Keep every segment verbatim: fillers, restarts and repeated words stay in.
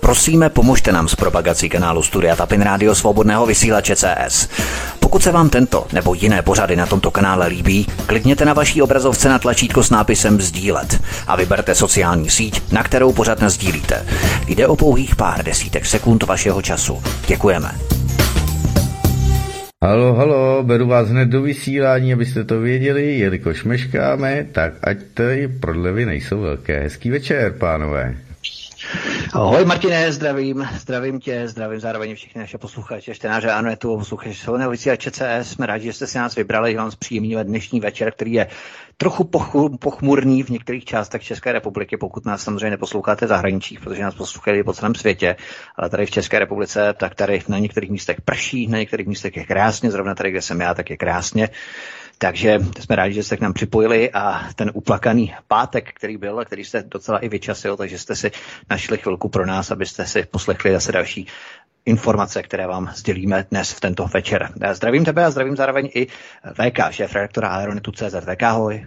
Prosíme, pomožte nám s propagací kanálu Studia Tapin Rádio Svobodného vysílače C S. Pokud se vám tento nebo jiné pořady na tomto kanále líbí, klikněte na vaší obrazovce na tlačítko s nápisem sdílet a vyberte sociální síť, na kterou pořad nasdílíte. Jde o pouhých pár desítek sekund vašeho času. Děkujeme. Halo, halo, beru vás hned do vysílání, abyste to věděli, jelikož meškáme, tak ať tady prodlevy nejsou velké. Hezký večer, pánové. Ahoj Martine, zdravím, zdravím tě, zdravím zároveň všechny naše posluchače, čtenáře Anetu, posluchače Svobodného vysílače C S. Jsme rádi, že jste si nás vybrali, že vám zpříjemníme dnešní večer, který je trochu pochu, pochmurný v některých částech České republiky, pokud nás samozřejmě neposloucháte v zahraničích, protože nás poslouchají po celém světě, ale tady v České republice, tak tady na některých místech prší, na některých místech je krásně, zrovna tady, kde jsem já, tak je krásně. Takže jsme rádi, že jste k nám připojili a ten uplakaný pátek, který byl a který jste docela i vyčasil, takže jste si našli chvilku pro nás, abyste si poslechli zase další informace, které vám sdělíme dnes v tento večer. Já zdravím tebe a zdravím zároveň i V K, šéfredaktora Aeronitu tečka cé zet. V K, ahoj.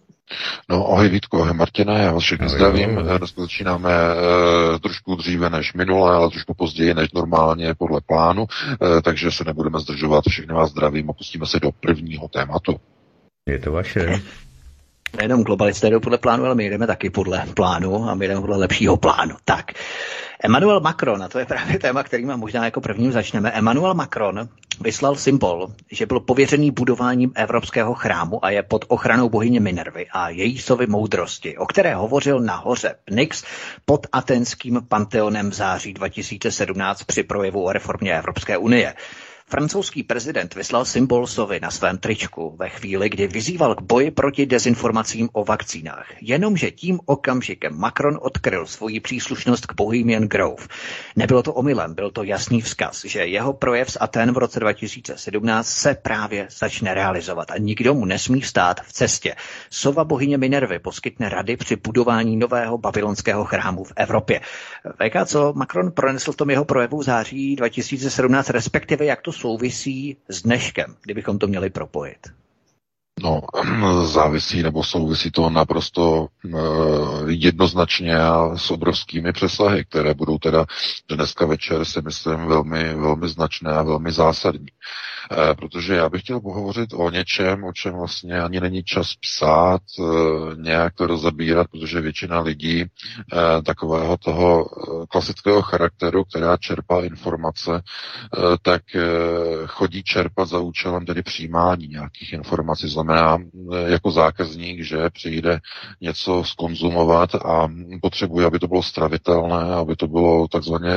No, ahoj Vítko, ahoj Martina, já vás všechny zdravím. Dnes začínáme e, trošku dříve než minule, ale trošku později než normálně podle plánu, e, takže se nebudeme zdržovat, všechny vás zdravím a pustíme se do prvního tématu. Je to vaše. Nejenom globalisté jdou podle plánu, ale my jdeme taky podle plánu a my jdeme podle lepšího plánu. Tak, Emmanuel Macron, a to je právě téma, kterým možná jako prvním začneme. Emmanuel Macron vyslal symbol, že byl pověřený budováním evropského chrámu a je pod ochranou bohyně Minervy a její sovy moudrosti, o které hovořil na hoře Pnyx pod aténským Panteonem v září dva tisíce sedmnáct při projevu o reformě Evropské unie. Francouzský prezident vyslal symbol sovy na svém tričku ve chvíli, kdy vyzýval k boji proti dezinformacím o vakcínách. Jenomže tím okamžikem Macron odkryl svoji příslušnost k Bohemian Grove. Nebylo to omylem, byl to jasný vzkaz, že jeho projev z Aten v roce dva tisíce sedmnáct se právě začne realizovat a nikdo mu nesmí stát v cestě. Sova bohyně Minervy poskytne rady při budování nového babylonského chrámu v Evropě. V K, co Macron pronesl v tom jeho projevu v září dva tisíce sedmnáct, respektive jak to souvisí s dneškem, kdybychom to měli propojit? No, závisí nebo souvisí to naprosto uh, jednoznačně a s obrovskými přesahy, které budou teda dneska večer, si myslím, velmi, velmi značné a velmi zásadní. Uh, protože já bych chtěl pohovořit o něčem, o čem vlastně ani není čas psát, uh, nějak to rozebírat, protože většina lidí uh, takového toho klasického charakteru, která čerpá informace, uh, tak uh, chodí čerpat za účelem tedy přijímání nějakých informací. Znamená jako zákazník, že přijde něco skonzumovat a potřebuje, aby to bylo stravitelné, aby to bylo takzvaně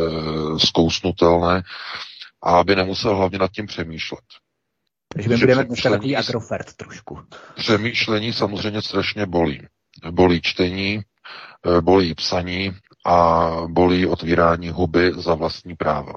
zkousnutelné a aby nemusel hlavně nad tím přemýšlet. Takže my budeme dneska takový Agrofert trošku. Přemýšlení samozřejmě strašně bolí. Bolí čtení, bolí psaní a bolí otvírání huby za vlastní práva.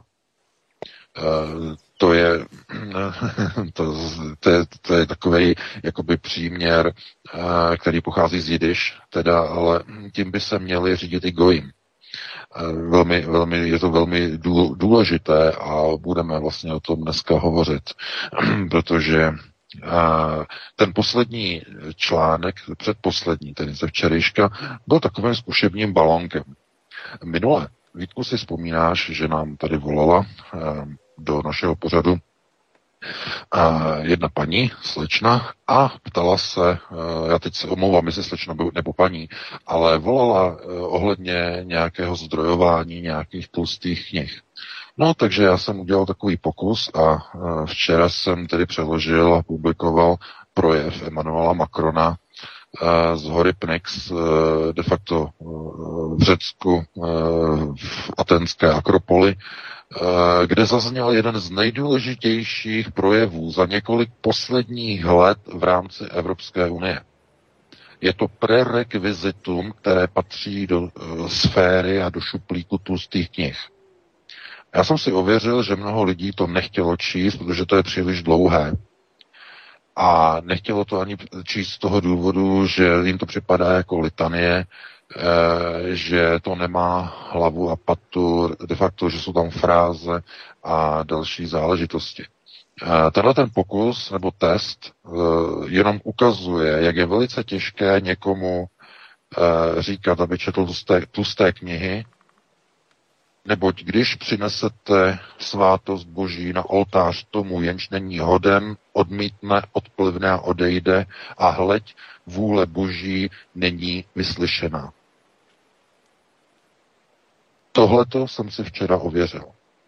To je, to, to je, to je takový jakoby příměr, který pochází z jidiš, teda, ale tím by se měli řídit i gojim. Velmi, velmi, je to velmi důležité a budeme vlastně o tom dneska hovořit, protože ten poslední článek, předposlední, ten ze včerejška, byl takovým zkušebním balónkem. Minule, Vítku, si vzpomínáš, že nám tady volala do našeho pořadu jedna paní, slečna, a ptala se, já teď se omlouvám, jestli slečna nebo paní, ale volala ohledně nějakého zdrojování nějakých tlustých knih. No, takže já jsem udělal takový pokus a včera jsem tedy přeložil a publikoval projev Emmanuela Macrona z hory Pnyx, de facto v Řecku, v aténské Akropoli, kde zazněl jeden z nejdůležitějších projevů za několik posledních let v rámci Evropské unie. Je to prerekvizitum, které patří do sféry a do šuplíku tlustých knih. Já jsem si ověřil, že mnoho lidí to nechtělo číst, protože to je příliš dlouhé. A nechtělo to ani číst z toho důvodu, že jim to připadá jako litanie, že to nemá hlavu a patu, de facto, že jsou tam fráze a další záležitosti. Tenhle ten pokus nebo test jenom ukazuje, jak je velice těžké někomu říkat, aby četl tlusté, tlusté knihy, Neboť když přinesete svátost Boží na oltář tomu, jenž není hoden, odmítne, odplivne a odejde a hleď, vůle Boží není vyslyšená. Tohleto jsem si včera ověřil.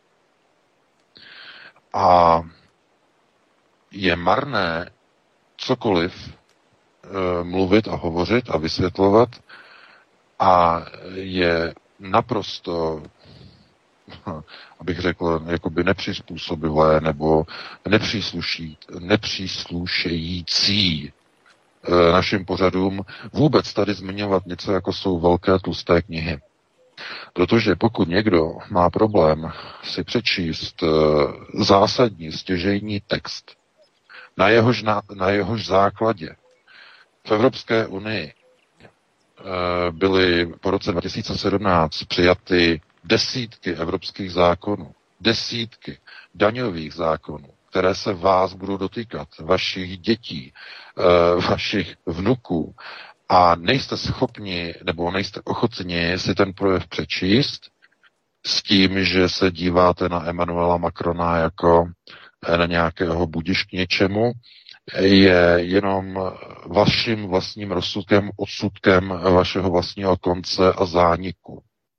A je marné cokoliv e, mluvit a hovořit a vysvětlovat a je naprosto, abych řekl, jakoby nepřizpůsobivé nebo nepřísluší, nepříslušející e, našim pořadům vůbec tady zmiňovat něco, jako jsou velké tlusté knihy. Protože pokud někdo má problém si přečíst e, zásadní stěžejní text, na jehož, na, na jehož základě v Evropské unii e, byly po roce dva tisíce sedmnáct přijaty desítky evropských zákonů, desítky daňových zákonů, které se vás budou dotýkat, vašich dětí, e, vašich vnuků, a nejste schopni nebo nejste ochotni si ten projev přečíst s tím, že se díváte na Emmanuela Macrona jako na nějakého budiš k něčemu, je jenom vaším vlastním rozsudkem, odsudkem vašeho vlastního konce a zániku.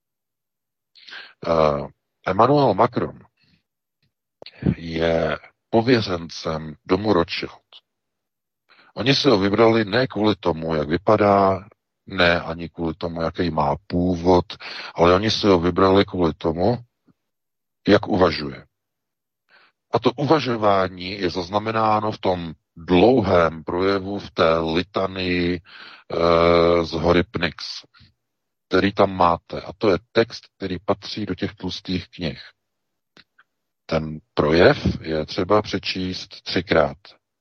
Uh, Emmanuel Macron je pověřencem domu Rothschild. Oni si ho vybrali ne kvůli tomu, jak vypadá, ne ani kvůli tomu, jaký má původ, ale oni si ho vybrali kvůli tomu, jak uvažuje. A to uvažování je zaznamenáno v tom dlouhém projevu v té litanii e, z hory Pnyx, který tam máte. A to je text, který patří do těch tlustých knih. Ten projev je třeba přečíst třikrát.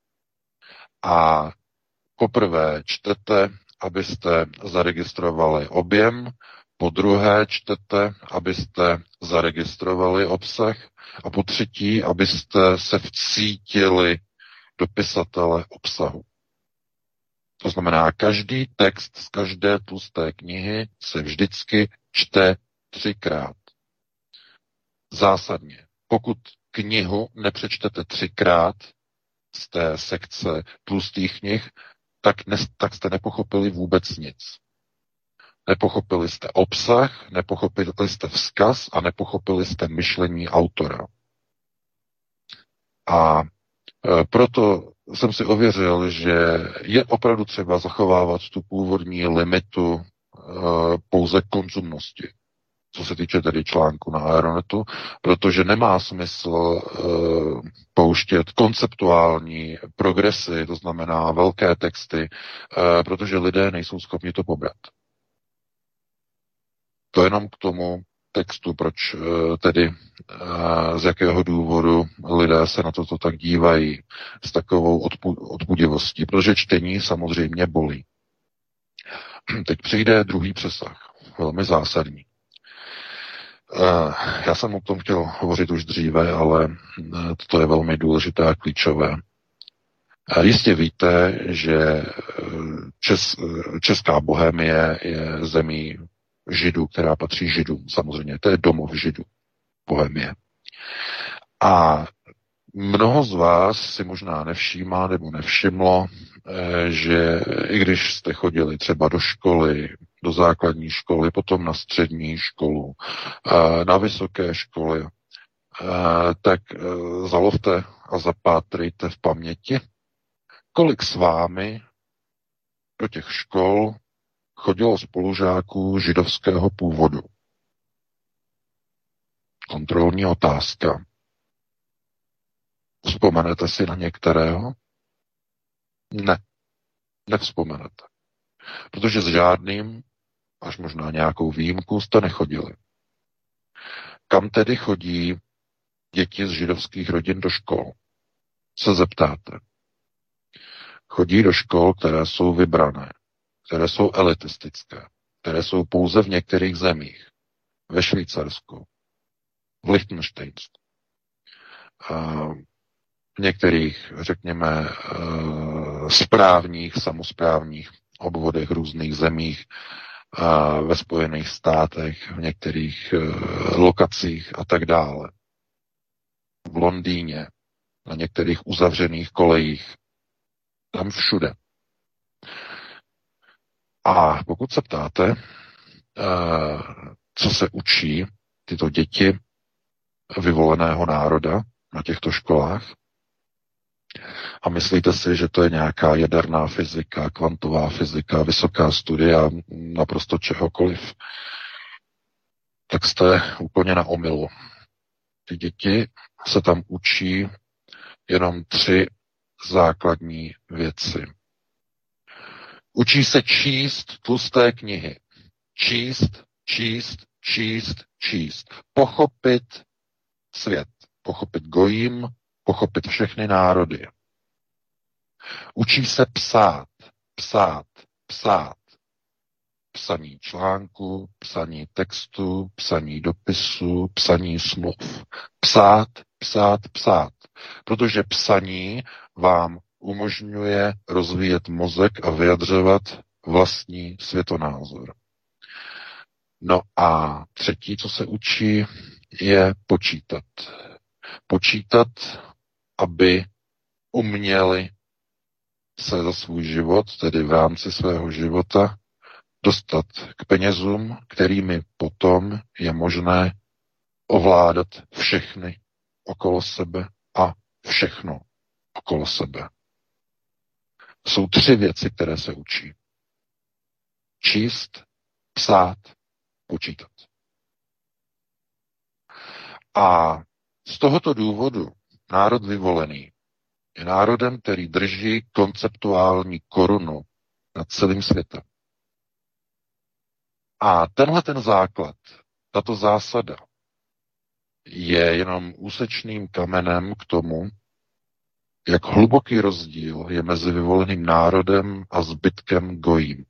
A poprvé čtete, abyste zaregistrovali objem, po druhé čtete, abyste zaregistrovali obsah a po třetí, abyste se vcítili do pisatele obsahu. To znamená, každý text z každé tlusté knihy se vždycky čte třikrát. Zásadně. Pokud knihu nepřečtete třikrát z té sekce tlustých knih, tak, ne, tak jste nepochopili vůbec nic. Nepochopili jste obsah, nepochopili jste vzkaz a nepochopili jste myšlení autora. A e, proto jsem si ověřil, že je opravdu třeba zachovávat tu původní limitu e, pouze konzumnosti, co se týče tedy článku na Aeronetu, protože nemá smysl e, pouštět konceptuální progresy, to znamená velké texty, e, protože lidé nejsou schopni to pobrat. To jenom k tomu textu, proč e, tedy e, z jakého důvodu lidé se na toto tak dívají s takovou odpu- odpudivostí, protože čtení samozřejmě bolí. Teď přijde druhý přesah, velmi zásadní. Já jsem o tom chtěl hovořit už dříve, ale to je velmi důležité a klíčové. Jistě víte, že Čes, Česká Bohemie je zemí Židů, která patří Židům. Samozřejmě, to je domov Židů, Bohemie. A mnoho z vás si možná nevšímá nebo nevšimlo, že i když jste chodili třeba do školy, do základní školy, potom na střední školu, na vysoké školy, tak zalovte a zapátrejte v paměti, kolik s vámi do těch škol chodilo spolužáků židovského původu. Kontrolní otázka. Vzpomenete si na některého? Ne, nevzpomenete. Protože s žádným, až možná nějakou výjimku, jste nechodili. Kam tedy chodí děti z židovských rodin do škol? Se zeptáte. Chodí do škol, které jsou vybrané, které jsou elitistické, které jsou pouze v některých zemích. Ve Švýcarsku, v Lichtenštejnsku, v některých, řekněme, správních, samosprávních obvodech různých zemích ve Spojených státech, v některých lokacích a tak dále. V Londýně, na některých uzavřených kolejích, tam všude. A pokud se ptáte, co se učí tyto děti vyvoleného národa na těchto školách, a myslíte si, že to je nějaká jaderná fyzika, kvantová fyzika, vysoká studia, naprosto čehokoliv, tak jste úplně na omylu. Ty děti se tam učí jenom tři základní věci. Učí se číst tlusté knihy. Číst, číst, číst, číst. Pochopit svět. Pochopit gojím, pochopit všechny národy. Učí se psát, psát, psát. Psaní článku, psaní textu, psaní dopisu, psaní smluv. Psát, psát, psát. Protože psaní vám umožňuje rozvíjet mozek a vyjadřovat vlastní světonázor. No a třetí, co se učí, je počítat. Počítat, aby uměli se za svůj život, tedy v rámci svého života, dostat k penězům, kterými potom je možné ovládat všechny okolo sebe a všechno okolo sebe. Jsou tři věci, které se učí. Číst, psát, počítat. A z tohoto důvodu národ vyvolený je národem, který drží konceptuální korunu nad celým světem. A tenhle ten základ, tato zásada je jenom úsečným kamenem k tomu, jak hluboký rozdíl je mezi vyvoleným národem a zbytkem gojím.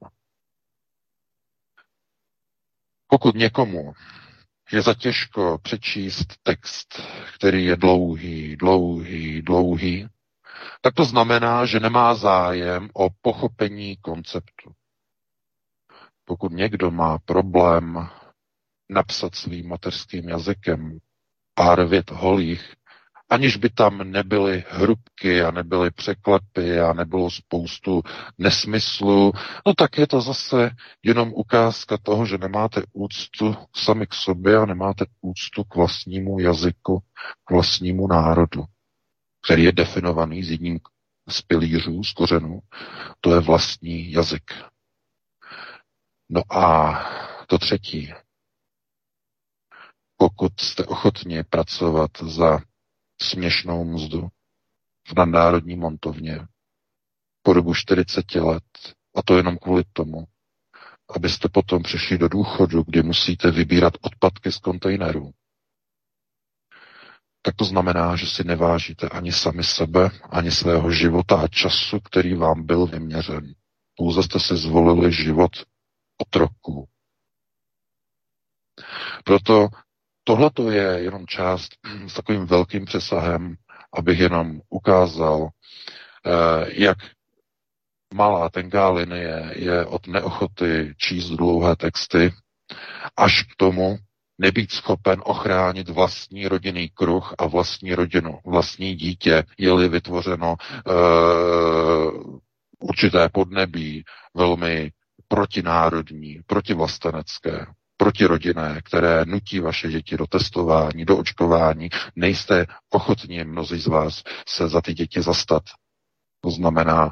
Pokud někomu je zatěžko přečíst text, který je dlouhý, dlouhý, dlouhý, tak to znamená, že nemá zájem o pochopení konceptu. Pokud někdo má problém napsat svým mateřským jazykem pár vět holých, aniž by tam nebyly hrubky a nebyly překlepy a nebylo spoustu nesmyslů, no tak je to zase jenom ukázka toho, že nemáte úctu sami k sobě a nemáte úctu k vlastnímu jazyku, k vlastnímu národu, který je definovaný z jedním z pilířů, z kořenů, to je vlastní jazyk. No a to třetí. Pokud jste ochotni pracovat za směšnou mzdu v nadnárodní montovně po dobu čtyřicet let, a to jenom kvůli tomu, abyste potom přišli do důchodu, kdy musíte vybírat odpadky z kontejnerů, tak to znamená, že si nevážíte ani sami sebe, ani svého života a času, který vám byl vyměřen. Pouze jste si zvolili život otroků. Proto tohleto je jenom část s takovým velkým přesahem, abych jenom ukázal, jak malá tenká linie je od neochoty číst dlouhé texty až k tomu nebýt schopen ochránit vlastní rodinný kruh a vlastní rodinu, vlastní dítě, je-li vytvořeno uh, určité podnebí velmi protinárodní, protivlastenecké, protirodinné, které nutí vaše děti do testování, do očkování, nejste ochotní mnozí z vás se za ty děti zastat. To znamená,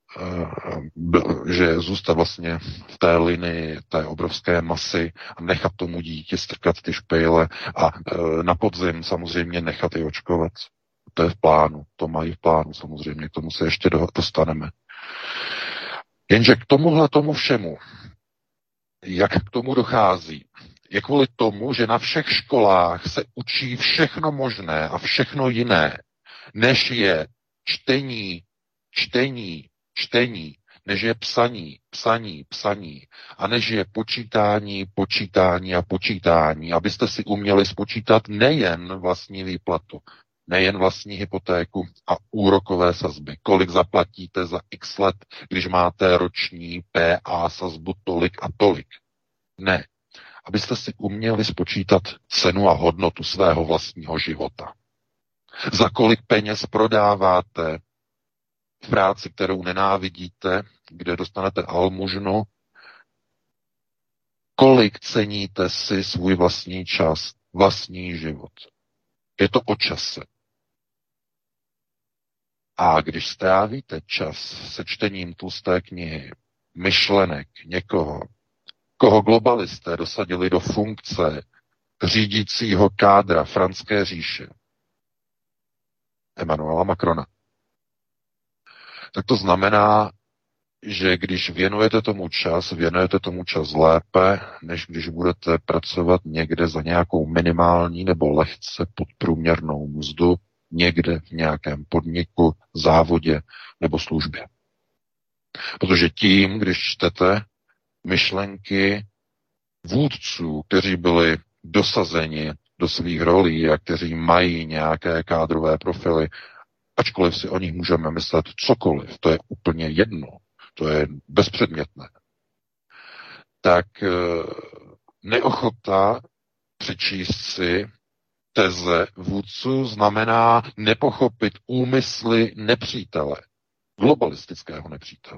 že zůstat vlastně v té linii té obrovské masy a nechat tomu dítě strkat ty špejle a na podzim samozřejmě nechat je očkovat. To je v plánu, to mají v plánu samozřejmě, k tomu se ještě dostaneme. Jenže k tomuhle tomu všemu, jak k tomu dochází, je kvůli tomu, že na všech školách se učí všechno možné a všechno jiné, než je čtení, čtení, čtení, než je psaní, psaní, psaní a než je počítání, počítání a počítání, abyste si uměli spočítat nejen vlastní výplatu, nejen vlastní hypotéku a úrokové sazby. Kolik zaplatíte za x let, když máte roční P A sazbu tolik a tolik. Ne. Abyste si uměli spočítat cenu a hodnotu svého vlastního života. Za kolik peněz prodáváte práci, kterou nenávidíte, kde dostanete almužnu, kolik ceníte si svůj vlastní čas, vlastní život. Je to o čase. A když strávíte čas se čtením tlusté knihy, myšlenek někoho, koho globalisté dosadili do funkce řídícího kádra Franské říše, Emmanuela Macrona, tak to znamená, že když věnujete tomu čas, věnujete tomu čas lépe, než když budete pracovat někde za nějakou minimální nebo lehce podprůměrnou mzdu, někde v nějakém podniku, závodě nebo službě. Protože tím, když čtete myšlenky vůdců, kteří byli dosazeni do svých rolí a kteří mají nějaké kádrové profily, ačkoliv si o nich můžeme myslet cokoliv, to je úplně jedno, to je bezpředmětné, tak neochota přečíst si teze vůdců znamená nepochopit úmysly nepřítele, globalistického nepřítele.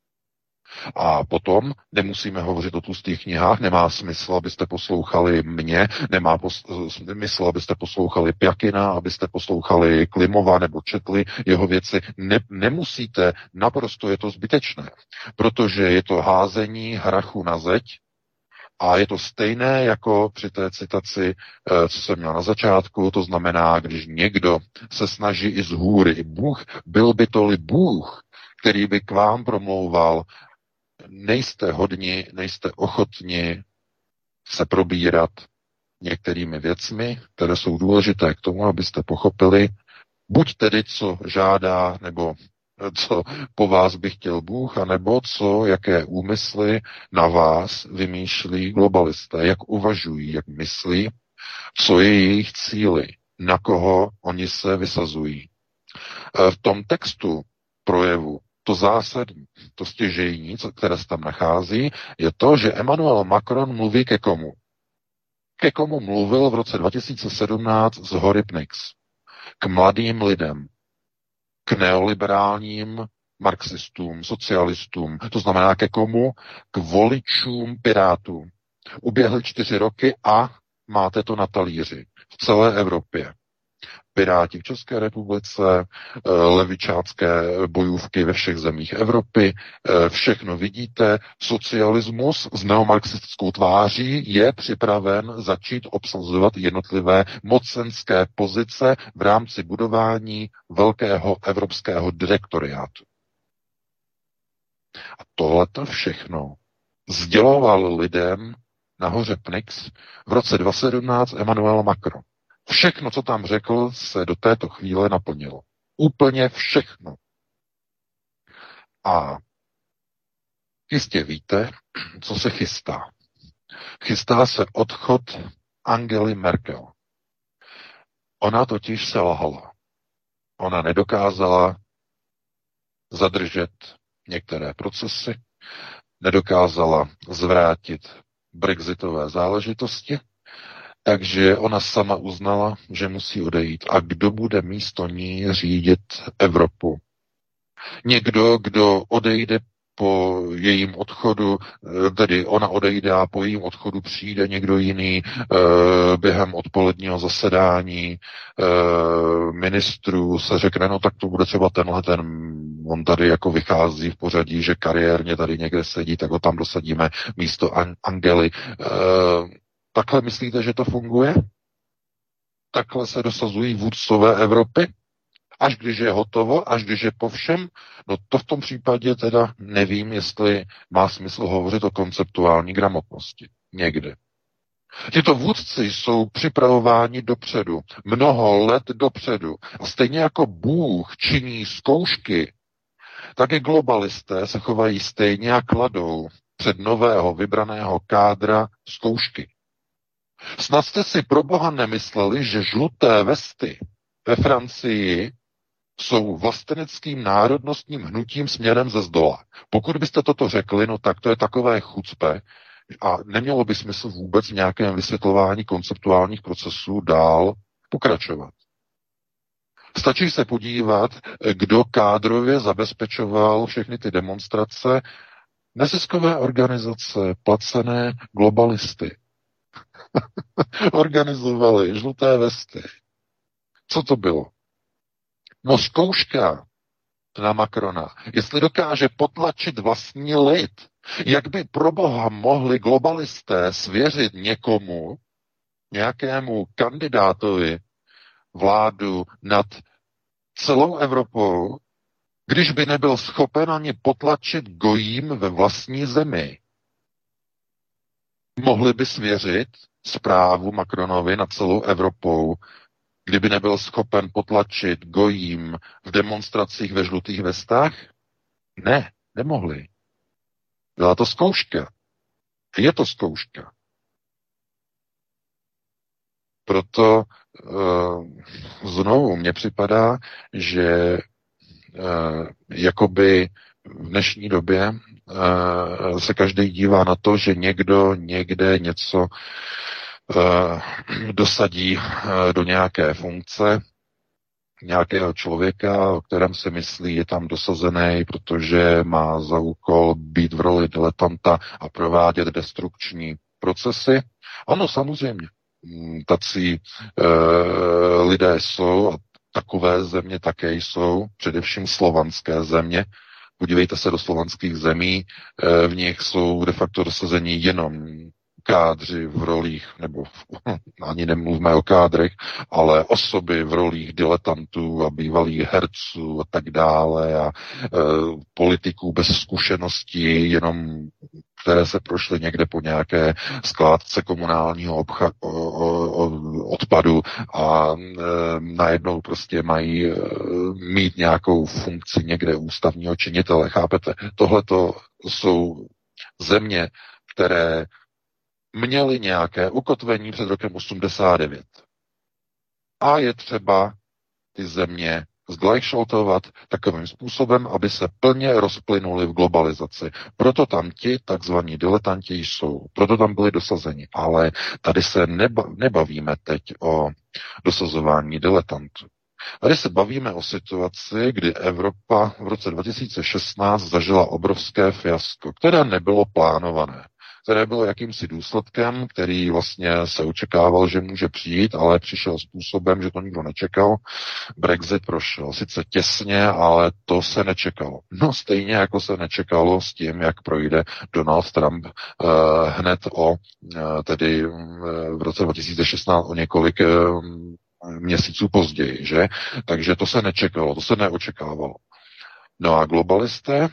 A potom nemusíme hovořit o tlustých knihách, nemá smysl, abyste poslouchali mě, nemá smysl, abyste poslouchali Pjakina, abyste poslouchali Klimova nebo četli jeho věci. Ne, nemusíte, naprosto je to zbytečné, protože je to házení hrachu na zeď a je to stejné jako při té citaci, co jsem měl na začátku, to znamená, když někdo se snaží i z hůry, Bůh, byl by to-li Bůh, který by k vám promlouval, nejste hodni, nejste ochotni se probírat některými věcmi, které jsou důležité k tomu, abyste pochopili, buď tedy, co žádá, nebo co po vás by chtěl Bůh, anebo co, jaké úmysly na vás vymýšlí globalisté, jak uvažují, jak myslí, co je jejich cíly, na koho oni se vysazují. V tom textu projevu to zásadní, to stěžejní, které se tam nachází, je to, že Emmanuel Macron mluví ke komu? Ke komu mluvil v roce dva tisíce sedmnáct z hory Pnyx? K mladým lidem, k neoliberálním marxistům, socialistům, to znamená ke komu? K voličům Pirátů. Uběhly čtyři roky a máte to na talíři v celé Evropě. Piráti v České republice, levičácké bojůvky ve všech zemích Evropy, všechno vidíte, socialismus s neomarxistickou tváří je připraven začít obsazovat jednotlivé mocenské pozice v rámci budování velkého evropského direktoriátu. A tohleto všechno sděloval lidem nahoře Pnyx v roce dva tisíce sedmnáct Emmanuel Macron. Všechno, co tam řekl, se do této chvíle naplnilo. Úplně všechno. A jistě víte, co se chystá. Chystá se odchod Angely Merkel. Ona totiž selhala. Ona nedokázala zadržet některé procesy, nedokázala zvrátit brexitové záležitosti, takže ona sama uznala, že musí odejít. A kdo bude místo ní řídit Evropu? Někdo, kdo odejde po jejím odchodu, tedy ona odejde a po jejím odchodu přijde někdo jiný během odpoledního zasedání ministrů se řekne, no tak to bude třeba tenhle ten, on tady jako vychází v pořadí, že kariérně tady někde sedí, tak ho tam dosadíme místo Angely. Takhle myslíte, že to funguje? Takhle se dosazují vůdcové Evropy? Až když je hotovo, až když je po všem? No to v tom případě teda nevím, jestli má smysl hovořit o konceptuální gramotnosti. Někde. Tyto vůdci jsou připravováni dopředu, mnoho let dopředu. A stejně jako Bůh činí zkoušky, tak i globalisté se chovají stejně a kladou před nového vybraného kádra zkoušky. Snad jste si pro Boha nemysleli, že žluté vesty ve Francii jsou vlasteneckým národnostním hnutím směrem ze zdola. Pokud byste toto řekli, no tak to je takové chucpe, A nemělo by smysl vůbec v nějakém vysvětlování konceptuálních procesů dál pokračovat. Stačí se podívat, kdo kádrově zabezpečoval všechny ty demonstrace, neziskové organizace, placené globalisty. Organizovali žluté vesty. Co to bylo? No zkouška na Macrona. Jestli dokáže potlačit vlastní lid, jak by pro boha mohli globalisté svěřit někomu, nějakému kandidátovi vládu nad celou Evropou, když by nebyl schopen ani potlačit gojím ve vlastní zemi. Mohli by svěřit správu Macronovi nad celou Evropou, kdyby nebyl schopen potlačit gojím v demonstracích ve žlutých vestách? Ne, nemohli. Byla to zkouška. Je to zkouška. Proto uh, znovu mně připadá, že uh, jakoby v dnešní době uh, se každý dívá na to, že někdo někde něco uh, dosadí uh, do nějaké funkce, nějakého člověka, o kterém si myslí, je tam dosazený, protože má za úkol být v roli diletanta a provádět destrukční procesy. Ano, samozřejmě. Tací e, lidé jsou a takové země také jsou, především slovanské země. Podívejte se do slovanských zemí, e, v nich jsou de facto dosazení jenom kádři v rolích, nebo ani nemluvme o kádrech, ale osoby v rolích diletantů a bývalých herců a tak dále a e, politiků bez zkušeností, jenom které se prošly někde po nějaké skládce komunálního obcha, o, o, o, odpadu a e, najednou prostě mají e, mít nějakou funkci někde ústavního činitele. Chápete? Tohleto jsou země, které měli nějaké ukotvení před rokem osmdesát devět. A je třeba ty země zglajšaltovat takovým způsobem, aby se plně rozplynuli v globalizaci. Proto tam ti takzvaní diletanti jsou. Proto tam byli dosazeni. Ale tady se neba, nebavíme teď o dosazování diletantů. Tady se bavíme o situaci, kdy Evropa v roce dva tisíce šestnáct zažila obrovské fiasko, které nebylo plánované, které bylo jakýmsi důsledkem, který vlastně se očekával, že může přijít, ale přišel způsobem, že to nikdo nečekal. Brexit prošel sice těsně, ale to se nečekalo. No stejně jako se nečekalo s tím, jak projde Donald Trump eh, hned o, eh, tedy v roce dva tisíce šestnáct o několik eh, měsíců později, že? Takže to se nečekalo, to se neočekávalo. No a globalisté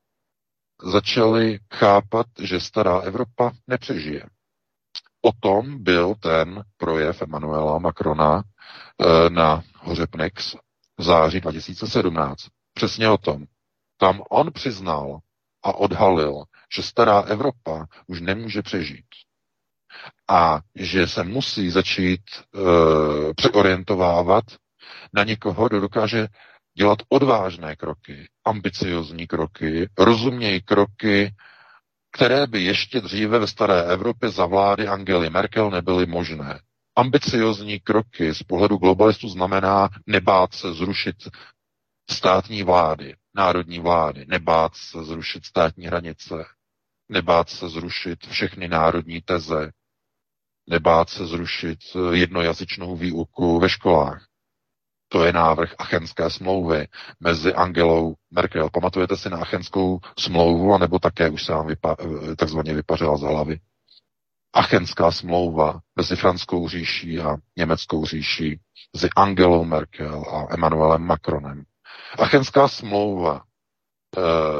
začali chápat, že stará Evropa nepřežije. O tom byl ten projev Emmanuela Macrona na hoře Pnyx v září dva tisíce sedmnáct. Přesně o tom. Tam on přiznal a odhalil, že stará Evropa už nemůže přežít. A že se musí začít e, přeorientovávat na někoho, kdo dokáže dělat odvážné kroky, ambiciozní kroky, rozumějí kroky, které by ještě dříve ve staré Evropě za vlády Angely Merkel nebyly možné. Ambiciozní kroky z pohledu globalistů znamená nebát se zrušit státní vlády, národní vlády, nebát se zrušit státní hranice, nebát se zrušit všechny národní teze, nebát se zrušit jednojazyčnou výuku ve školách. To je návrh Achenské smlouvy mezi Angelou Merkel. Pamatujete si na Achenskou smlouvu, anebo také už se vám vypa- takzvaně vypařila z hlavy? Achenská smlouva mezi Franskou říší a Německou říší, mezi Angelou Merkel a Emmanuelem Macronem. Achenská smlouva e,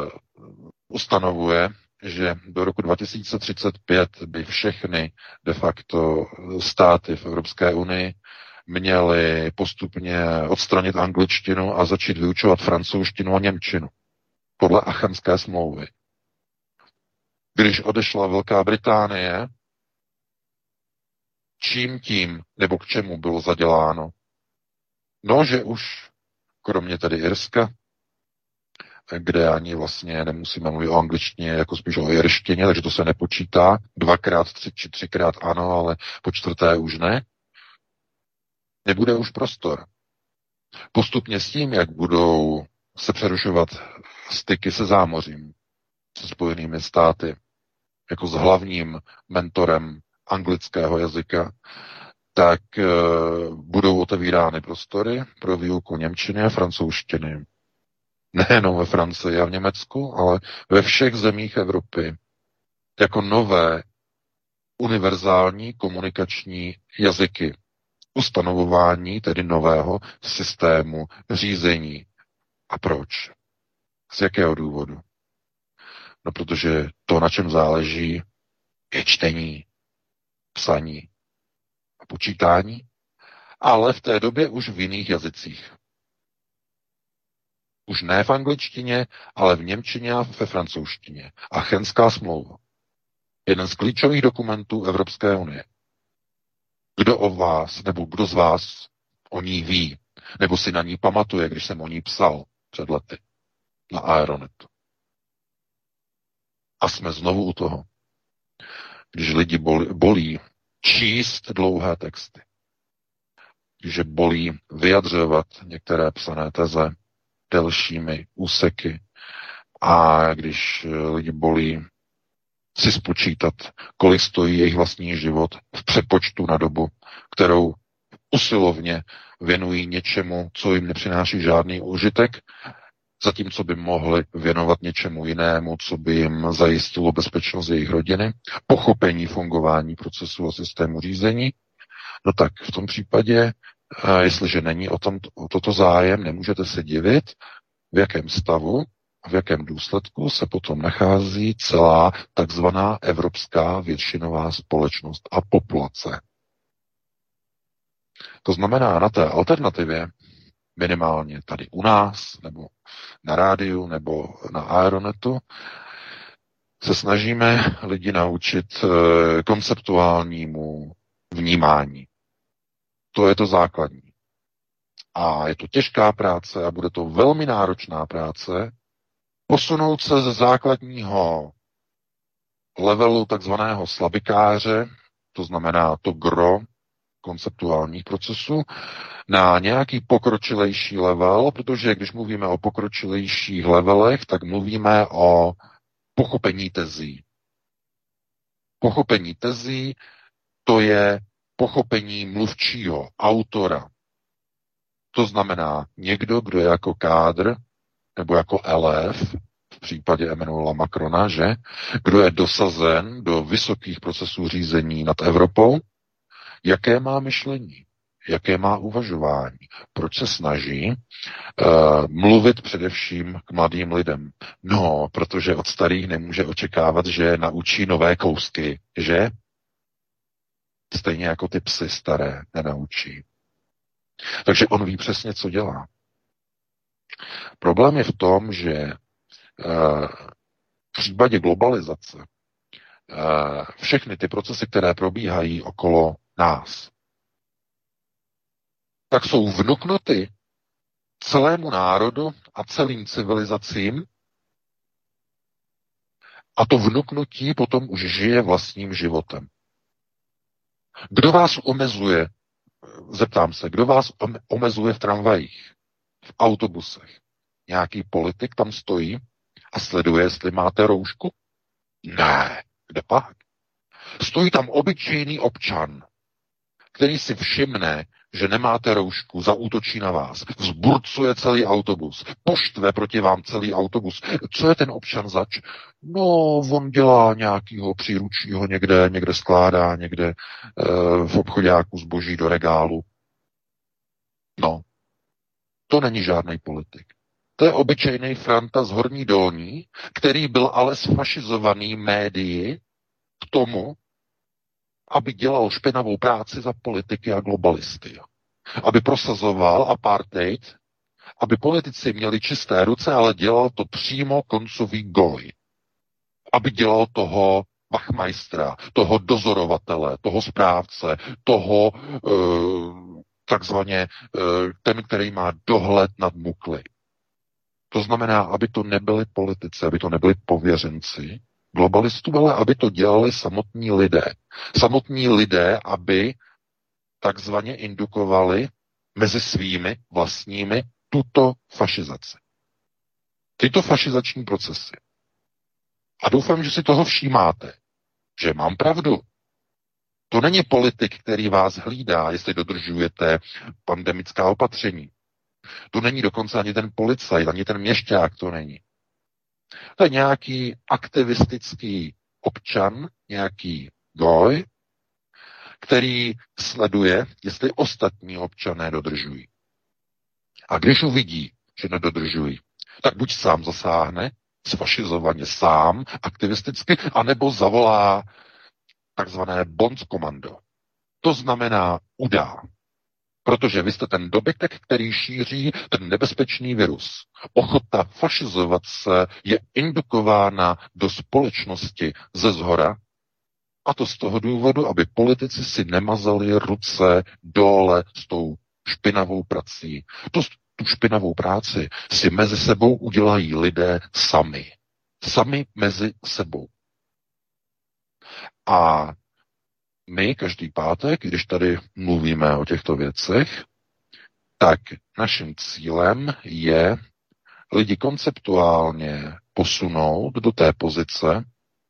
ustanovuje, že do roku dva tisíce třicet pět by všechny de facto státy v Evropské unii měli postupně odstranit angličtinu a začít vyučovat francouzštinu a němčinu. Podle Achenské smlouvy. Když odešla Velká Británie, čím tím, nebo k čemu bylo zaděláno? No, že už, kromě tedy Irska, kde ani vlastně nemusíme mluvit o angličtině, jako spíš o irštině, takže to se nepočítá. Dvakrát, tři, či třikrát ano, ale po čtvrté už ne. Nebude už prostor. Postupně s tím, jak budou se přerušovat styky se zámořím, se Spojenými státy, jako s hlavním mentorem anglického jazyka, tak e, budou otevírány prostory pro výuku němčiny a francouzštiny. Nejenom ve Francii a v Německu, ale ve všech zemích Evropy jako nové univerzální komunikační jazyky. Ustanovování tedy nového systému řízení. A proč? Z jakého důvodu? No, protože to, na čem záleží, je čtení, psaní a počítání, ale v té době už v jiných jazycích. Už ne v angličtině, ale v němčině a ve francouzštině. A Chenská smlouva. Jeden z klíčových dokumentů Evropské unie. Kdo o vás, nebo kdo z vás o ní ví, nebo si na ní pamatuje, když jsem o ní psal před lety na Aeronetu. A jsme znovu u toho. Když lidi bolí, bolí číst dlouhé texty, když bolí vyjadřovat některé psané teze delšími úseky a když lidi bolí si spočítat, kolik stojí jejich vlastní život v přepočtu na dobu, kterou usilovně věnují něčemu, co jim nepřináší žádný užitek, zatímco by mohli věnovat něčemu jinému, co by jim zajistilo bezpečnost jejich rodiny, pochopení fungování procesu a systému řízení, no tak v tom případě, jestliže není o, tom, o toto zájem, nemůžete se divit, v jakém stavu a v jakém důsledku se potom nachází celá takzvaná evropská většinová společnost a populace. To znamená, na té alternativě, minimálně tady u nás, nebo na rádiu, nebo na Aeronetu, se snažíme lidi naučit konceptuálnímu vnímání. To je to základní. A je to těžká práce a bude to velmi náročná práce posunout se ze základního levelu takzvaného slabikáře, to znamená to gro konceptuálních procesů, na nějaký pokročilejší level, protože když mluvíme o pokročilejších levelech, tak mluvíme o pochopení tezí. Pochopení tezí, to je pochopení mluvčího, autora. To znamená někdo, kdo je jako kádr, nebo jako elév, v případě Emmanuela Macrona, že? Kdo je dosazen do vysokých procesů řízení nad Evropou, jaké má myšlení, jaké má uvažování, proč se snaží uh, mluvit především k mladým lidem. No, protože od starých nemůže očekávat, že naučí nové kousky, že? Stejně jako ty psy staré nenaučí. Takže on ví přesně, co dělá. Problém je v tom, že uh, v případě globalizace uh, všechny ty procesy, které probíhají okolo nás, tak jsou vnuknuty celému národu a celým civilizacím a to vnuknutí potom už žije vlastním životem. Kdo vás omezuje, zeptám se, kdo vás omezuje v tramvajích, v autobusech? Nějaký politik tam stojí a sleduje, jestli máte roušku? Ne, kde pak? Stojí tam obyčejný občan, který si všimne, že nemáte roušku, zaútočí na vás, vzburcuje celý autobus, poštve proti vám celý autobus. Co je ten občan zač? No, on dělá nějakýho příručího někde, někde skládá, někde e, v obchodáku zboží do regálu. No, to není žádný politik. To je obyčejný Franta z Horní Dolní, který byl ale sfašizovaný médii k tomu, aby dělal špinavou práci za politiky a globalisty. Aby prosazoval apartheid, aby politici měli čisté ruce, ale dělal to přímo koncový goj. Aby dělal toho wachmeistera, toho dozorovatele, toho správce, toho uh, takzvaně uh, ten, který má dohled nad mukly. To znamená, aby to nebyli politici, aby to nebyli pověřenci globalistů, ale aby to dělali samotní lidé. Samotní lidé, aby takzvaně indukovali mezi svými vlastními tuto fašizaci. Tyto fašizační procesy. A doufám, že si toho všímáte, že mám pravdu. To není politik, který vás hlídá, jestli dodržujete pandemická opatření. To není dokonce ani ten policajt, ani ten měšťák, to není. To je nějaký aktivistický občan, nějaký goj, který sleduje, jestli ostatní občané dodržují. A když uvidí, že nedodržují, tak buď sám zasáhne, sfašizovaně sám, aktivisticky, anebo zavolá takzvané Bondskomando. To znamená udá. Protože vy jste ten dobytek, který šíří ten nebezpečný virus. Ochota fašizovat se je indukována do společnosti ze zhora, a to z toho důvodu, aby politici si nemazali ruce dole s tou špinavou prací. To, tu špinavou práci si mezi sebou udělají lidé sami. Sami mezi sebou. A my každý pátek, když tady mluvíme o těchto věcech, tak naším cílem je lidi konceptuálně posunout do té pozice,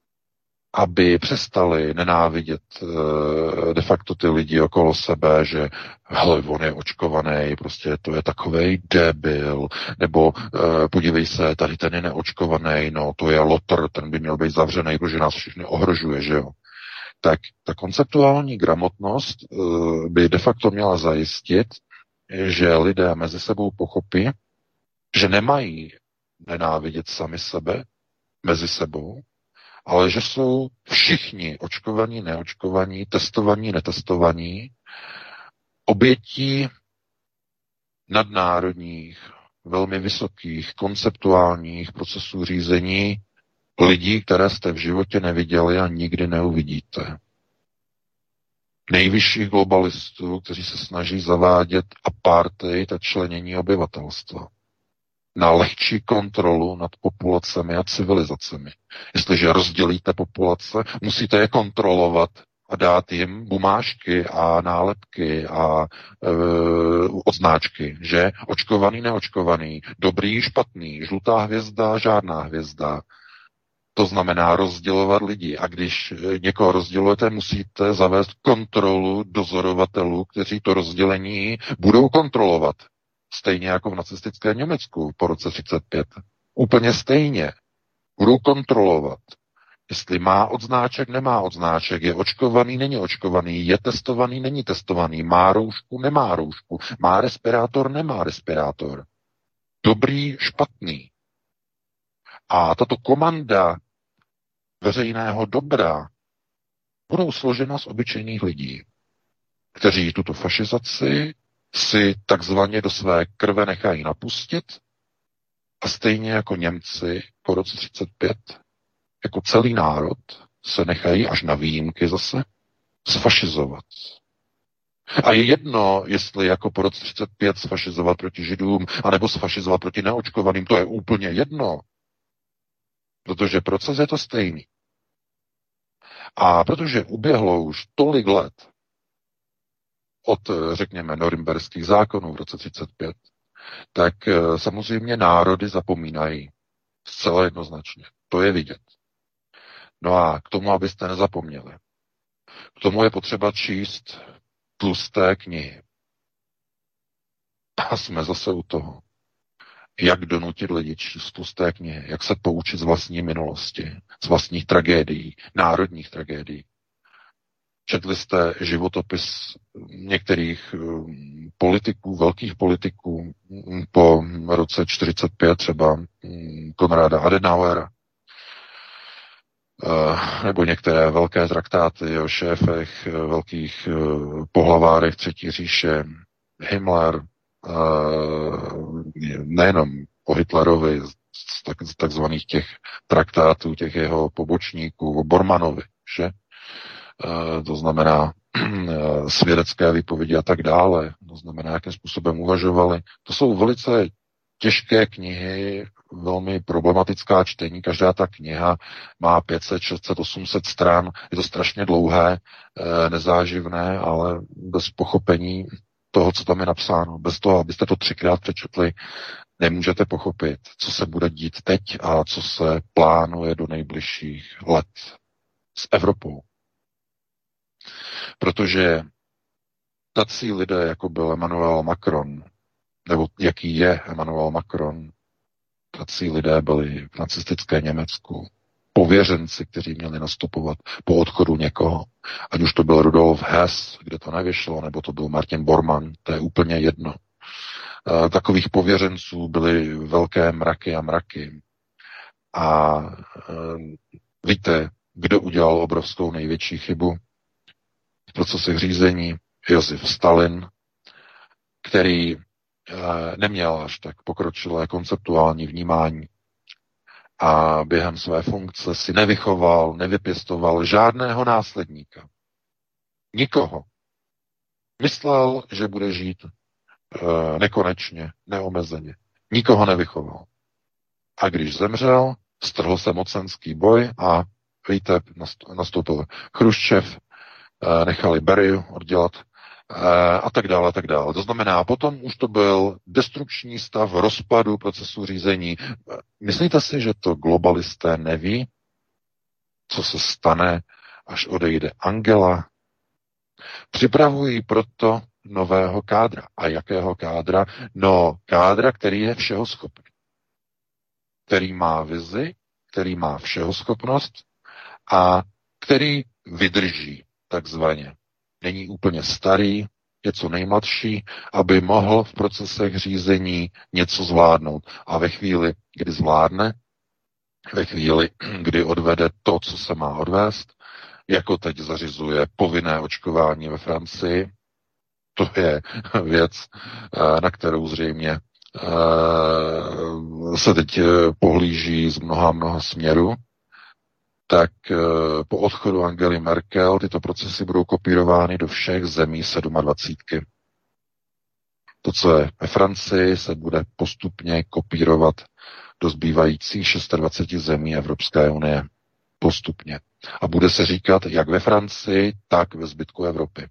aby přestali nenávidět de facto ty lidi okolo sebe, že hele, on je očkovaný, prostě to je takovej debil, nebo podívej se, tady ten je neočkovaný, no to je lotr, ten by měl být zavřený, protože nás všechny ohrožuje, že jo. Tak ta konceptuální gramotnost by de facto měla zajistit, že lidé mezi sebou pochopí, že nemají nenávidět sami sebe mezi sebou, ale že jsou všichni očkovaní, neočkovaní, testovaní, netestovaní, obětí nadnárodních, velmi vysokých konceptuálních procesů řízení lidí, které jste v životě neviděli a nikdy neuvidíte. Nejvyšších globalistů, kteří se snaží zavádět apartheid a členění obyvatelstva na lehčí kontrolu nad populacemi a civilizacemi. Jestliže rozdělíte populace, musíte je kontrolovat a dát jim bumážky a nálepky a e, odznáčky, že očkovaný, neočkovaný, dobrý, špatný, žlutá hvězda, žádná hvězda. To znamená rozdělovat lidi. A když někoho rozdělujete, musíte zavést kontrolu dozorovatelů, kteří to rozdělení budou kontrolovat. Stejně jako v nacistickém Německu po roce třicet pět. Úplně stejně. Budou kontrolovat, jestli má odznáček, nemá odznáček, je očkovaný, není očkovaný, je testovaný, není testovaný, má roušku, nemá roušku, má respirátor, nemá respirátor. Dobrý, špatný. A tato komanda veřejného dobra budou složena z obyčejných lidí, kteří tuto fašizaci si takzvaně do své krve nechají napustit a stejně jako Němci po roce třicet pět, jako celý národ, se nechají až na výjimky zase sfašizovat. A je jedno, jestli jako po roce třicet pět sfašizovat proti Židům, anebo sfašizovat proti neočkovaným, to je úplně jedno. Protože proces je to stejný. A protože uběhlo už tolik let od, řekněme, norimberských zákonů v roce třicet pět, tak samozřejmě národy zapomínají. Zcela jednoznačně. To je vidět. No a k tomu, abyste nezapomněli, k tomu je potřeba číst tlusté knihy. A jsme zase u toho. Jak donutit lidi číst tlusté knihy, jak se poučit z vlastní minulosti, z vlastních tragédií, národních tragédií. Četli jste životopis některých politiků, velkých politiků po roce čtyřicet pět, třeba Konrada Adenauera, nebo některé velké traktáty o šéfech velkých pohlavárech Třetí říše, Himmler, nejenom o Hitlerovi, z tak, takzvaných těch traktátů, těch jeho pobočníků, o Bormanovi, že? To znamená svědecké výpovědi a tak dále, to znamená, jakým způsobem uvažovali. To jsou velice těžké knihy, velmi problematická čtení. Každá ta kniha má pět set, šest set, osm set stran. Je to strašně dlouhé, nezáživné, ale bez pochopení toho, co tam je napsáno. Bez toho, abyste to třikrát přečetli, nemůžete pochopit, co se bude dít teď a co se plánuje do nejbližších let s Evropou. Protože tací lidé, jako byl Emmanuel Macron, nebo jaký je Emmanuel Macron, tací lidé byli v nacistické Německu, pověřenci, kteří měli nastupovat po odchodu někoho, ať už to byl Rudolf Hess, kde to nevyšlo, nebo to byl Martin Bormann, to je úplně jedno. E, takových pověřenců byly velké mraky a mraky. A e, víte, kdo udělal obrovskou největší chybu v procesech řízení? Josef Stalin, který e, neměl až tak pokročilé konceptuální vnímání a během své funkce si nevychoval, nevypěstoval žádného následníka. Nikoho. Myslel, že bude žít e, nekonečně, neomezeně. Nikoho nevychoval. A když zemřel, strhl se mocenský boj a víte, nastoupil Chruščev, e, nechali Beriu oddělat a tak dále, a tak dále. To znamená, potom už to byl destrukční stav rozpadu procesu řízení. Myslíte si, že to globalisté neví, co se stane, až odejde Angela? Připravují proto nového kádra. A jakého kádra? No, kádra, který je všeho schopný. Který má vizi, který má všeho schopnost a který vydrží, takzvaně. Není úplně starý, je co nejmladší, aby mohl v procesech řízení něco zvládnout. A ve chvíli, kdy zvládne, ve chvíli, kdy odvede to, co se má odvést, jako teď zařizuje povinné očkování ve Francii, to je věc, na kterou zřejmě se teď pohlíží z mnoha, mnoha směrů, tak po odchodu Angely Merkel tyto procesy budou kopírovány do všech zemí dvacítky. To, co je ve Francii, se bude postupně kopírovat do zbývajících dvaceti šesti zemí Evropské unie. Postupně. A bude se říkat jak ve Francii, tak ve zbytku Evropy.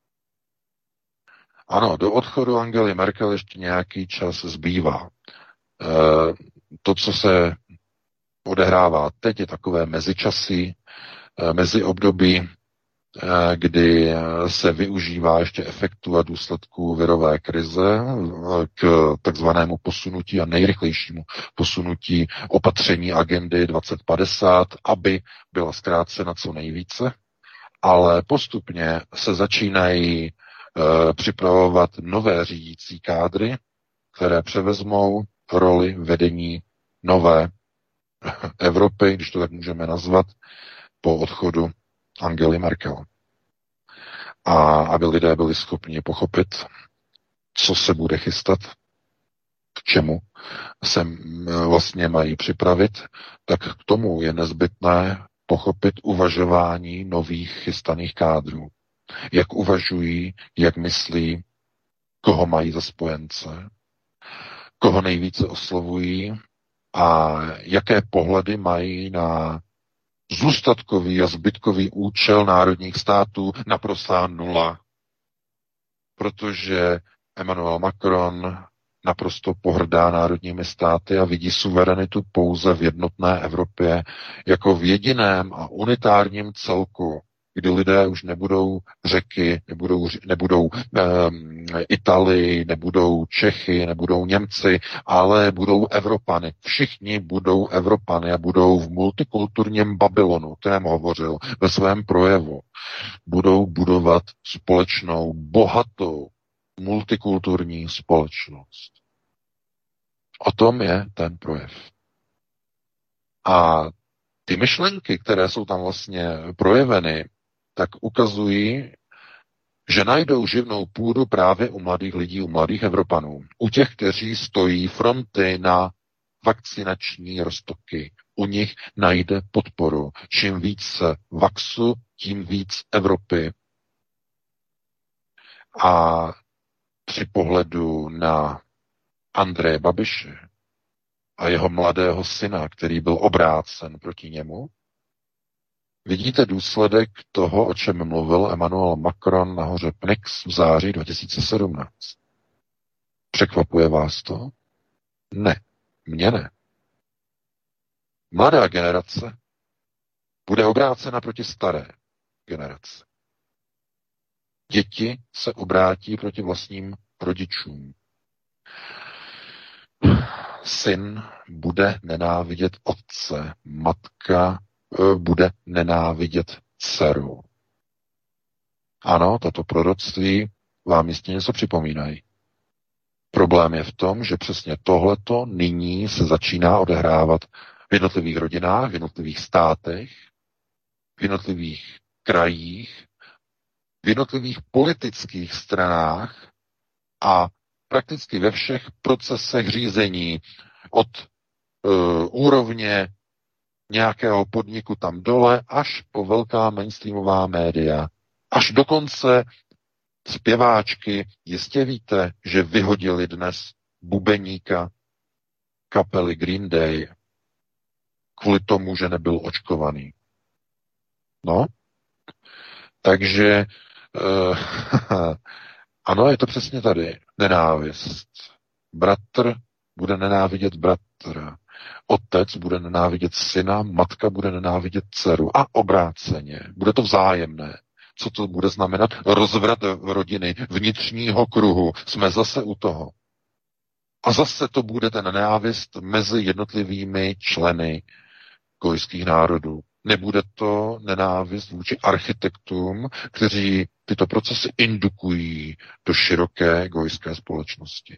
Ano, do odchodu Angely Merkel ještě nějaký čas zbývá. E, to, co se odehrává teď, je takové mezičasí, mezi období, kdy se využívá ještě efektu a důsledků virové krize k takzvanému posunutí a nejrychlejšímu posunutí opatření agendy dvacet padesát, aby byla zkrácena co nejvíce, ale postupně se začínají e, připravovat nové řídící kádry, které převezmou roli vedení nové Evropy, když to tak můžeme nazvat, po odchodu Angely Merkel. A aby lidé byli schopni pochopit, co se bude chystat, k čemu se vlastně mají připravit, tak k tomu je nezbytné pochopit uvažování nových chystaných kádrů. Jak uvažují, jak myslí, koho mají za spojence, koho nejvíce oslovují, a jaké pohledy mají na zůstatkový a zbytkový účel národních států naprostá nula. Protože Emmanuel Macron naprosto pohrdá národními státy a vidí suverenitu pouze v jednotné Evropě jako v jediném a unitárním celku, kdy lidé už nebudou Řeky, nebudou, nebudou um, Italii, nebudou Čechy, nebudou Němci, ale budou Evropany. Všichni budou Evropany a budou v multikulturním Babylonu, o kterém hovořil ve svém projevu. Budou budovat společnou, bohatou, multikulturní společnost. O tom je ten projev. A ty myšlenky, které jsou tam vlastně projeveny, tak ukazují, že najdou živnou půdu právě u mladých lidí, u mladých Evropanů. U těch, kteří stojí fronty na vakcinační roztoky. U nich najde podporu. Čím více vaxu, tím víc Evropy. A při pohledu na Andreje Babiše a jeho mladého syna, který byl obrácen proti němu, vidíte důsledek toho, o čem mluvil Emmanuel Macron na hoře Pnyx v září dva tisíce sedmnáct. Překvapuje vás to? Ne, mě ne. Mladá generace bude obrácena proti staré generaci. Děti se obrátí proti vlastním rodičům. Syn bude nenávidět otce, matka bude nenávidět dceru. Ano, tato proroctví vám jistě něco připomínají. Problém je v tom, že přesně tohleto nyní se začíná odehrávat v jednotlivých rodinách, v jednotlivých státech, v jednotlivých krajích, v jednotlivých politických stranách a prakticky ve všech procesech řízení od uh, úrovně nějakého podniku tam dole až po velká mainstreamová média. Až dokonce zpěváčky, jistě víte, že vyhodili dnes bubeníka kapely Green Day kvůli tomu, že nebyl očkovaný. No, takže uh, ano, je to přesně tady. Nenávist. Bratr bude nenávidět bratra. Otec bude nenávidět syna, matka bude nenávidět dceru. A obráceně. Bude to vzájemné. Co to bude znamenat? Rozvrat rodiny, vnitřního kruhu. Jsme zase u toho. A zase to bude ten nenávist mezi jednotlivými členy gojských národů. Nebude to nenávist vůči architektům, kteří tyto procesy indukují do široké gojské společnosti.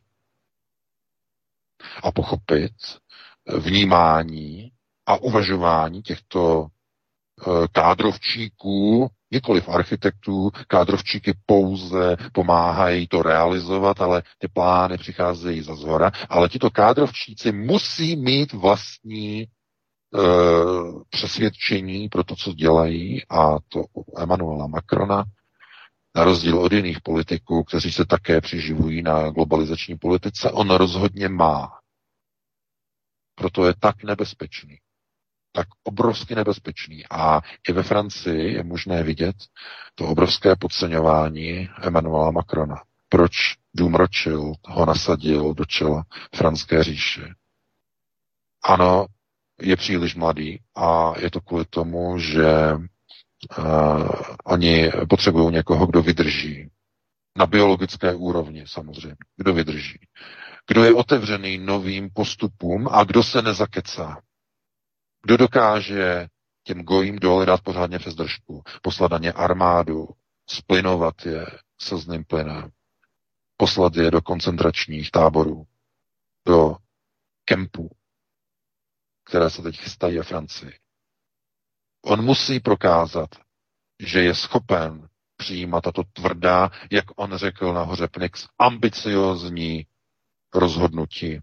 A pochopit vnímání a uvažování těchto kádrovčíků, nikoliv architektů, kádrovčíky pouze pomáhají to realizovat, ale ty plány přicházejí zashora, ale tito kádrovčíci musí mít vlastní přesvědčení pro to, co dělají, a to Emmanuela Macrona, na rozdíl od jiných politiků, kteří se také přiživují na globalizační politice, on rozhodně má. Proto je tak nebezpečný. Tak obrovsky nebezpečný. A i ve Francii je možné vidět to obrovské podceňování Emmanuela Macrona. Proč dům Rothschild ho nasadil do čela franské říše? Ano, je příliš mladý a je to kvůli tomu, že uh, oni potřebují někoho, kdo vydrží. Na biologické úrovni samozřejmě. Kdo vydrží. Kdo je otevřený novým postupům a kdo se nezakecá. Kdo dokáže těm gojím dole dát pořádně přes držku, poslat na ně armádu, splynovat je slzným plynem, poslat je do koncentračních táborů, do kempů, které se teď chystají ve Francii. On musí prokázat, že je schopen přijímat tato tvrdá, jak on řekl na hoře Pnyx, ambiciozní rozhodnutí.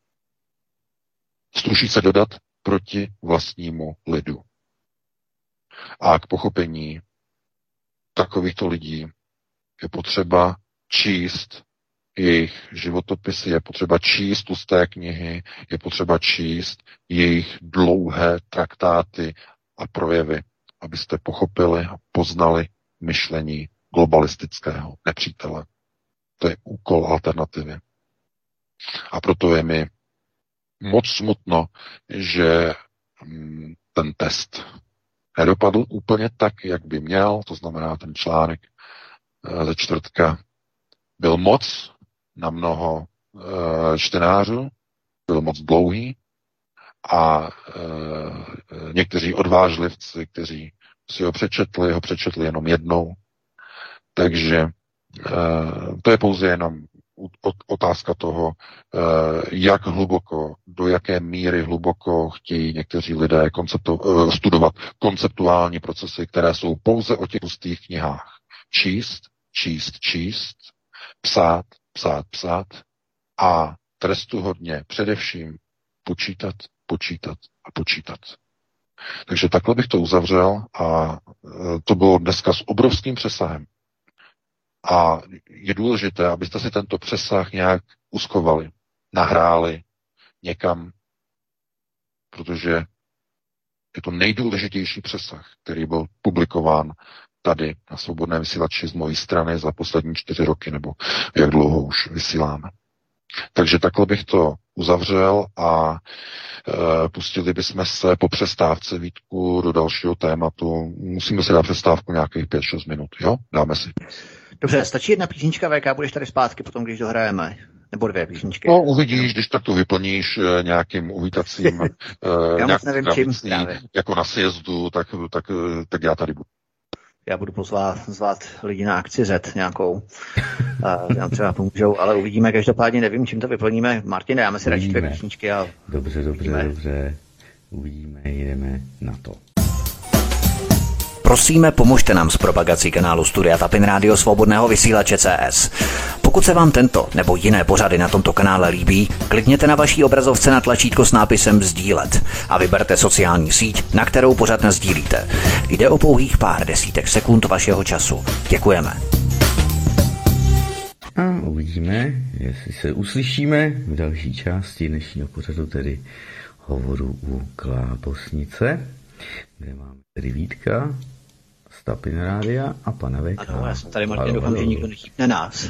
Sluší se dodat proti vlastnímu lidu. A k pochopení takovýchto lidí je potřeba číst jejich životopisy, je potřeba číst tlusté knihy, je potřeba číst jejich dlouhé traktáty a projevy, abyste pochopili a poznali myšlení globalistického nepřítele. To je úkol alternativy. A proto je mi moc smutno, že ten test nedopadl úplně tak, jak by měl, to znamená ten článek ze čtvrtka byl moc na mnoho e, čtenářů, byl moc dlouhý a e, někteří odvážlivci, kteří si ho přečetli, ho přečetli jenom jednou, takže e, to je pouze jenom otázka toho, jak hluboko, do jaké míry hluboko chtějí někteří lidé konceptu, studovat konceptuální procesy, které jsou pouze o těch pustých knihách. Číst, číst, číst, psát, psát, psát a trestuhodně především počítat, počítat a počítat. Takže takhle bych to uzavřel a to bylo dneska s obrovským přesahem. A je důležité, abyste si tento přesah nějak uskovali. nahráli někam, protože je to nejdůležitější přesah, který byl publikován tady na Svobodné vysílači z mojí strany za poslední čtyři roky, nebo jak dlouho už vysíláme. Takže takhle bych to uzavřel a e, pustili bychom se po přestávce, Vítku, do dalšího tématu. Musíme si dát přestávku nějakých pět šest minut, jo? Dáme si. Dobře, stačí jedna písnička, V K, budeš tady zpátky potom, když dohrajeme. Nebo dvě písničky. No, uvidíš, když tak to vyplníš e, nějakým uvítacím e, já moc nevím, čím jako na sjezdu, tak, tak, tak já tady budu. Já budu pozvat zvát lidi na akci Z nějakou. A nám třeba pomůžou, ale uvidíme. Každopádně nevím, čím to vyplníme. Martin, dáme si radši dvě písničky. A dobře, dobře, uvidíme. dobře. Uvidíme, jdeme na to. Prosíme, pomožte nám s propagací kanálu Studia Tapin Rádio Svobodného vysílače C S. Pokud se vám tento nebo jiné pořady na tomto kanále líbí, klikněte na vaší obrazovce na tlačítko s nápisem sdílet a vyberte sociální síť, na kterou pořad nasdílíte. Jde o pouhých pár desítek sekund vašeho času. Děkujeme. A uvidíme, jestli se uslyšíme v další části dnešního pořadu, tedy hovoru u Klábosnice, kde máme tedy Vítka z Tapin Rádia a pana V K. Ano, já jsem tady, Martin, doufám, že nikdo nechytne nás.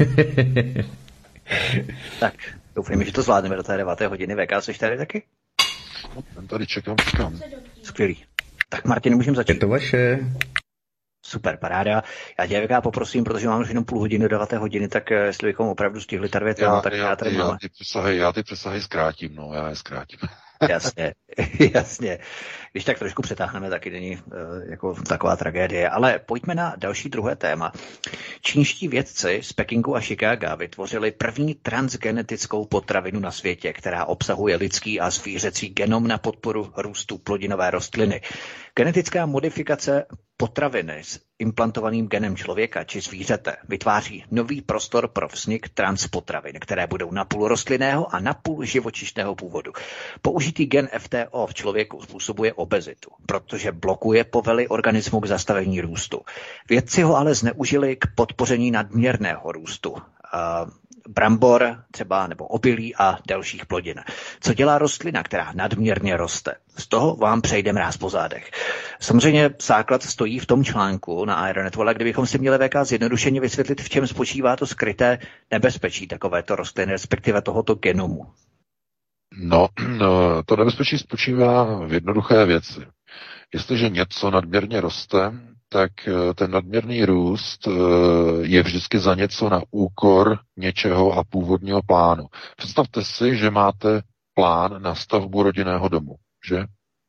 Tak, doufám, že to zvládneme do té deváté hodiny. V K, jsi tady taky? No, tady čekám, čekám. Skvělý. Tak, Martin, můžeme začít. Je to vaše. Super, paráda. Já tě, V K, poprosím, protože mám už jenom půl hodiny do deváté hodiny, tak jestli bychom opravdu stihli ta dvě téma, tak já, já tady já, máme. Ty přesahy, já ty přesahy zkrátím, no, já je zkrátím. Jasně, jasně. Když tak trošku přetáhneme, taky není e, jako taková tragédie. Ale pojďme na další druhé téma. Čínští vědci z Pekingu a Chicaga vytvořili první transgenetickou potravinu na světě, která obsahuje lidský a zvířecí genom na podporu růstu plodinové rostliny. Genetická modifikace potraviny s implantovaným genem člověka či zvířete vytváří nový prostor pro vznik transpotravin, které budou napůl rostlinného a napůl živočišného původu. Použitý gen F T O v člověku způsobuje obezitu, protože blokuje povely organismu k zastavení růstu. Vědci ho ale zneužili k podpoření nadměrného růstu. Uh, brambor třeba nebo obilí a dalších plodin. Co dělá rostlina, která nadměrně roste? Z toho vám přejde mráz po zádech. Samozřejmě základ stojí v tom článku na Aeronetu, ale kdybychom si měli V K zjednodušeně vysvětlit, v čem spočívá to skryté nebezpečí takovéto rostliny, respektive tohoto genomu. No, no, to nebezpečí spočívá v jednoduché věci. Jestliže něco nadměrně roste, tak ten nadměrný růst je vždycky za něco na úkor něčeho a původního plánu. Představte si, že máte plán na stavbu rodinného domu, že?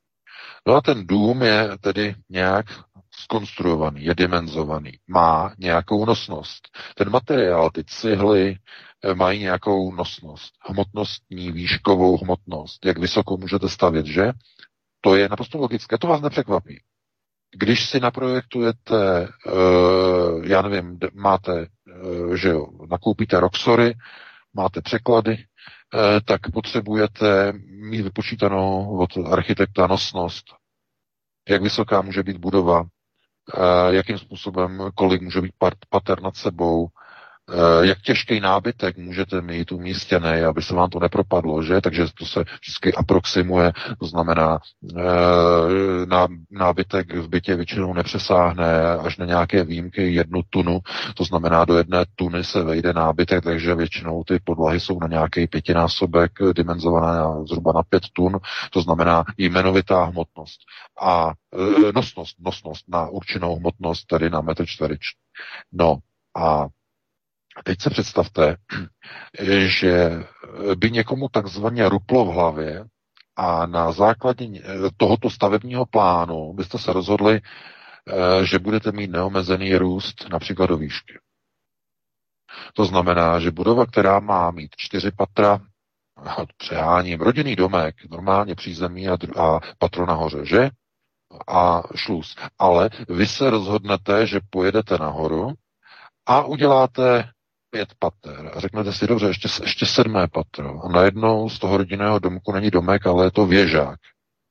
No a ten dům je tedy nějak zkonstruovaný, je dimenzovaný, má nějakou nosnost. Ten materiál, ty cihly mají nějakou nosnost, hmotnostní, výškovou hmotnost, jak vysoko můžete stavět, že? To je naprosto logické, to vás nepřekvapí. Když si naprojektujete, uh, já nevím, máte, uh, že jo, nakoupíte Roxory, máte překlady, uh, tak potřebujete mít vypočítanou od architekta nosnost, jak vysoká může být budova, uh, jakým způsobem, kolik může být pater nad sebou, jak těžký nábytek můžete mít umístěný, aby se vám to nepropadlo, že? Takže to se vždycky aproximuje, to znamená, nábytek v bytě většinou nepřesáhne až na nějaké výjimky jednu tunu, to znamená, do jedné tuny se vejde nábytek, takže většinou ty podlahy jsou na nějaký pětinásobek, dimenzované na, zhruba na pět tun, to znamená jmenovitá hmotnost. A nosnost, nosnost na určenou hmotnost, tedy na metr čtvereční. No a teď se představte, že by někomu takzvaně ruplo v hlavě a na základě tohoto stavebního plánu byste se rozhodli, že budete mít neomezený růst například do výšky. To znamená, že budova, která má mít čtyři patra, přeháním, rodinný domek, normálně přízemí a, dru- a patro nahoře, že? A šluz. Ale vy se rozhodnete, že pojedete nahoru a uděláte pět pater a řeknete si, dobře, ještě, ještě sedmé patro. A najednou z toho rodinného domku není domek, ale je to věžák.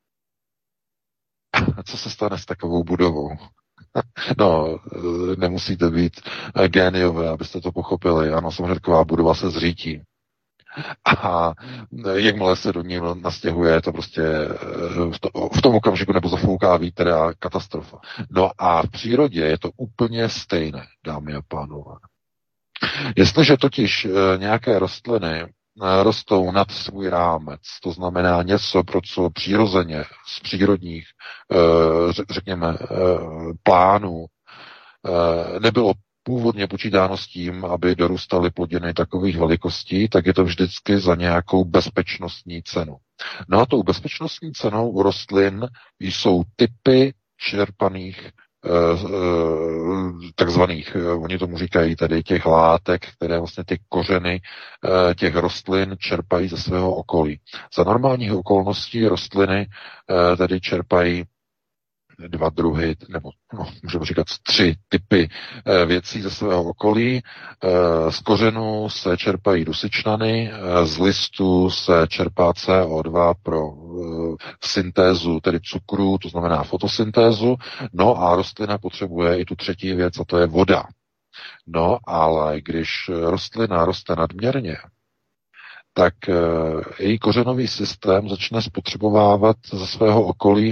Co se stane s takovou budovou? No, nemusíte být géniové, abyste to pochopili. Ano, samozřejmě taková budova se zřítí. A jakmile se do něj nastěhuje, to prostě v, to, v tom okamžiku nebo zafouká vítr a katastrofa. No a v přírodě je to úplně stejné, dámy a pánové. Jestliže totiž nějaké rostliny rostou nad svůj rámec, to znamená něco, pro co přirozeně z přírodních, řekněme, plánů nebylo původně počítáno s tím, aby dorůstaly plodiny takových velikostí, tak je to vždycky za nějakou bezpečnostní cenu. No a tou bezpečnostní cenou u rostlin jsou typy čerpaných takzvaných, oni tomu říkají tedy těch látek, které vlastně ty kořeny těch rostlin čerpají ze svého okolí. Za normálních okolností rostliny tedy čerpají dva druhy, nebo no, můžeme říkat tři typy e, věcí ze svého okolí. E, z kořenů se čerpají dusičnany, e, z listů se čerpá C O dva pro e, syntézu, tedy cukru, to znamená fotosyntézu, no a rostlina potřebuje i tu třetí věc, a to je voda. No, ale když rostlina roste nadměrně, tak e, její kořenový systém začne spotřebovávat ze svého okolí e,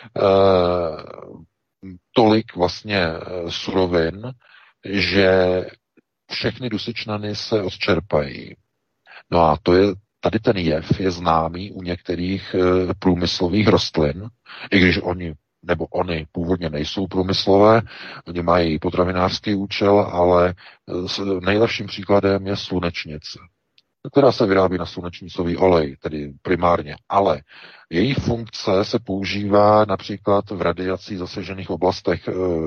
tolik vlastně surovin, že všechny dusičnany se odčerpají. No a to je, tady ten jev je známý u některých e, průmyslových rostlin, i když oni nebo oni původně nejsou průmyslové, oni mají potravinářský účel, ale nejlepším příkladem je slunečnice, která se vyrábí na slunečnicový olej, tedy primárně, ale její funkce se používá například v radiací zasažených oblastech.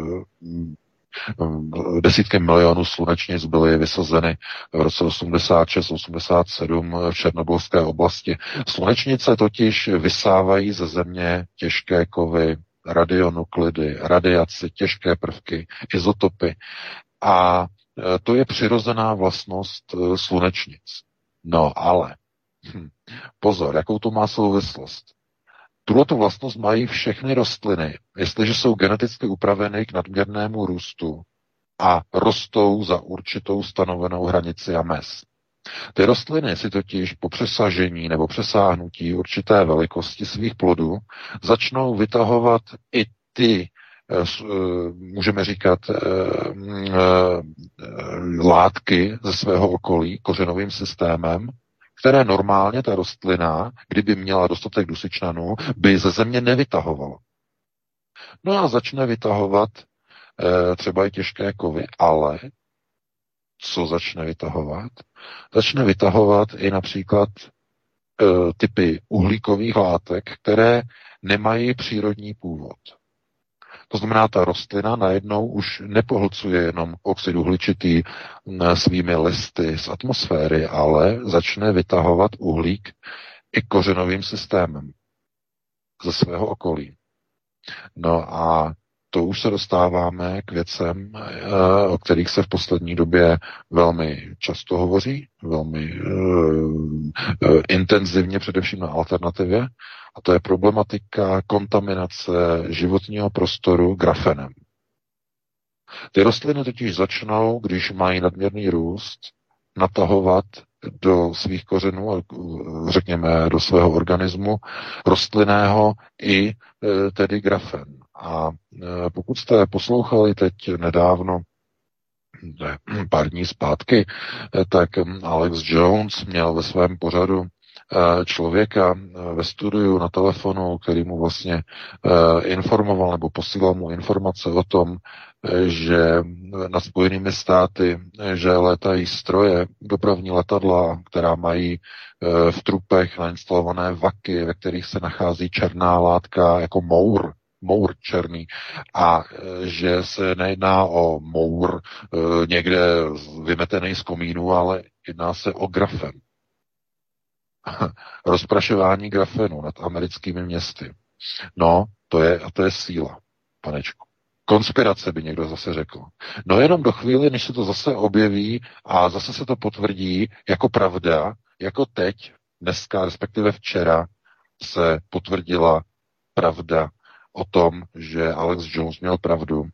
Desítky milionů slunečnic byly vysazeny v roce osmdesát šest osmdesát sedm v černobylské oblasti. Slunečnice totiž vysávají ze země těžké kovy, radionuklidy, radiaci, těžké prvky, izotopy. A to je přirozená vlastnost slunečnic. No ale, hm, pozor, jakou to má souvislost. Tuhletu vlastnost mají všechny rostliny, jestliže jsou geneticky upraveny k nadměrnému růstu a rostou za určitou stanovenou hranici a mez. Ty rostliny si totiž po přesažení nebo přesáhnutí určité velikosti svých plodů začnou vytahovat i ty, můžeme říkat, látky ze svého okolí kořenovým systémem, které normálně ta rostlina, kdyby měla dostatek dusičnanů, by ze země nevytahovala. No a začne vytahovat třeba i těžké kovy, ale co začne vytahovat? Začne vytahovat i například e, typy uhlíkových látek, které nemají přírodní původ. To znamená, ta rostlina najednou už nepohlcuje jenom oxid uhličitý svými listy z atmosféry, ale začne vytahovat uhlík i kořenovým systémem ze svého okolí. No a to už se dostáváme k věcem, o kterých se v poslední době velmi často hovoří, velmi uh, intenzivně, především na alternativě, a to je problematika kontaminace životního prostoru grafenem. Ty rostliny totiž začnou, když mají nadměrný růst, natahovat do svých kořenů, řekněme do svého organismu rostlinného i tedy grafen. A pokud jste poslouchali teď nedávno, ne, pár dní zpátky, tak Alex Jones měl ve svém pořadu člověka ve studiu na telefonu, který mu vlastně informoval nebo posílal mu informace o tom, že nad Spojenými státy, že létají stroje, dopravní letadla, která mají v trupech nainstalované vaky, ve kterých se nachází černá látka jako mour, mour černý, a že se nejedná o mour někde vymetený z komínu, ale jedná se o grafen. Rozprašování grafenu nad americkými městy. No, to je, a to je síla, panečku. Konspirace by někdo zase řekl. No jenom do chvíli, než se to zase objeví a zase se to potvrdí jako pravda, jako teď, dneska, respektive včera, se potvrdila pravda o tom, že Alex Jones měl pravdu,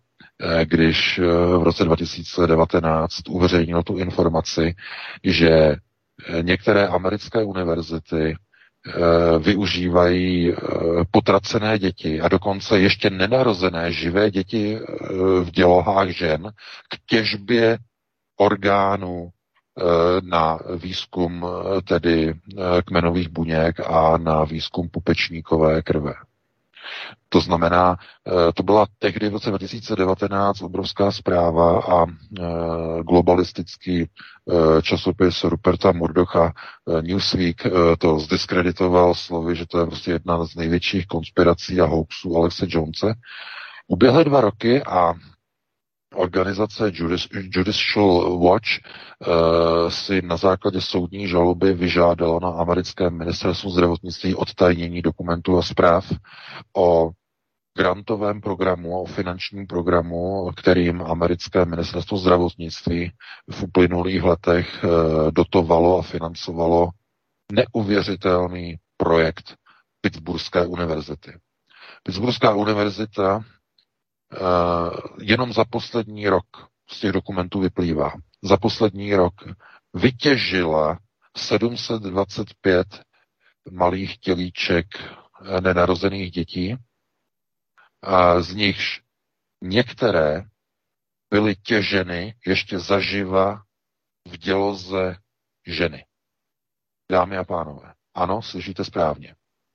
když v roce dva tisíce devatenáct uveřejnil tu informaci, že některé americké univerzity využívají potracené děti a dokonce ještě nenarozené živé děti v dělohách žen k těžbě orgánů na výzkum tedy kmenových buněk a na výzkum pupečníkové krve. To znamená, to byla tehdy v roce dva tisíce devatenáct obrovská zpráva a globalistický časopis Ruperta Murdocha Newsweek to zdiskreditoval slovy, že to je prostě jedna z největších konspirací a hoaxů Alexe Jonese. Uběhly dva roky a organizace Judicial Watch uh, si na základě soudní žaloby vyžádala na americkém ministerstvu zdravotnictví odtajnění dokumentů a zpráv o grantovém programu, o finančním programu, kterým americké ministerstvo zdravotnictví v uplynulých letech uh, dotovalo a financovalo neuvěřitelný projekt Pittsburghské univerzity. Pittsburghská univerzita Uh, jenom za poslední rok, z těch dokumentů vyplývá, za poslední rok vytěžila sedm set dvacet pět malých tělíček nenarozených dětí, a z nichž některé byly těženy ještě zaživa v děloze ženy. Dámy a pánové, ano, slyšíte správně.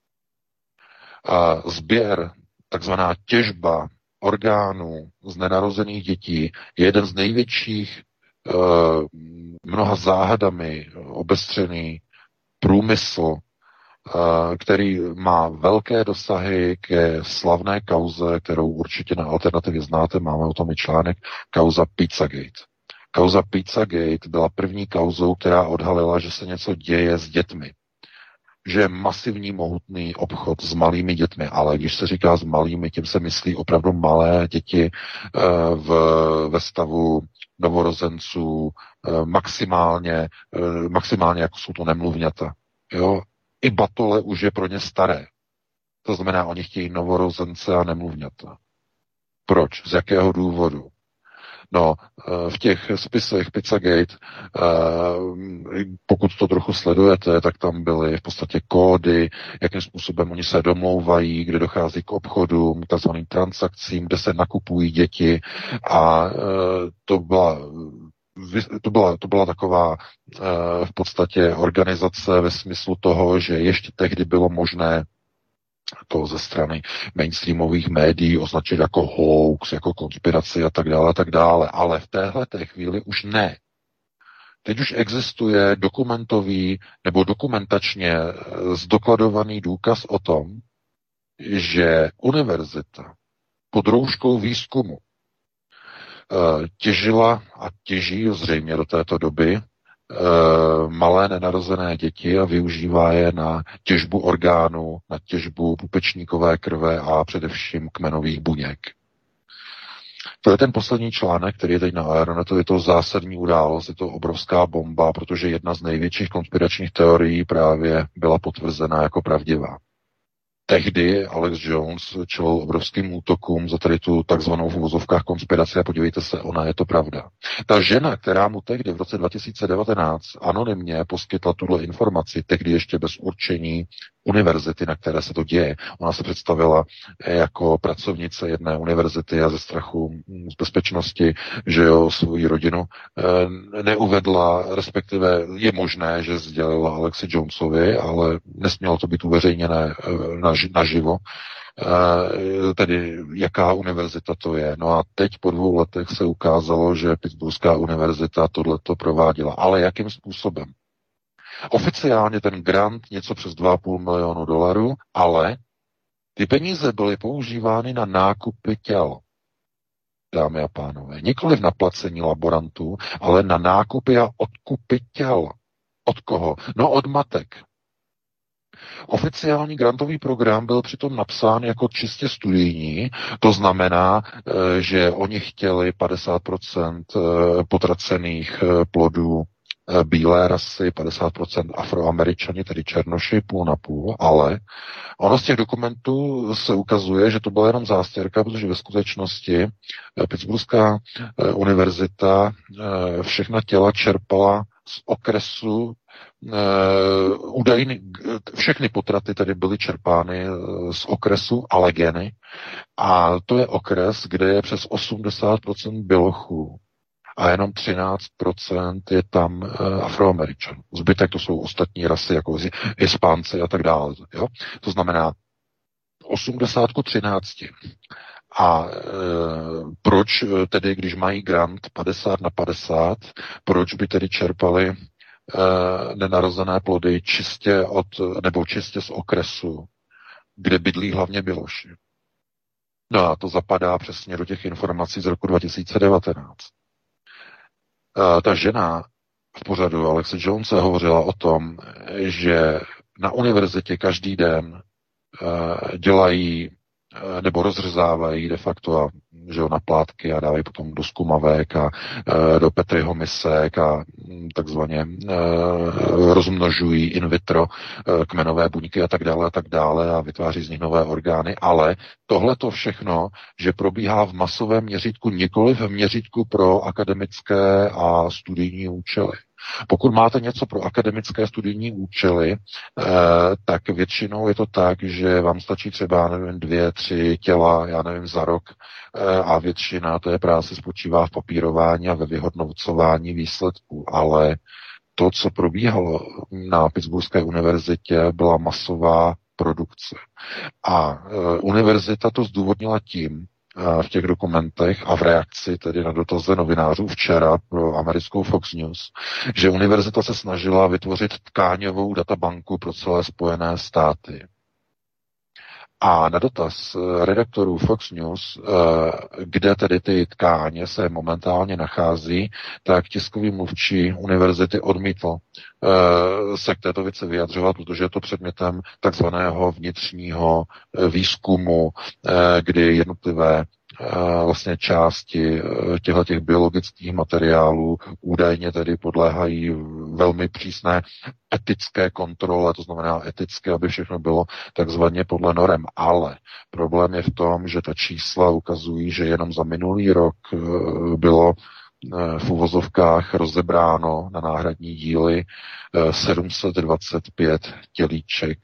A sběr, takzvaná těžba orgánů z nenarozených dětí je jeden z největších mnoha záhadami obestřený průmysl, který má velké dosahy ke slavné kauze, kterou určitě na Alternativě znáte, máme o tom i článek, kauza Pizzagate. Kauza Pizzagate byla první kauzou, která odhalila, že se něco děje s dětmi. Že je masivní, mohutný obchod s malými dětmi, ale když se říká s malými, tím se myslí opravdu malé děti v, ve stavu novorozenců, maximálně, maximálně jako jsou to nemluvňata. Jo? I batole už je pro ně staré. To znamená, oni chtějí novorozence a nemluvňata. Proč? Z jakého důvodu? No, v těch spisech Pizzagate, pokud to trochu sledujete, tak tam byly v podstatě kódy, jakým způsobem oni se domlouvají, kde dochází k obchodům, k takzvaným transakcím, kde se nakupují děti a to byla To byla, to byla taková v podstatě organizace ve smyslu toho, že ještě tehdy bylo možné to ze strany mainstreamových médií označit jako hoax, jako konspiraci a tak dále, a tak dále. Ale v téhleté chvíli už ne. Teď už existuje dokumentový nebo dokumentačně zdokladovaný důkaz o tom, že univerzita pod rouškou výzkumu těžila a těží zřejmě do této doby malé nenarozené děti a využívá je na těžbu orgánů, na těžbu pupečníkové krve a především kmenových buněk. To je ten poslední článek, který je teď na Aeronetu, je to zásadní událost, je to obrovská bomba, protože jedna z největších konspiračních teorií právě byla potvrzena jako pravdivá. Tehdy Alex Jones čelil obrovským útokům za tady tu takzvanou v uvozovkách konspiraci a podívejte se, ona je to pravda. Ta žena, která mu tehdy v roce dva tisíce devatenáct anonymně poskytla tuhle informaci, tehdy ještě bez určení univerzity, na které se to děje. Ona se představila jako pracovnice jedné univerzity a ze strachu z bezpečnosti, že jo, svou rodinu e, neuvedla, respektive je možné, že sdělila Alexi Jonesovi, ale nesmělo to být uveřejněné e, naživo. E, tedy jaká univerzita to je. No a teď po dvou letech se ukázalo, že Pittsburghská univerzita tohleto prováděla. Ale jakým způsobem? Oficiálně ten grant něco přes dva a půl milionu dolarů, ale ty peníze byly používány na nákupy těl. Dámy a pánové, nikoliv na placení laborantů, ale na nákupy a odkupy těl. Od koho? No od matek. Oficiální grantový program byl přitom napsán jako čistě studijní, to znamená, že oni chtěli padesát procent potracených plodů bílé rasy, padesát procent Afroameričani, tedy černoši, půl na půl, ale ono z těch dokumentů se ukazuje, že to byla jenom zástěrka, protože ve skutečnosti Pittsburghská univerzita všechna těla čerpala z okresu e, údajný, všechny potraty tedy byly čerpány z okresu Allegheny a to je okres, kde je přes osmdesát procent bělochů a jenom třináct procent je tam e, Afroameričanů. Zbytek to jsou ostatní rasy, jako Hispánci a tak dále. Jo? To znamená osmdesát ku třinácti. A e, proč tedy, když mají grant padesát na padesát, proč by tedy čerpali e, nenarozené plody čistě od, nebo čistě z okresu, kde bydlí hlavně běloši? No a to zapadá přesně do těch informací z roku dva tisíce devatenáct. E, ta žena v pořadu Alexe Jonese hovořila o tom, že na univerzitě každý den e, dělají nebo rozřezávají de facto že jo, na plátky a dávají potom do zkumavek a e, do Petriho misek a takzvaně e, rozmnožují in vitro e, kmenové buňky a tak dále a tak dále a vytváří z nich nové orgány, ale tohle to všechno, že probíhá v masovém měřítku, nikoli v měřítku pro akademické a studijní účely. Pokud máte něco pro akademické studijní účely, eh, tak většinou je to tak, že vám stačí třeba, nevím, dvě, tři těla, já nevím, za rok eh, a většina té práce spočívá v papírování a ve vyhodnocování výsledků, ale to, co probíhalo na Pittsburghské univerzitě, byla masová produkce. A eh, univerzita to zdůvodnila tím, v těch dokumentech a v reakci tedy na dotazy novinářů včera pro americkou Fox News, že univerzita se snažila vytvořit tkáňovou databanku pro celé Spojené státy. A na dotaz redaktorů Fox News, kde tedy ty tkáně se momentálně nachází, tak tiskový mluvčí univerzity odmítl se k této věci vyjadřovat, protože je to předmětem takzvaného vnitřního výzkumu, kdy jednotlivé vlastně části těchto těch biologických materiálů údajně tedy podléhají velmi přísné etické kontrole, to znamená eticky, aby všechno bylo takzvaně podle norem. Ale problém je v tom, že ta čísla ukazují, že jenom za minulý rok bylo v uvozovkách rozebráno na náhradní díly sedm set dvacet pět tělíček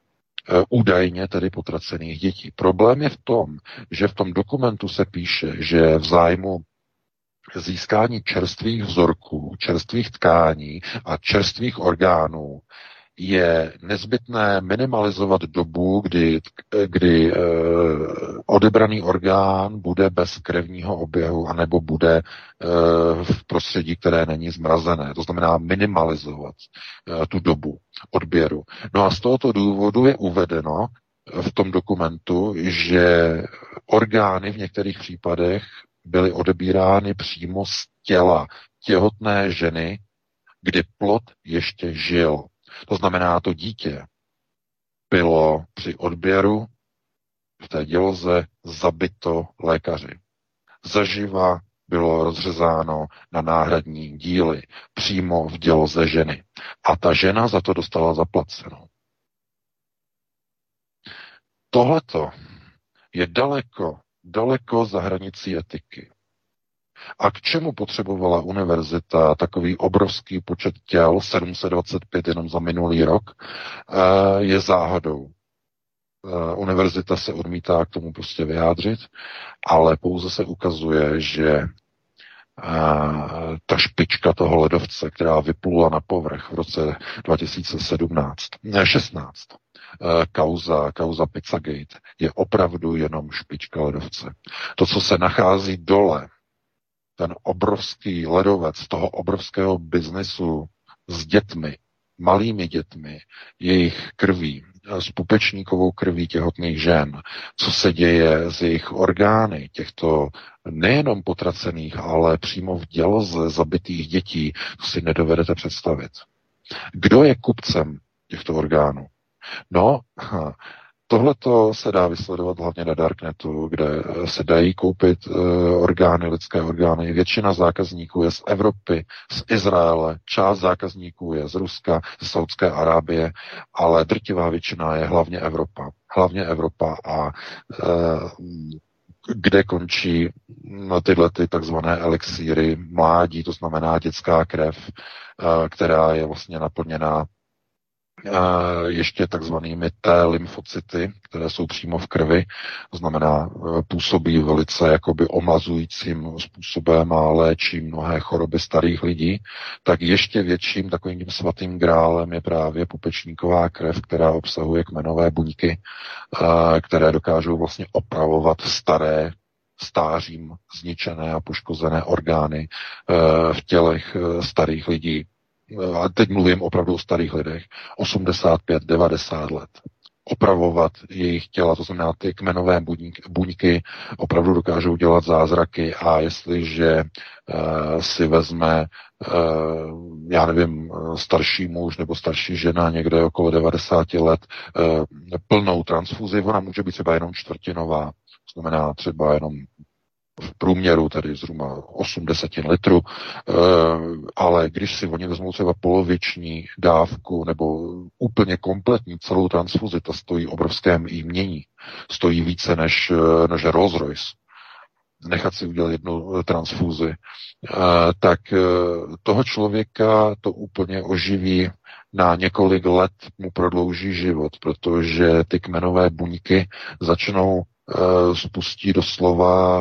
údajně tedy potracených dětí. Problém je v tom, že v tom dokumentu se píše, že v zájmu získání čerstvých vzorků, čerstvých tkání a čerstvých orgánů je nezbytné minimalizovat dobu, kdy, kdy e, odebraný orgán bude bez krevního oběhu anebo bude e, v prostředí, které není zmrazené. To znamená minimalizovat e, tu dobu odběru. No a z tohoto důvodu je uvedeno v tom dokumentu, že orgány v některých případech byly odebírány přímo z těla těhotné ženy, kdy plod ještě žil. To znamená, to dítě bylo při odběru v té děloze zabito lékaři. Zaživa bylo rozřezáno na náhradní díly přímo v děloze ženy. A ta žena za to dostala zaplaceno. Tohleto je daleko, daleko za hranicí etiky. A k čemu potřebovala univerzita takový obrovský počet těl, sedm set dvacet pět jenom za minulý rok, je záhadou. Univerzita se odmítá k tomu prostě vyjádřit, ale pouze se ukazuje, že ta špička toho ledovce, která vyplula na povrch v roce dva tisíce sedmnáct, ne šestnáct, kauza, kauza Pizzagate, je opravdu jenom špička ledovce. To, co se nachází dole, ten obrovský ledovec toho obrovského biznesu s dětmi, malými dětmi, jejich krví, s pupečníkovou krví těhotných žen, co se děje s jejich orgány, těchto nejenom potracených, ale přímo v děloze zabitých dětí, to si nedovedete představit. Kdo je kupcem těchto orgánů? No, tohleto se dá vysledovat hlavně na Darknetu, kde se dají koupit uh, orgány, lidské orgány. Většina zákazníků je z Evropy, z Izraele, část zákazníků je z Ruska, z Saudské Arábie, ale drtivá většina je hlavně Evropa. Hlavně Evropa a uh, kde končí tyhle ty takzvané elixíry mládí, to znamená dětská krev, která je vlastně naplněná ještě takzvanými T lymfocyty, které jsou přímo v krvi, to znamená působí velice jakoby omlazujícím způsobem a léčí mnohé choroby starých lidí, tak ještě větším takovým tím svatým grálem je právě pupečníková krev, která obsahuje kmenové buňky, které dokážou vlastně opravovat staré, stářím zničené a poškozené orgány v tělech starých lidí. A teď mluvím opravdu o starých lidech, osmdesát pět devadesát let. Opravovat jejich těla, to znamená ty kmenové buňky, opravdu dokážou dělat zázraky a jestliže uh, si vezme, uh, já nevím, starší muž nebo starší žena někde okolo devadesát let uh, plnou transfuzi, ona může být třeba jenom čtvrtinová, to znamená třeba jenom v průměru tedy zhruba osm desetin litrů, ale když si oni vezmou třeba poloviční dávku nebo úplně kompletní celou transfuzi, ta stojí obrovské jmění, stojí více než, než Rolls Royce, nechat si udělat jednu transfuzi, tak toho člověka to úplně oživí na několik let, mu prodlouží život, protože ty kmenové buňky začnou spustit doslova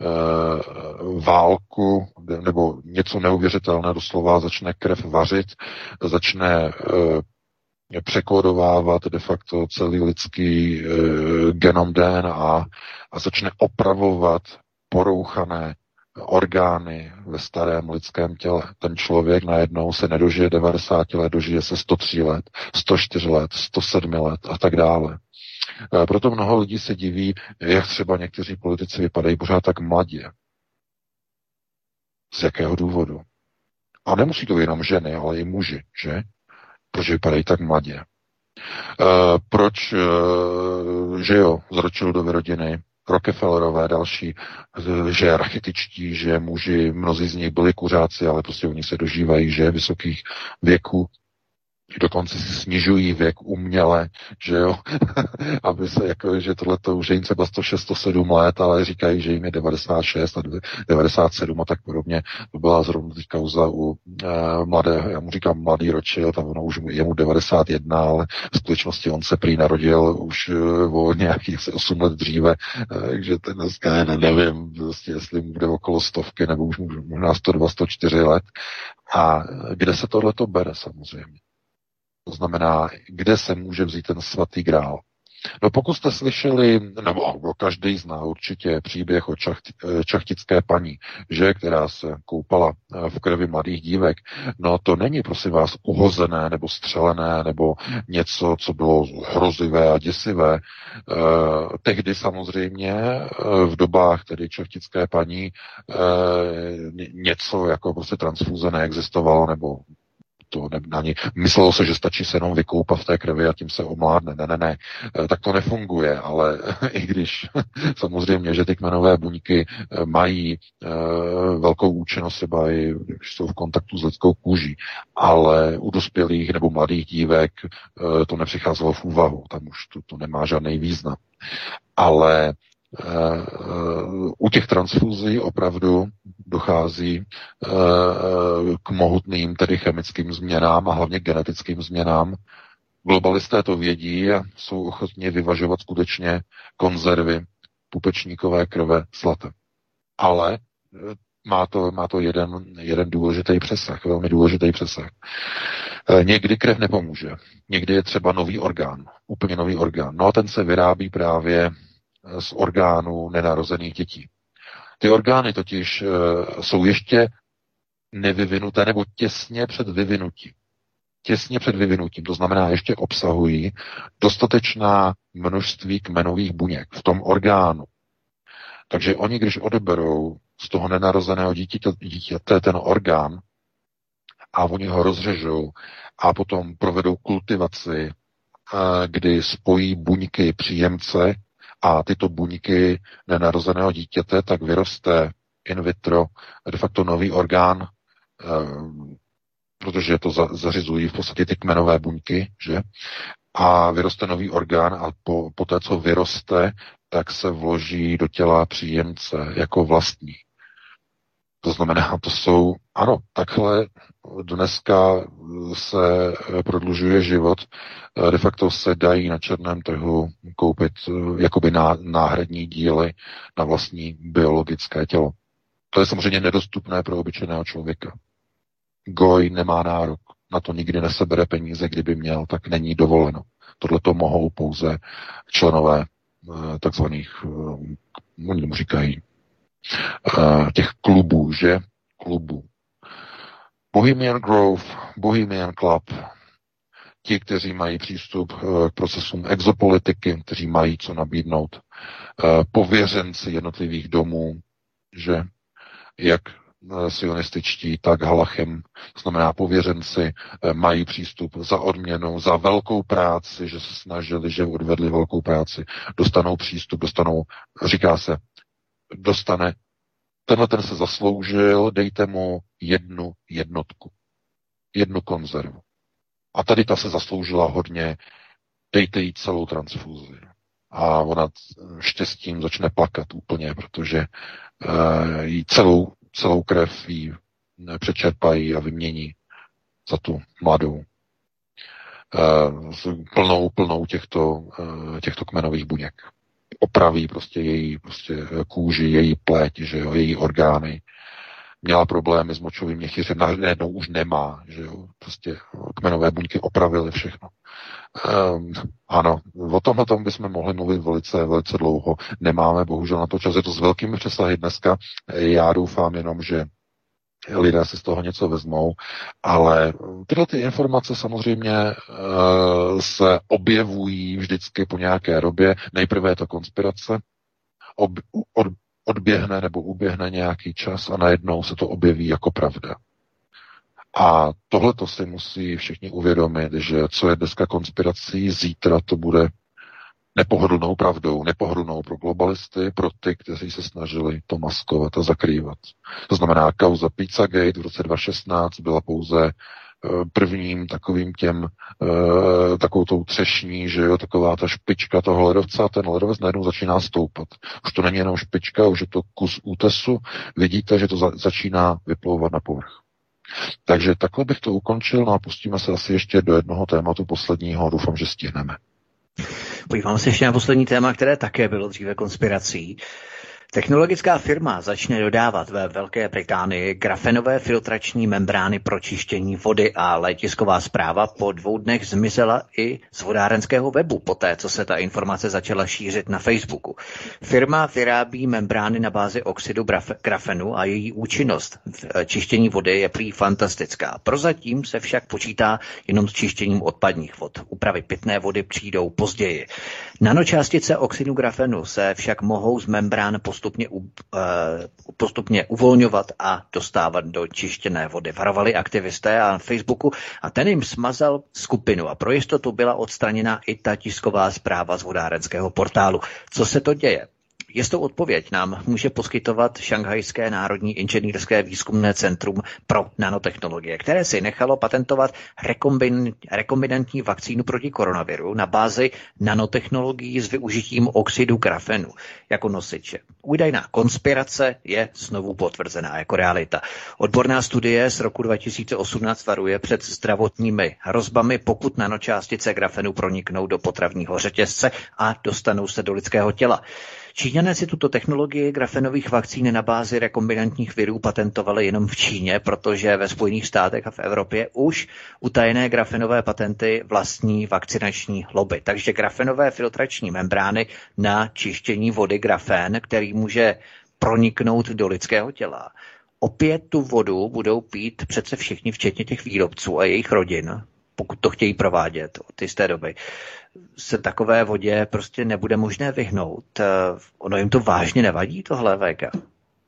válku nebo něco neuvěřitelné, doslova začne krev vařit, začne překódovávat de facto celý lidský genom D N A a začne opravovat porouchané orgány ve starém lidském těle. Ten člověk najednou se nedožije devadesát let, dožije se sto tři let, sto čtyři let, sto sedm let a tak dále. Proto mnoho lidí se diví, jak třeba někteří politici vypadají pořád tak mladě. Z jakého důvodu? A nemusí to jenom ženy, ale i muži, že? Proč vypadají tak mladě? E, proč, e, že jo, z Rothschildovy rodiny, Rockefellerové, další, že rachitičtí, že muži, mnozí z nich byli kuřáci, ale prostě oni se dožívají, že vysokých věků, dokonce si snižují věk uměle, že jo, aby se jako, že tohleto už je jim třeba sto šest, sto sedm let, ale říkají, že jim je devadesát šest a devadesát sedm a tak podobně. To byla zrovna teď kauza u eh, mladého, já mu říkám mladý Rothschild, a ono už je mu devadesát jedna, ale v skutečnosti on se prý narodil už eh, o nějakých osm let dříve, eh, takže ten dneska, ne, nevím, vlastně, jestli mu bude okolo stovky, nebo už možná sto dva, sto čtyři let. A kde se tohleto bere samozřejmě? To znamená, kde se může vzít ten svatý grál. No pokud jste slyšeli, nebo každý zná určitě příběh o čachti, čachtické paní, že, která se koupala v krvi mladých dívek, no to není, prosím vás, uhozené nebo střelené nebo něco, co bylo hrozivé a děsivé. E, tehdy samozřejmě v dobách tedy čachtické paní e, něco jako prostě transfuze neexistovalo nebo to ne, ani myslelo se, že stačí se jenom vykoupat v té krvi a tím se omládne. Ne, ne, ne, tak to nefunguje, ale i když samozřejmě, že ty kmenové buňky mají e, velkou účinnost třeba i když jsou v kontaktu s lidskou kůží, ale u dospělých nebo mladých dívek e, to nepřicházelo v úvahu, tam už to, to nemá žádný význam. Ale Uh, u těch transfuzí opravdu dochází uh, k mohutným tedy chemickým změnám a hlavně genetickým změnám. Globalisté to vědí a jsou ochotni vyvažovat skutečně konzervy pupečníkové krve zlata. Ale má to, má to jeden, jeden důležitý přesah, velmi důležitý přesah. Uh, někdy krev nepomůže. Někdy je třeba nový orgán, úplně nový orgán. No a ten se vyrábí právě z orgánů nenarozených dětí. Ty orgány totiž e, jsou ještě nevyvinuté nebo těsně před vyvinutím. Těsně před vyvinutím, to znamená ještě obsahují dostatečná množství kmenových buněk v tom orgánu. Takže oni, když odeberou z toho nenarozeného dítěte, dítěte ten orgán a oni ho rozřežou a potom provedou kultivaci, e, kdy spojí buňky příjemce a tyto buňky nenarozeného dítěte, tak vyroste in vitro de facto nový orgán, e, protože to za, zařizují v podstatě ty kmenové buňky, že? A vyroste nový orgán a po, po té, co vyroste, tak se vloží do těla příjemce jako vlastní. To znamená, to jsou, ano, takhle dneska se prodlužuje život, de facto se dají na černém trhu koupit jakoby náhradní díly na vlastní biologické tělo. To je samozřejmě nedostupné pro obyčejného člověka. Goj nemá nárok, na to nikdy nesebere peníze, kdyby měl, tak není dovoleno. Tohle to mohou pouze členové takzvaných, oni mu říkají, těch klubů, že? Klubů. Bohemian Grove, Bohemian Club, ti, kteří mají přístup k procesům exopolitiky, kteří mají co nabídnout, pověřenci jednotlivých domů, že jak sionističtí, tak halachem, to znamená pověřenci, mají přístup za odměnu, za velkou práci, že se snažili, že odvedli velkou práci, dostanou přístup, dostanou, říká se, dostane, tenhle ten se zasloužil, dejte mu jednu jednotku, jednu konzervu. A tady ta se zasloužila hodně, dejte jí celou transfuzi. A ona štěstím začne plakat úplně, protože uh, jí celou, celou krev jí přečerpají a vymění za tu mladou. Uh, plnou, plnou těchto, uh, těchto kmenových buněk. Opraví prostě její prostě kůži, její pleť, že jo, její orgány. Měla problémy s močovým měchýřem, najednou už nemá, že jo, prostě kmenové buňky opravily všechno. Um, ano, o tomhle tom bychom mohli mluvit velice, velice dlouho. Nemáme bohužel na to čas, je to s velkými přesahy dneska. Já doufám jenom, že lidé si z toho něco vezmou, ale tyhle ty informace samozřejmě uh, se objevují vždycky po nějaké době. Nejprve je to konspirace, ob, od, odběhne nebo uběhne nějaký čas a najednou se to objeví jako pravda. A tohle to si musí všichni uvědomit, že co je dneska konspirací, zítra to bude nepohodlnou pravdou, nepohodlnou pro globalisty, pro ty, kteří se snažili to maskovat a zakrývat. To znamená, kauza Pizzagate v roce dva tisíce šestnáct byla pouze prvním takovým těm, takovou tou třešní, že jo, taková ta špička toho ledovce a ten ledovec najednou začíná stoupat. Už to není jenom špička, už je to kus útesu, vidíte, že to za, začíná vyplouvat na povrch. Takže takhle bych to ukončil, no a pustíme se asi ještě do jednoho tématu posledního, doufám, že stihneme. Podívám se ještě na poslední téma, které také bylo dříve konspirací. Technologická firma začne dodávat ve Velké Británii grafenové filtrační membrány pro čištění vody a tisková zpráva po dvou dnech zmizela i z vodárenského webu, poté co se ta informace začala šířit na Facebooku. Firma vyrábí membrány na bázi oxidu grafenu a její účinnost v čištění vody je prý fantastická. Prozatím se však počítá jenom s čištěním odpadních vod. Úpravy pitné vody přijdou později. Nanočástice oxidu grafenu se však mohou z membrán postupně, uh, postupně uvolňovat a dostávat do čištěné vody. Varovali aktivisté na Facebooku a ten jim smazal skupinu a pro jistotu byla odstraněna i ta tisková zpráva z vodárenského portálu. Co se to děje? Jistou odpověď nám může poskytovat Šanghajské národní inženýrské výzkumné centrum pro nanotechnologie, které si nechalo patentovat rekombin, rekombinantní vakcínu proti koronaviru na bázi nanotechnologií s využitím oxidu grafenu jako nosiče. Údajná konspirace je znovu potvrzená jako realita. Odborná studie z roku dva tisíce osmnáct varuje před zdravotními hrozbami, pokud nanočástice grafenu proniknou do potravního řetězce a dostanou se do lidského těla. Číňané si tuto technologii grafenových vakcín na bázi rekombinantních virů patentovali jenom v Číně, protože ve Spojených státech a v Evropě už utajené grafenové patenty vlastní vakcinační lobby. Takže grafenové filtrační membrány na čištění vody grafen, který může proniknout do lidského těla. Opět tu vodu budou pít přece všichni, včetně těch výrobců a jejich rodin, pokud to chtějí provádět od jisté doby, se takové vodě prostě nebude možné vyhnout. Ono jim to vážně nevadí, tohle V K?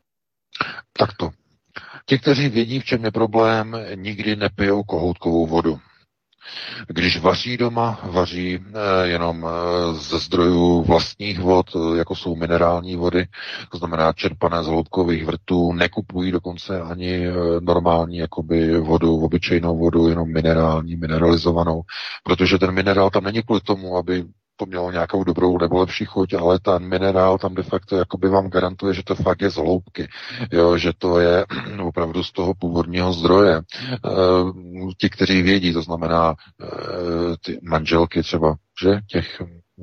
Takto. Ti, kteří vědí, v čem je problém, nikdy nepijou kohoutkovou vodu. Když vaří doma, vaří eh, jenom eh, ze zdrojů vlastních vod, eh, jako jsou minerální vody, to znamená čerpané z hloubkových vrtů, nekupují dokonce ani eh, normální jakoby vodu, obyčejnou vodu, jenom minerální, mineralizovanou, protože ten minerál tam není kvůli tomu, aby to mělo nějakou dobrou nebo lepší chuť, ale ten minerál tam de facto jakoby vám garantuje, že to fakt je z hloubky, jo, že to je opravdu z toho původního zdroje. E, ti, kteří vědí, to znamená e, ty manželky třeba, že těch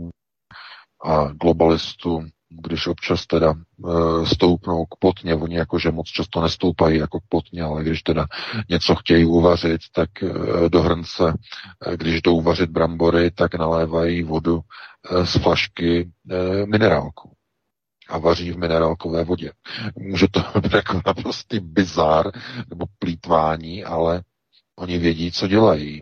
a globalistů, když občas teda e, stoupnou k plotně, oni jakože moc často nestoupají jako k plotně, ale když teda něco chtějí uvařit, tak e, do hrnce, e, když jdou uvařit brambory, tak nalévají vodu e, z flašky e, minerálku a vaří v minerálkové vodě. Může to být jako naprostý bizár nebo plýtvání, ale oni vědí, co dělají.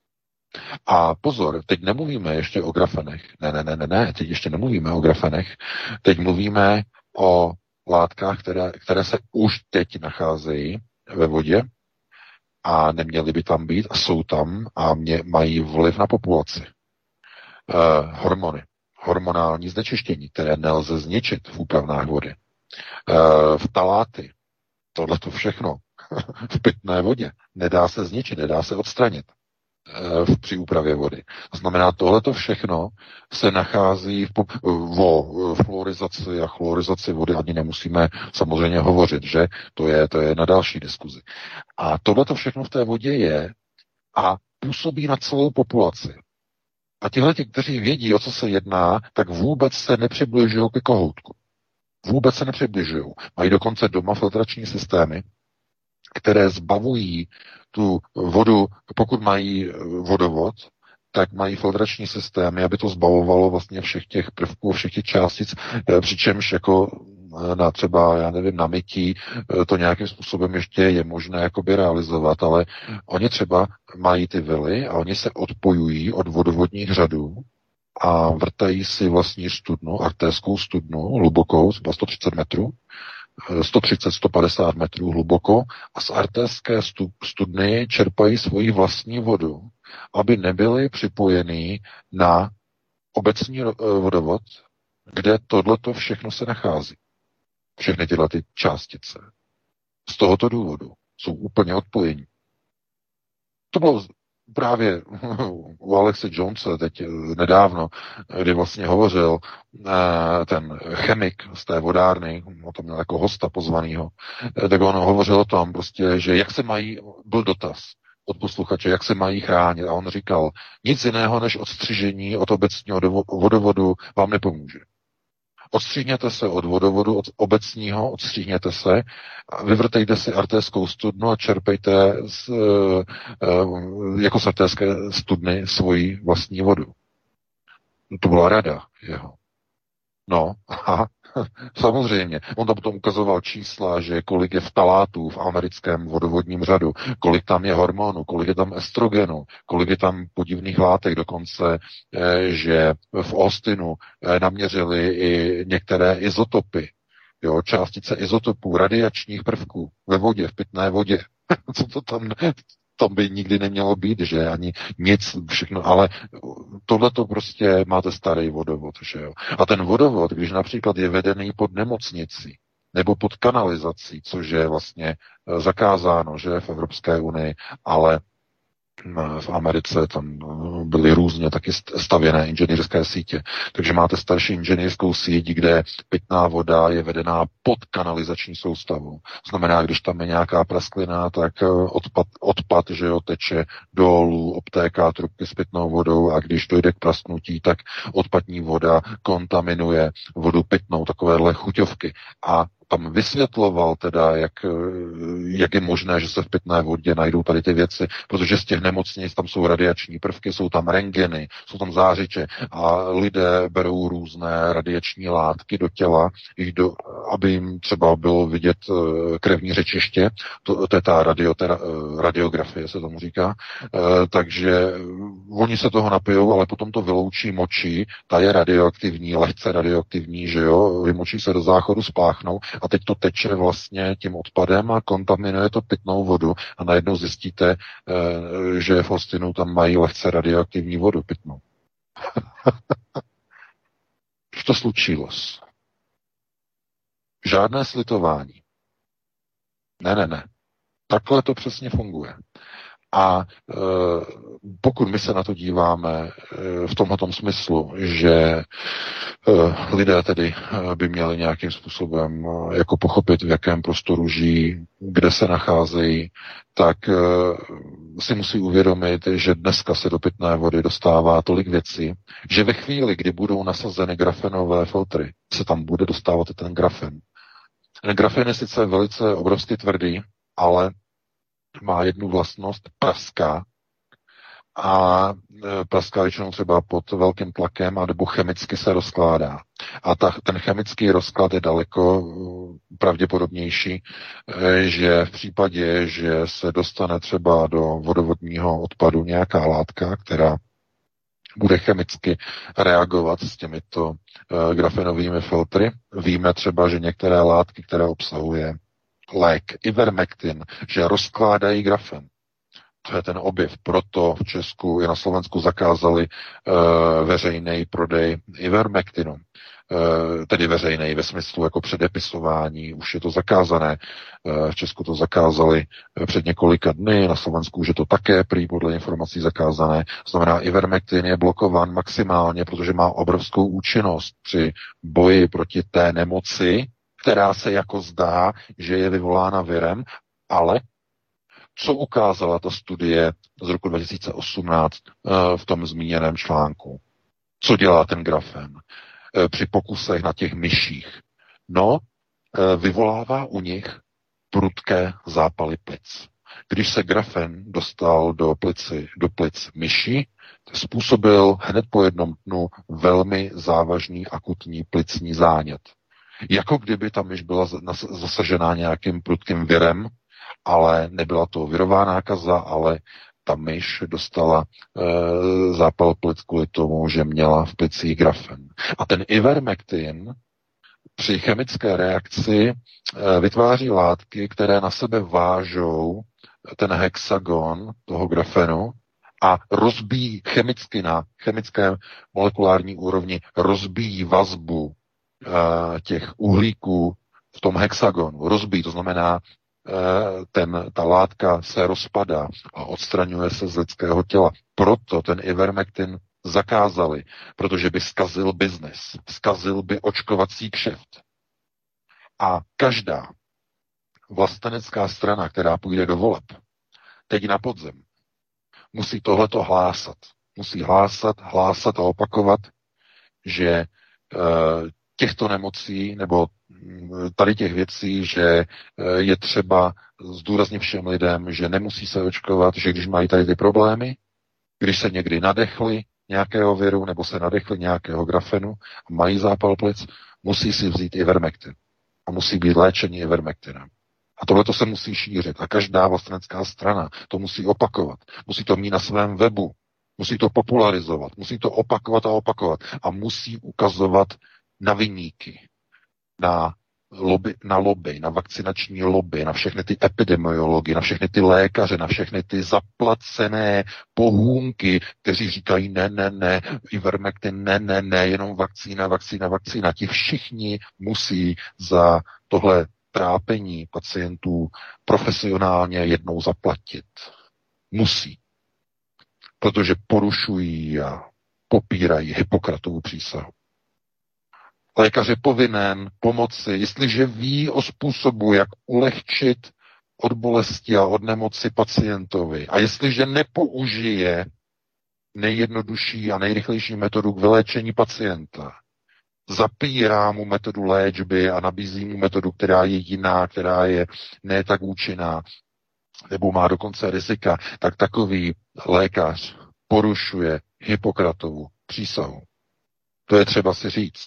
A pozor, teď nemluvíme ještě o grafenech. Ne, ne, ne, ne, ne, teď ještě nemluvíme o grafenech. Teď mluvíme o látkách, které, které se už teď nacházejí ve vodě a neměly by tam být a jsou tam a mě, mají vliv na populaci. Uh, hormony, hormonální znečištění, které nelze zničit v úpravnách vody. Uh, vtaláty, tohleto všechno v pitné vodě nedá se zničit, nedá se odstranit v při úpravě vody. To znamená, tohleto všechno se nachází v, vo fluorizaci a chlorizaci vody, ani nemusíme samozřejmě hovořit, že to je, to je na další diskuzi. A tohleto všechno v té vodě je a působí na celou populaci. A tihle, kteří vědí, o co se jedná, tak vůbec se nepřibližují ke kohoutku. Vůbec se nepřibližují. Mají dokonce doma filtrační systémy, které zbavují tu vodu, pokud mají vodovod, tak mají filtrační systémy, aby to zbavovalo vlastně všech těch prvků, všech těch částic, přičemž jako na třeba, já nevím, na mytí to nějakým způsobem ještě je možné jakoby realizovat, ale oni třeba mají ty vily a oni se odpojují od vodovodních řadů a vrtají si vlastní studnu, artéskou studnu, hlubokou, zhruba sto třicet metrů, sto třicet až sto padesát metrů hluboko a z artéské studny čerpají svoji vlastní vodu, aby nebyly připojeny na obecní vodovod, kde tohleto všechno se nachází. Všechny tyhle ty částice. Z tohoto důvodu jsou úplně odpojení. To bylo právě u Alexe Jonese teď nedávno, kdy vlastně hovořil ten chemik z té vodárny, o tom měl jako hosta pozvanýho, tak on hovořil o tom prostě, že jak se mají, byl dotaz od posluchače, jak se mají chránit a on říkal, nic jiného než odstřižení od obecního vodovodu vám nepomůže. Odstříhněte se od vodovodu, od obecního, odstříhněte se, vyvrtejte si artéskou studnu a čerpejte z, e, e, jako z artéské studny svoji vlastní vodu. To byla rada jeho. No, a samozřejmě. On tam potom ukazoval čísla, že kolik je vtalátů v americkém vodovodním řadu, kolik tam je hormonů, kolik je tam estrogenu, kolik je tam podivných látek, dokonce, že v Austinu naměřili i některé izotopy, jo, částice izotopů, radiačních prvků ve vodě, v pitné vodě. Co to tam... To by nikdy nemělo být, že ani nic, všechno, ale tohle to prostě máte starý vodovod, že jo. A ten vodovod, když například je vedený pod nemocnicí nebo pod kanalizací, což je vlastně zakázáno, že v Evropské unii, ale v Americe tam byly různě taky stavěné inženýrské sítě. Takže máte starší inženýrskou síť, kde pitná voda je vedená pod kanalizační soustavou. Znamená, když tam je nějaká prasklina, tak odpad, odpad že jo, teče dolů, obtéká trubky s pitnou vodou a když dojde k prasknutí, tak odpadní voda kontaminuje vodu pitnou, takovéhle chuťovky. A tam vysvětloval teda, jak, jak je možné, že se v pitné vodě najdou tady ty věci, protože z těch nemocnic tam jsou radiační prvky, jsou tam rentgeny, jsou tam zářiče a lidé berou různé radiační látky do těla, do, aby jim třeba bylo vidět krevní řečiště, to, to je ta radiotera, radiografie, se tomu říká, takže oni se toho napijou, ale potom to vyloučí močí, ta je radioaktivní, lehce radioaktivní, že jo, vymočí se do záchodu, spláchnou a teď to teče vlastně tím odpadem a kontaminuje to pitnou vodu a najednou zjistíte, že v Austinu tam mají lehce radioaktivní vodu pitnou. Už to slučilo. Žádné slitování. Ne, ne, ne. Takhle to přesně funguje. A e, pokud my se na to díváme e, v tomhletom smyslu, že e, lidé tedy e, by měli nějakým způsobem e, jako pochopit, v jakém prostoru žijí, kde se nacházejí, tak e, si musí uvědomit, že dneska se do pitné vody dostává tolik věcí, že ve chvíli, kdy budou nasazeny grafenové filtry, se tam bude dostávat i ten grafen. Ten grafen je sice velice obrovsky tvrdý, ale má jednu vlastnost, praská. A praská většinou třeba pod velkým tlakem, anebo chemicky se rozkládá. A ta, ten chemický rozklad je daleko pravděpodobnější, že v případě, že se dostane třeba do vodovodního odpadu nějaká látka, která bude chemicky reagovat s těmito uh, grafenovými filtry. Víme třeba, že některé látky, které obsahuje lék Ivermectin, že rozkládají grafen. To je ten objev. Proto v Česku i na Slovensku zakázali uh, veřejný prodej Ivermectinu. Uh, tedy veřejný ve smyslu jako předepisování. Už je to zakázané. Uh, v Česku to zakázali uh, před několika dny, na Slovensku už je to také prý podle informací zakázané. Znamená, Ivermectin je blokován maximálně, protože má obrovskou účinnost při boji proti té nemoci, která se jako zdá, že je vyvolána virem, ale co ukázala ta studie z roku dva tisíce osmnáct v tom zmíněném článku? Co dělá ten grafen při pokusech na těch myších? No, vyvolává u nich prudké zápaly plic. Když se grafen dostal do plici, do plic myší, způsobil hned po jednom dnu velmi závažný akutní plicní zánět. Jako kdyby ta myš byla zasažená nějakým prudkým virem, ale nebyla to virová nákaza, ale ta myš dostala e, zápal plic kvůli tomu, že měla v plicích grafen. A ten Ivermectin při chemické reakci e, vytváří látky, které na sebe vážou ten hexagon toho grafenu a rozbíjí chemicky na chemické molekulární úrovni, rozbíjí vazbu e, těch uhlíků v tom hexagonu. Rozbíjí, to znamená, ten, ta látka se rozpadá a odstraňuje se z lidského těla. Proto ten Ivermectin zakázali, protože by zkazil biznes, zkazil by očkovací kšeft. A každá vlastenecká strana, která půjde do voleb, teď na podzem, musí tohleto hlásat. Musí hlásat, hlásat a opakovat, že e, těchto nemocí nebo tady těch věcí, že je třeba zdůraznit všem lidem, že nemusí se očkovat, že když mají tady ty problémy, když se někdy nadechli nějakého viru nebo se nadechli nějakého grafenu a mají zápal plic, musí si vzít Ivermectin a musí být léčení Ivermectinem. A tohle to se musí šířit a každá vlastenecká strana to musí opakovat. Musí to mít na svém webu, musí to popularizovat, musí to opakovat a opakovat a musí ukazovat na viníky, na lobby, na lobby, na vakcinační lobby, na všechny ty epidemiology, na všechny ty lékaře, na všechny ty zaplacené pohůnky, kteří říkají ne, ne, ne, Ivermectin, ne, ne, ne, jenom vakcína, vakcína, vakcína. Ti všichni musí za tohle trápení pacientů profesionálně jednou zaplatit. Musí. Protože porušují a popírají Hippokratovu přísahu. Lékař je povinen pomoci, jestliže ví o způsobu, jak ulehčit od bolesti a od nemoci pacientovi. A jestliže nepoužije nejjednodušší a nejrychlejší metodu k vyléčení pacienta, zapírá mu metodu léčby a nabízí mu metodu, která je jiná, která je ne tak účinná, nebo má dokonce rizika, tak takový lékař porušuje Hippokratovu přísahu. To je třeba si říct.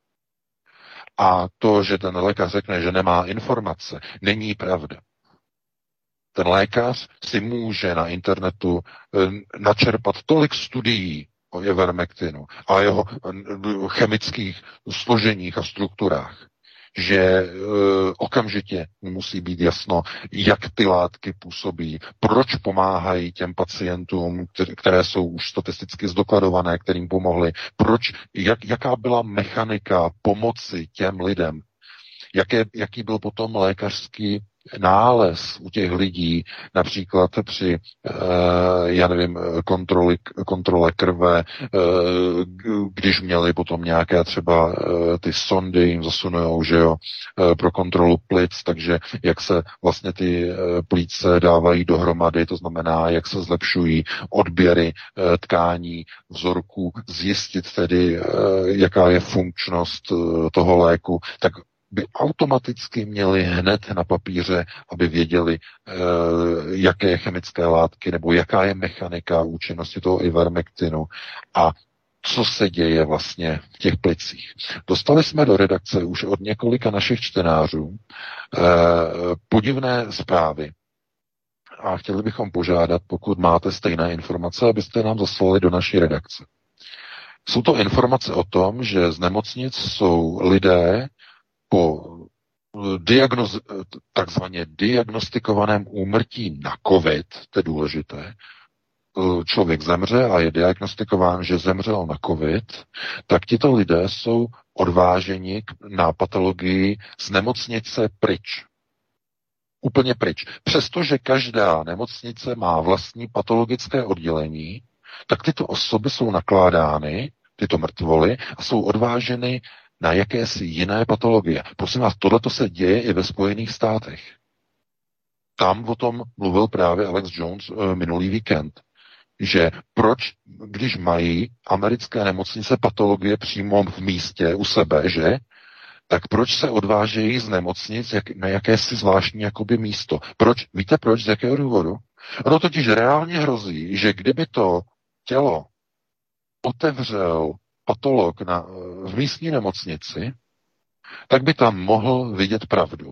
A to, že ten lékař řekne, že nemá informace, není pravda. Ten lékař si může na internetu načerpat tolik studií o Ivermectinu a jeho chemických složeních a strukturách, že okamžitě musí být jasno, jak ty látky působí, proč pomáhají těm pacientům, které jsou už statisticky zdokladované, kterým pomohly, proč, jak, jaká byla mechanika pomoci těm lidem, jaké, jaký byl potom lékařský nález u těch lidí, například při, já nevím, kontroli, kontrole krve, když měli potom nějaké třeba ty sondy jim zasunujou, že jo, pro kontrolu plic, takže jak se vlastně ty plíce dávají dohromady, to znamená, jak se zlepšují odběry tkání, vzorků, zjistit tedy, jaká je funkčnost toho léku, tak by automaticky měli hned na papíře, aby věděli, jaké chemické látky nebo jaká je mechanika účinnosti toho ivermektinu a co se děje vlastně v těch plicích. Dostali jsme do redakce už od několika našich čtenářů podivné zprávy a chtěli bychom požádat, pokud máte stejné informace, abyste nám zaslali do naší redakce. Jsou to informace o tom, že z nemocnic jsou lidé po diagnoz, takzvaně diagnostikovaném úmrtí na COVID, to je důležité, člověk zemře a je diagnostikován, že zemřel na COVID, tak tito lidé jsou odváženi na patologii z nemocnice pryč. Úplně pryč. Přestože každá nemocnice má vlastní patologické oddělení, tak tyto osoby jsou nakládány, tyto mrtvoly, a jsou odváženy na jakési jiné patologie. Prosím vás, tohleto se děje i ve Spojených státech. Tam o tom mluvil právě Alex Jones e, minulý víkend, že proč, když mají americké nemocnice patologie přímo v místě u sebe, že, tak proč se odvážejí z nemocnic jak, na jakési zvláštní jakoby místo? Proč? Víte proč? Z jakého důvodu? Ono totiž reálně hrozí, že kdyby to tělo otevřel patolog na, v místní nemocnici, tak by tam mohl vidět pravdu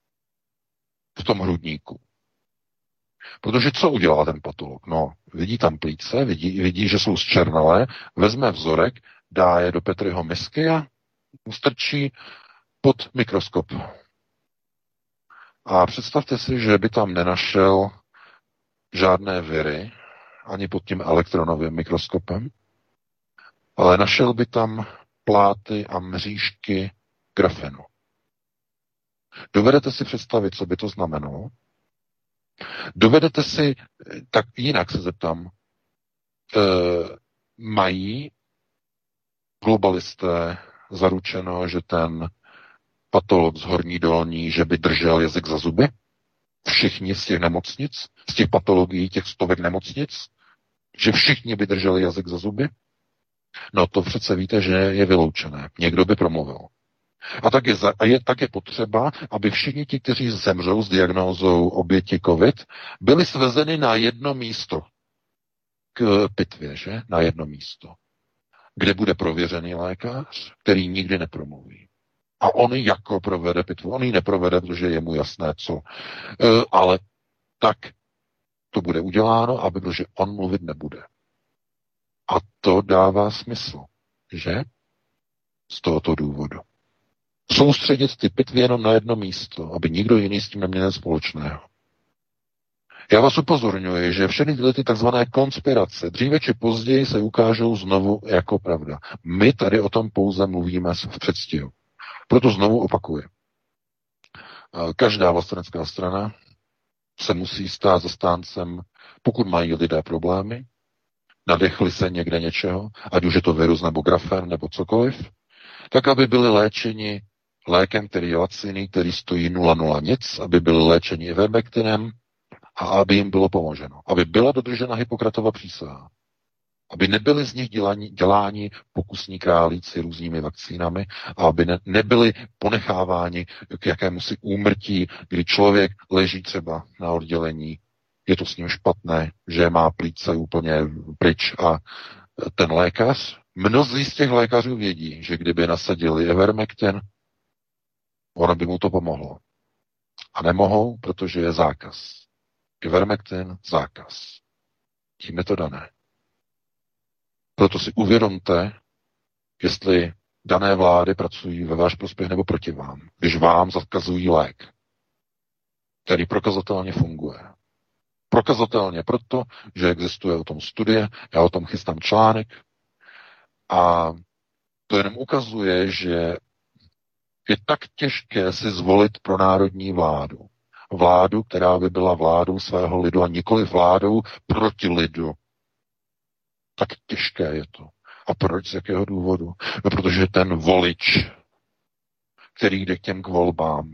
v tom hrudníku. Protože co udělá ten patolog? No, vidí tam plíce, vidí, vidí, že jsou zčernalé, vezme vzorek, dá je do Petriho misky a strčí pod mikroskop. A představte si, že by tam nenašel žádné viry, ani pod tím elektronovým mikroskopem, ale našel by tam pláty a mřížky grafenu. Dovedete si představit, co by to znamenalo? Dovedete si, tak jinak se zeptám, e, mají globalisté zaručeno, že ten patolog z Horní Dolní, že by držel jazyk za zuby? Všichni z těch nemocnic, z těch patologií, těch stovek nemocnic, že všichni by drželi jazyk za zuby? No to přece víte, že je vyloučené. Někdo by promluvil. A tak je, a je také potřeba, aby všichni ti, kteří zemřou s diagnózou oběti COVID, byli svezeni na jedno místo k pitvě, že? Na jedno místo. Kde bude prověřený lékař, který nikdy nepromluví. A on jako provede pitvu. On ji neprovede, protože je mu jasné, co. E, ale tak to bude uděláno, aby, protože on mluvit nebude. A to dává smysl, že? Z tohoto důvodu. Soustředit ty pitvy jenom na jedno místo, aby nikdo jiný s tím neměl společného. Já vás upozorňuji, že všechny tyhle ty takzvané konspirace dříve či později se ukážou znovu jako pravda. My tady o tom pouze mluvíme v předstihu. Proto znovu opakuji. Každá vlastenecká strana se musí stát zastáncem, pokud mají lidé problémy, nadechli se někde něčeho, ať už je to virus nebo grafen nebo cokoliv, tak aby byli léčeni lékem, který je laciný, který stojí nula nula nic, aby byli léčeni ivermektinem a aby jim bylo pomoženo. Aby byla dodržena Hippokratova přísaha. Aby nebyli z nich děláni, děláni pokusní králíci různými vakcínami a aby ne, nebyli ponecháváni k jakémusi úmrtí, kdy člověk leží třeba na oddělení, je to s ním špatné, že má plíce úplně pryč a ten lékař, mnozí z těch lékařů vědí, že kdyby nasadili ivermektin, ono by mu to pomohlo. A nemohou, protože je zákaz. Ivermektin, zákaz. Tím je to dané. Proto si uvědomte, jestli dané vlády pracují ve váš prospěch nebo proti vám, když vám zakazují lék, který prokazatelně funguje. Prokazatelně proto, že existuje o tom studie, já o tom chystám článek a to jenom ukazuje, že je tak těžké si zvolit pro národní vládu. vládu, která by byla vládou svého lidu a nikoli vládou proti lidu. Tak těžké je to. A proč? Z jakého důvodu? No, protože ten volič, který jde k těm k volbám,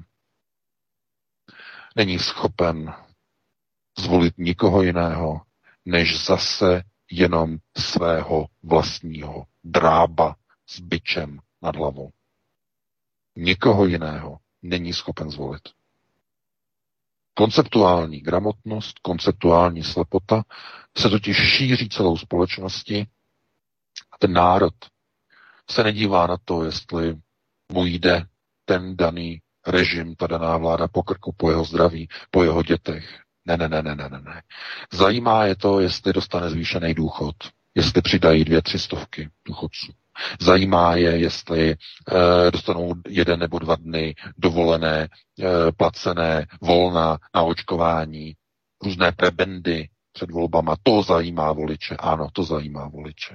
není schopen zvolit nikoho jiného, než zase jenom svého vlastního drába s bičem nad hlavou. Nikoho jiného není schopen zvolit. Konceptuální gramotnost, konceptuální slepota se totiž šíří celou společností a ten národ se nedívá na to, jestli mu jde ten daný režim, ta daná vláda po krku, po jeho zdraví, po jeho dětech. Ne, ne, ne, ne, ne, ne. Zajímá je to, jestli dostane zvýšený důchod, jestli přidají dvě, tři stovky důchodců. Zajímá je, jestli e, dostanou jeden nebo dva dny dovolené, e, placené, volna na očkování, různé prebendy před volbama. To zajímá voliče. Ano, to zajímá voliče. E,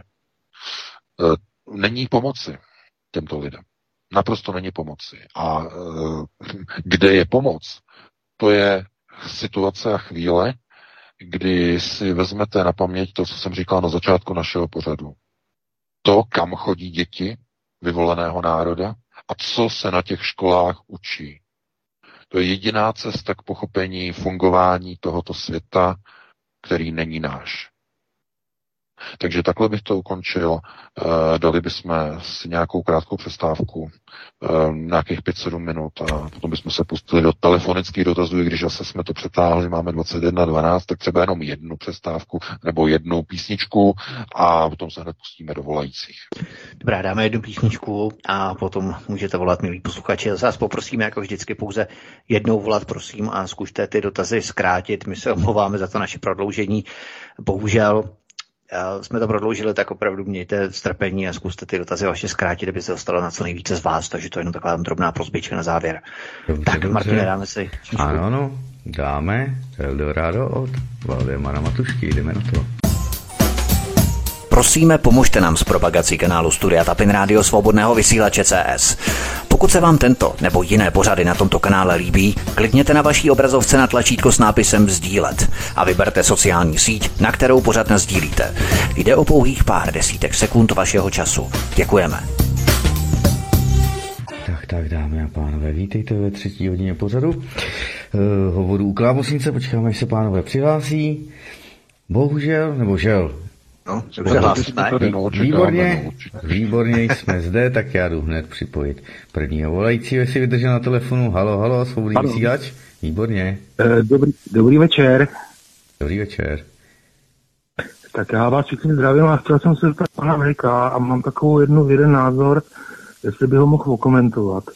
není pomoci těmto lidem. Naprosto není pomoci. A e, kde je pomoc? To je situace a chvíle, kdy si vezmete na paměť to, co jsem říkal na začátku našeho pořadu. To, kam chodí děti vyvoleného národa a co se na těch školách učí. To je jediná cesta k pochopení fungování tohoto světa, který není náš. Takže takhle bych to ukončil. E, dali bychom si nějakou krátkou přestávku, e, nějakých pět sedm minut a potom bychom se pustili do telefonických dotazů, i když zase jsme to přetáhli, máme dvacet jedna dvanáct, tak třeba jenom jednu přestávku nebo jednu písničku a potom se hned pustíme do volajících. Dobrá, dáme jednu písničku a potom můžete volat, milí posluchači. Zase vás poprosíme, jako vždycky, pouze jednou volat, prosím, a zkušte ty dotazy zkrátit. My se omlouváme za to naše prodloužení. Bohužel jsme to prodloužili, tak opravdu mějte strpení a zkuste ty dotazy vaše zkrátit, aby se dostalo na co nejvíce z vás, takže to je jenom taková drobná prosbička na závěr. Dobře, tak, dobře. Martine, dáme si číčku. Ano, no, dáme Eldorado od Valdemara Matušky, jdeme na to. Prosíme, pomožte nám s propagací kanálu Studia Tapin Rádio Svobodného vysílače C S. Pokud se vám tento nebo jiné pořady na tomto kanále líbí, klikněte na vaší obrazovce na tlačítko s nápisem sdílet a vyberte sociální síť, na kterou pořad nasdílíte. Jde o pouhých pár desítek sekund vašeho času. Děkujeme. Tak, tak, dámy a pánové, vítejte ve třetí hodině pořadu. Uh, hovoru u Klábosnice, počkáme, až se pánové přihlásí. Bohužel, nebo žel, No, přihlásíme. Výborně, výborně jsme zde, tak já jdu hned připojit prvního volajícího, jestli vydržel na telefonu. Halo, halo, svobodný vysílač. Výborně. Dobrý, dobrý večer. Dobrý večer. Tak já vás všichni zdravím a chtěl jsem se zeptat pana Vejka a mám takovou jednu, jeden názor, jestli by ho mohl okomentovat.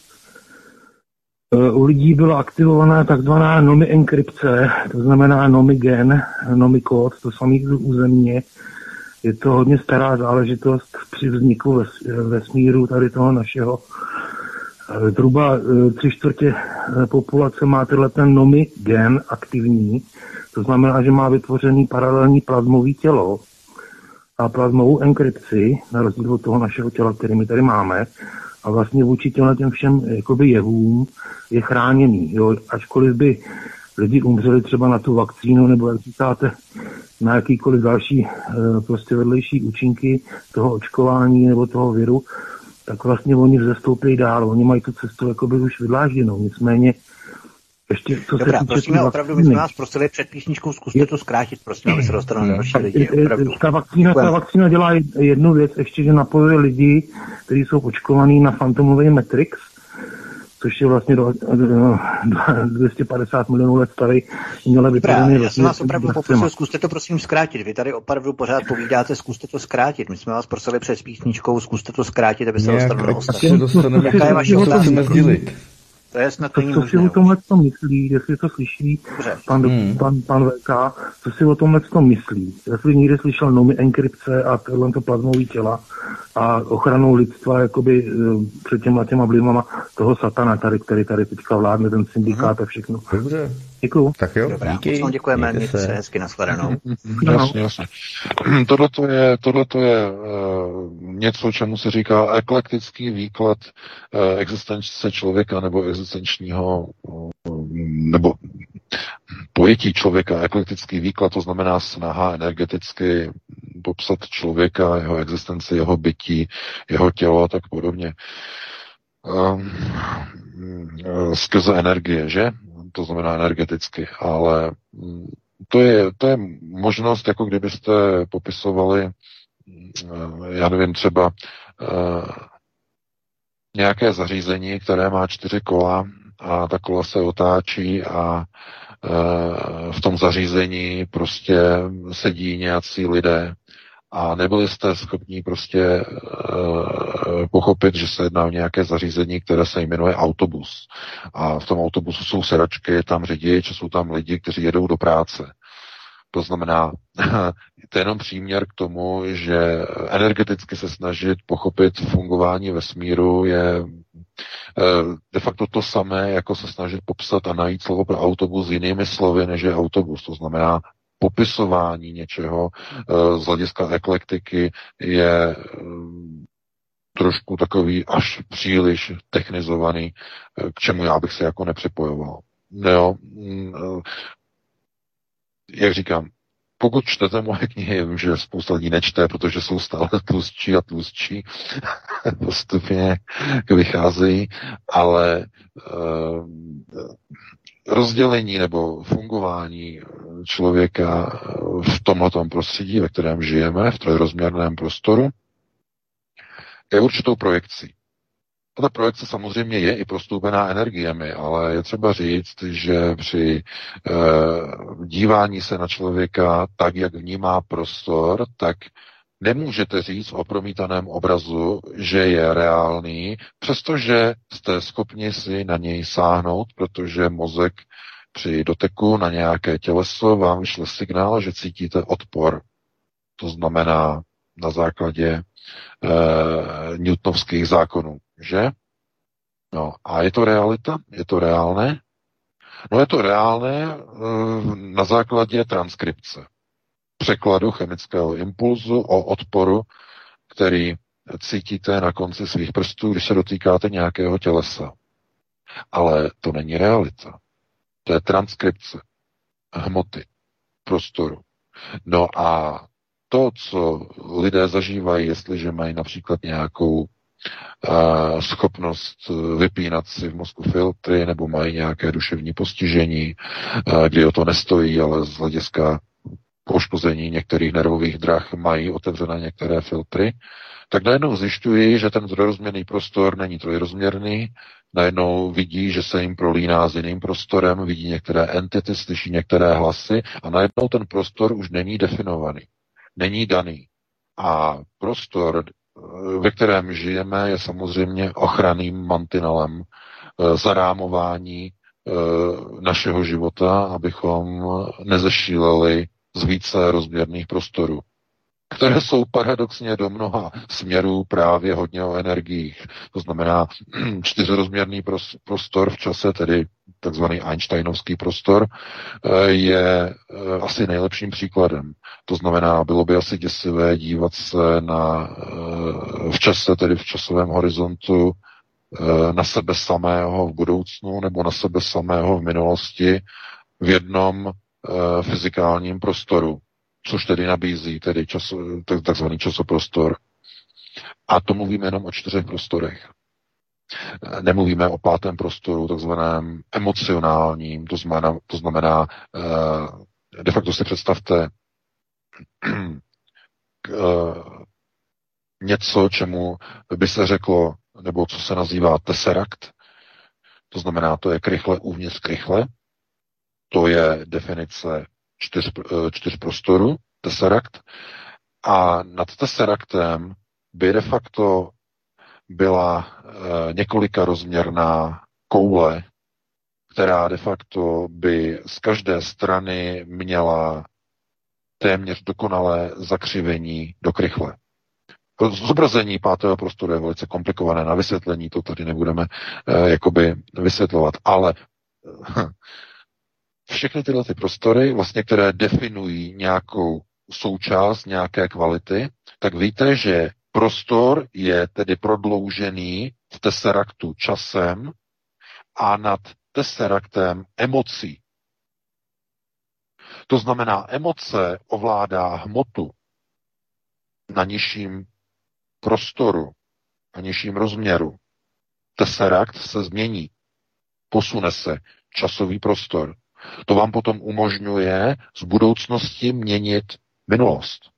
U lidí byla aktivovaná takzvaná nomi enkrypce, to znamená nomi gen, nomi kód, to samý územně. Je to hodně stará záležitost při vzniku vesmíru tady toho našeho. Zhruba tři čtvrtě populace má tenhle ten nomi gen aktivní, to znamená, že má vytvořený paralelní plazmový tělo a plazmovou enkrypci, na rozdíl od toho našeho těla, který my tady máme. A vlastně vůči těmhle těm všem jakoby jevům je chráněný. Jo? Ačkoliv by lidi umřeli třeba na tu vakcínu, nebo jak říkáte, na jakýkoliv další prostě vedlejší účinky toho očkování nebo toho viru, tak vlastně oni vzestoupí dál. Oni mají tu cestu jakoby už vydlážděnou. Nicméně ještě, co Dobrá, se týče prosíme, opravdu, my jsme vás prosili před písničkou, zkuste je... to zkrátit, prosím, aby se dostalo na další lidi. Opravdu. Ta vakcína, ta vakcína dělá jednu věc, ještě, že napojuje lidi, kteří jsou očkovaní na fantomový Matrix, což je vlastně do, do, dvě stě padesát milionů let starý uměle vytvořený. Já jsem vás opravdu poprosil, zkuste to prosím zkrátit. Vy tady opravdu pořád povídáte, zkuste to zkrátit. My jsme vás prosili před písničkou, zkuste to zkrátit, aby se dostalo na ostatní. Jaká je vaše otázka? To je snad to, co si o tomhle to myslí, jestli to slyší pan, hmm. pan, pan V K, co si o tomhle to myslí. Jestli někdy slyšel nomi enkrypce a tohle to plazmový těla a ochranou lidstva jakoby před těma těma vlivama toho satana tady, který tady teďka vládne, ten syndikát a všechno. Dobře. Děkuju. Tak jo, dobrá, díky. Moc děkujeme, mějte se hezky, nashledanou. Jasně, jasně. Tohle to je, tohleto je uh, něco, čemu se říká eklektický výklad uh, existence člověka nebo existenčního, uh, nebo pojetí člověka, eklektický výklad, to znamená snaha energeticky popsat člověka, jeho existenci, jeho bytí, jeho tělo a tak podobně. Um, skrze energie, že? To znamená energeticky, ale to je, to je možnost, jako kdybyste popisovali, já nevím, třeba uh, nějaké zařízení, které má čtyři kola a ta kola se otáčí a uh, v tom zařízení prostě sedí nějací lidé a nebyli jste schopni prostě uh, pochopit, že se jedná o nějaké zařízení, které se jmenuje autobus. A v tom autobusu jsou sedačky, tam řidič, jsou tam lidi, kteří jedou do práce. To znamená, to je jenom příměr k tomu, že energeticky se snažit pochopit fungování vesmíru je de facto to samé, jako se snažit popsat a najít slovo pro autobus jinými slovy, než je autobus. To znamená, popisování něčeho z hlediska eklektiky je trošku takový až příliš technizovaný, k čemu já bych se jako nepřipojoval. Jo, jak říkám, pokud čtete moje knihy, vím, že spousta lidí nečte, protože jsou stále tlustší a tlustší, postupně vycházejí, ale uh, rozdělení nebo fungování člověka v tomhletom prostředí, ve kterém žijeme, v trojrozměrném prostoru, je určitou projekcí. A ta projekce samozřejmě je i prostoupená energiemi, ale je třeba říct, že při e, dívání se na člověka tak, jak vnímá prostor, tak nemůžete říct o promítaném obrazu, že je reálný, přestože jste schopni si na něj sáhnout, protože mozek při doteku na nějaké těleso vám vyšle signál, že cítíte odpor. To znamená na základě e, newtonovských zákonů, že? No a je to realita? Je to reálné? No je to reálné e, na základě transkripce. Překladu chemického impulzu o odporu, který cítíte na konci svých prstů, když se dotýkáte nějakého tělesa. Ale to není realita. To je transkripce hmoty, prostoru. No a to, co lidé zažívají, jestliže mají například nějakou uh, schopnost vypínat si v mozku filtry, nebo mají nějaké duševní postižení, uh, kdy o to nestojí, ale z hlediska poškození některých nervových drah mají otevřené některé filtry, tak najednou zjišťují, že ten trojrozměrný prostor není trojrozměrný, najednou vidí, že se jim prolíná s jiným prostorem, vidí některé entity, slyší některé hlasy a najednou ten prostor už není definovaný, není daný. A prostor, ve kterém žijeme, je samozřejmě ochranným mantinelem zarámování našeho života, abychom nezešíleli z více rozměrných prostorů, které jsou paradoxně do mnoha směrů právě hodně o energiích. To znamená, čtyřrozměrný prostor v čase, tedy takzvaný Einsteinovský prostor, je asi nejlepším příkladem. To znamená, bylo by asi děsivé dívat se na, v čase, tedy v časovém horizontu, na sebe samého v budoucnu nebo na sebe samého v minulosti v jednom fyzikálním prostoru, což tedy nabízí tedy čas, takzvaný časoprostor. A to mluvíme jenom o čtyřech prostorech. Nemluvíme o pátém prostoru, takzvaném emocionálním, to znamená, to znamená de facto si představte něco, čemu by se řeklo, nebo co se nazývá tesseract, to znamená, to je krychle uvnitř krychle, to je definice čtyř, čtyř prostorů, tesseract, a nad tesseractem by de facto byla e, několika rozměrná koule, která de facto by z každé strany měla téměř dokonalé zakřivení do krychle. Zobrazení pátého prostoru je velice komplikované na vysvětlení, to tady nebudeme e, jakoby vysvětlovat, ale e, všechny tyhle ty prostory, vlastně, které definují nějakou součást nějaké kvality, tak víte, že prostor je tedy prodloužený v tesseractu časem a nad tesseractem emocí. To znamená, emoce ovládá hmotu na nižším prostoru, na nižším rozměru. Tesseract se změní, posune se časový prostor. To vám potom umožňuje z budoucnosti měnit minulost.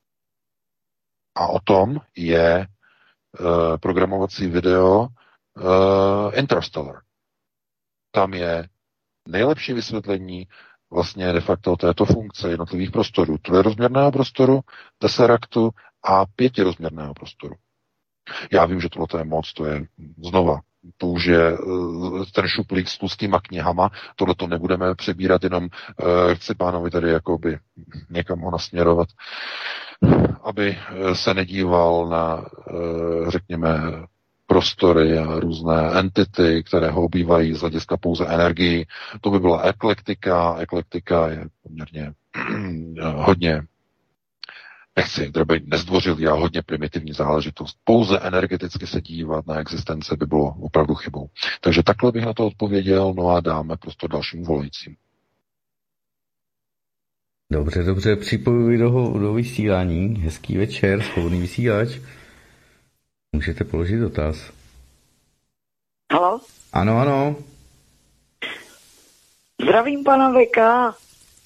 A o tom je e, programovací video e, Interstellar. Tam je nejlepší vysvětlení vlastně de facto této funkce jednotlivých prostorů. Trojrozměrného prostoru, tesseractu a pětirozměrného prostoru. Já vím, že tohle je moc, to je znova, to už je ten šuplík s tlustýma knihama, tohle to nebudeme přebírat, jenom uh, chci pánovi tady jakoby někam ho nasměrovat, aby se nedíval na, uh, řekněme, prostory a různé entity, které ho obývají z hlediska pouze energii. To by byla eklektika. Eklektika je poměrně hodně, nechci být nezdvořilý, a hodně primitivní záležitost. Pouze energeticky se dívat na existence by bylo opravdu chybou. Takže takhle bych na to odpověděl, no a dáme prostě dalším volajícím. Dobře, dobře, připojuji do, do vysílání. Hezký večer, svobodný vysílač. Můžete položit dotaz. Haló? Ano, ano. Zdravím pana Veka.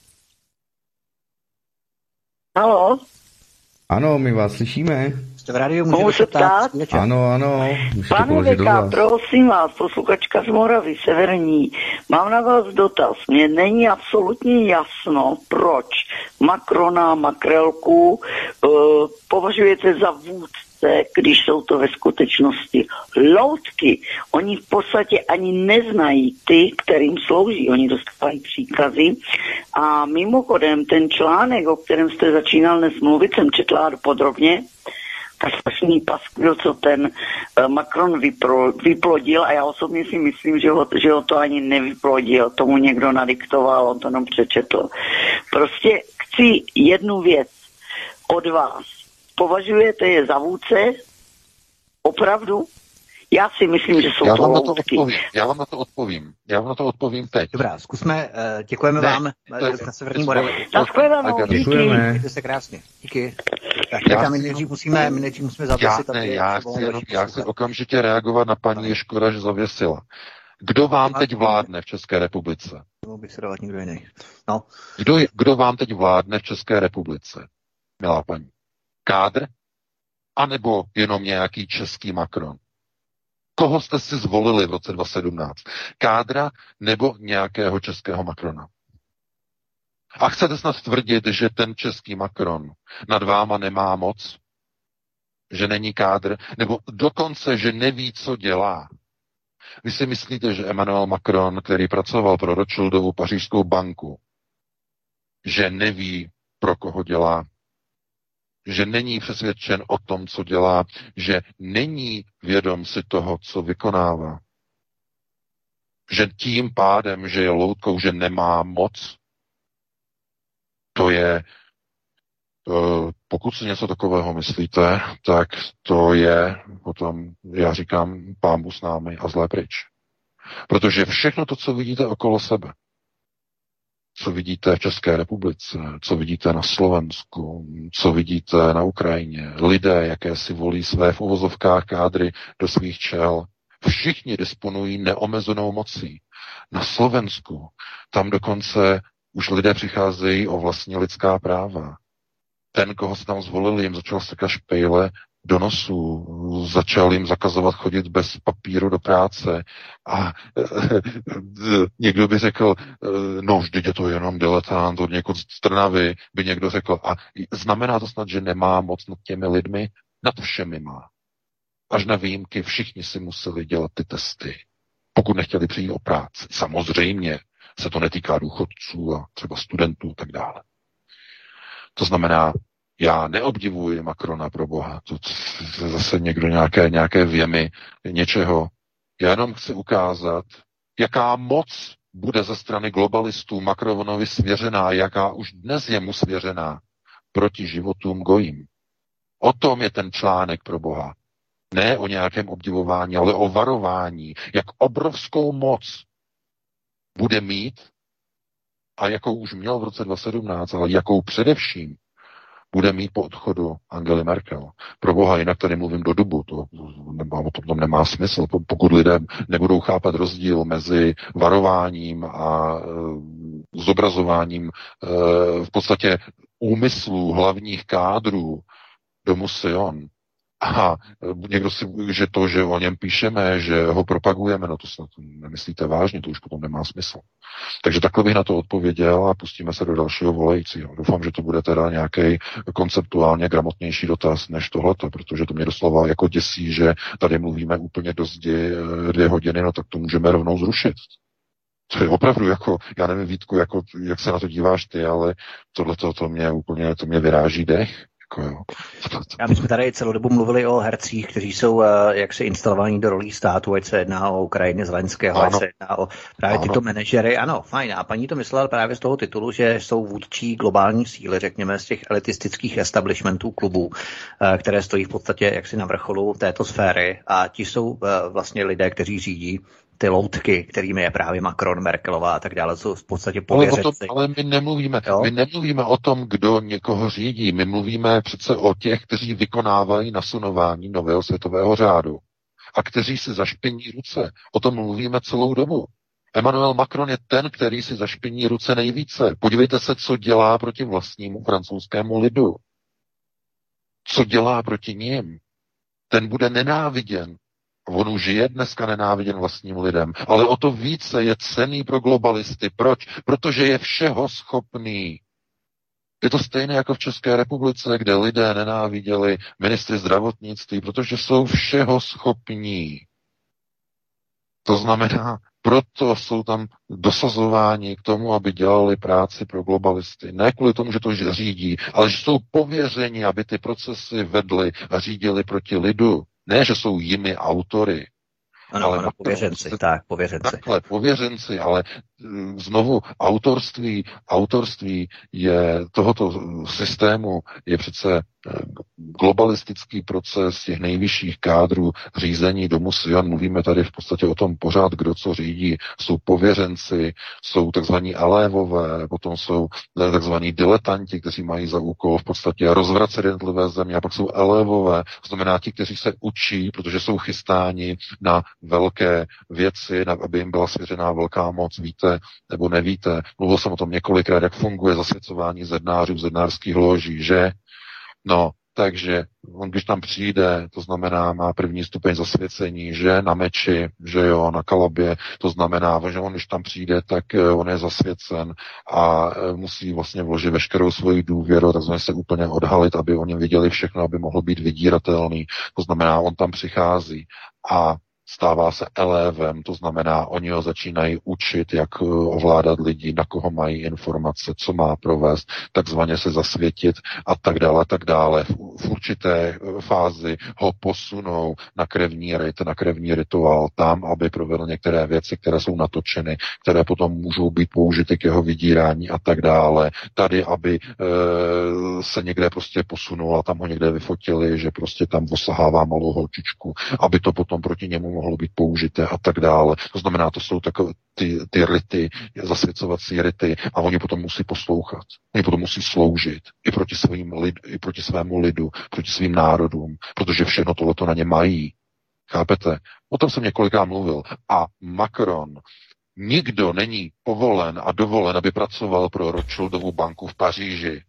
Haló? Ano, my vás slyšíme. Jste v rádiu, Mohu se ptát? Ano, ano. Pane Veka, prosím vás, posluchačka z Moravy, severní, mám na vás dotaz. Mně není absolutně jasno, proč Macrona, Makrelku uh, považujete za vůdce, když jsou to ve skutečnosti loutky. Oni v podstatě ani neznají ty, kterým slouží. Oni dostávají příkazy. A mimochodem ten článek, o kterém jste začínal dnes mluvit, jsem četla podrobně, ta strašný paskvil, co ten uh, Macron vypro, vyplodil, a já osobně si myslím, že ho, že ho to ani nevyplodil, tomu někdo nadiktoval, on to jenom přečetl. Prostě chci jednu věc od vás. Považujete je za vůdce? Opravdu? Já si myslím, že jsou já to vám loutky. Na to já vám na to odpovím. Já vám na to odpovím teď. Dobrá, zkusme, uh, děkujeme ne, vám to, na Severní Moravě. Nashledanou, díky. Mějte se krásně. Díky. Tak, já, my nejdřív musíme, my nejdřív musíme zavěsit. Já, ne, já chci, jenom, já chci okamžitě reagovat na paní Ješkora, že zavěsila. Kdo vám teď vládne v České republice? Mohl bych se dávat nikdo jiný. No. Kdo, kdo vám teď vládne v České republice, milá paní? Kádr? A nebo jenom nějaký český Macron? Koho jste si zvolili v roce dva tisíce sedmnáct? Kádra nebo nějakého českého Macrona? A chcete snad tvrdit, že ten český Macron nad váma nemá moc? Že není kádr? Nebo dokonce, že neví, co dělá? Vy si myslíte, že Emmanuel Macron, který pracoval pro Rothschildovu pařížskou banku, že neví, pro koho dělá? Že není přesvědčen o tom, co dělá, že není vědom si toho, co vykonává. Že tím pádem, že je loutkou, že nemá moc. To je, pokud si něco takového myslíte, tak to je potom, já říkám, pánbu s námi a zlé pryč. Protože všechno to, co vidíte okolo sebe, co vidíte v České republice, co vidíte na Slovensku, co vidíte na Ukrajině, lidé, jaké si volí své v uvozovkách kádry do svých čel, všichni disponují neomezenou mocí. Na Slovensku tam dokonce už lidé přicházejí o vlastní lidská práva. Ten, koho se tam zvolili, jim začal strkat špejle do nosu, začal jim zakazovat chodit bez papíru do práce a e, e, někdo by řekl, e, no vždyť je to jenom diletant od někud z Trnavy, by někdo řekl, a znamená to snad, že nemá moc nad těmi lidmi? Nad všemi má. Až na výjimky všichni si museli dělat ty testy, pokud nechtěli přijít o práci. Samozřejmě se to netýká důchodců a třeba studentů a tak dále. To znamená, já neobdivuji Macrona pro boha, to je zase někdo nějaké, nějaké věmy něčeho. Já jenom chci ukázat, jaká moc bude ze strany globalistů Macronovi svěřená, jaká už dnes je mu svěřená proti životům gojím. O tom je ten článek pro boha. Ne o nějakém obdivování, ale o varování, jak obrovskou moc bude mít a jakou už měl v roce dva tisíce sedmnáct, ale jakou především bude mít po odchodu Angely Merkel. Pro boha, jinak tady mluvím do dubu, to, to, to nemá smysl. Pokud lidé nebudou chápat rozdíl mezi varováním a e, zobrazováním e, v podstatě úmyslů hlavních kádrů domu Sion, a někdo si, že to, že o něm píšeme, že ho propagujeme, no to snad nemyslíte vážně, to už potom nemá smysl. Takže takhle bych na to odpověděl a pustíme se do dalšího volajícího. Doufám, že to bude teda nějaký konceptuálně gramotnější dotaz než tohleto, protože to mě doslova jako děsí, že tady mluvíme úplně do zdi dvě hodiny, no tak to můžeme rovnou zrušit. To je opravdu jako, já nevím, Vítku, jako, jak se na to díváš ty, ale tohleto to mě úplně, to mě vyráží dech. Já my jsme tady celou dobu mluvili o hercích, kteří jsou uh, jaksi instalovaní do rolí státu, ať se jedná o Ukrajiny Zelenského, ať se jedná o právě ano. tyto manažery. Ano, fajn. A paní to myslela právě z toho titulu, že jsou vůdčí globální síly, řekněme, z těch elitistických establishmentů klubů, uh, které stojí v podstatě jaksi na vrcholu této sféry. A ti jsou uh, vlastně lidé, kteří řídí ty loutky, kterými je právě Macron, Merkelová a tak dále, jsou v podstatě pověřenci. Ale, tom, ale my nemluvíme, my nemluvíme o tom, kdo někoho řídí. My mluvíme přece o těch, kteří vykonávají nasunování nového světového řádu a kteří si zašpiní ruce. O tom mluvíme celou dobu. Emmanuel Macron je ten, který si zašpiní ruce nejvíce. Podívejte se, co dělá proti vlastnímu francouzskému lidu. Co dělá proti nim. Ten bude nenáviděn. On už je dneska nenáviděn vlastním lidem, ale o to více je cenný pro globalisty. Proč? Protože je všeho schopný. Je to stejné jako v České republice, kde lidé nenáviděli ministry zdravotnictví, protože jsou všeho schopní. To znamená, proto jsou tam dosazováni k tomu, aby dělali práci pro globalisty. Ne kvůli tomu, že to řídí, ale že jsou pověřeni, aby ty procesy vedli a řídili proti lidu. Ne, že jsou jimi autory. Ano, ale ano, pověřenci, tak, pověřenci. Takhle, pověřenci, ale znovu autorství, autorství je tohoto systému je přece globalistický proces těch nejvyšších kádrů řízení domu Sion. Mluvíme tady v podstatě o tom pořád, kdo co řídí. Jsou pověřenci, jsou takzvaní alévové, potom jsou takzvaní diletanti, kteří mají za úkol v podstatě rozvracet jednotlivé země, a pak jsou alévové, to znamená ti, kteří se učí, protože jsou chystáni na velké věci, na, aby jim byla svěřená velká moc. Víte nebo nevíte, mluvil jsem o tom několikrát, jak funguje zasvěcování zednářů, zednářských loží, že? No, takže on, když tam přijde, to znamená, má první stupeň zasvěcení, že na meči, že jo, na kalabě, to znamená, že on, když tam přijde, tak on je zasvěcen a musí vlastně vložit veškerou svoji důvěru, takzvaně se úplně odhalit, aby o něm viděli všechno, aby mohl být vydíratelný. To znamená, on tam přichází a stává se elévem, to znamená, oni ho začínají učit, jak ovládat lidi, na koho mají informace, co má provést, takzvaně se zasvětit a tak dále, tak dále. V, v určité fázi ho posunou na krevní rit, na krevní rituál tam, aby provedl některé věci, které jsou natočeny, které potom můžou být použity k jeho vydírání a tak dále. Tady, aby e, se někde prostě posunul a tam ho někde vyfotili, že prostě tam osahává malou holčičku, aby to potom proti němu mohlo být použité a tak dále. To znamená, to jsou takové ty, ty rity, zasvěcovací rity a oni potom musí poslouchat. Oni potom musí sloužit i proti, svým lid, i proti svému lidu, proti svým národům, protože všechno tohleto na ně mají. Chápete? O tom jsem několikrát mluvil. A Macron, nikdo není povolen a dovolen, aby pracoval pro Rothschildovu banku v Paříži.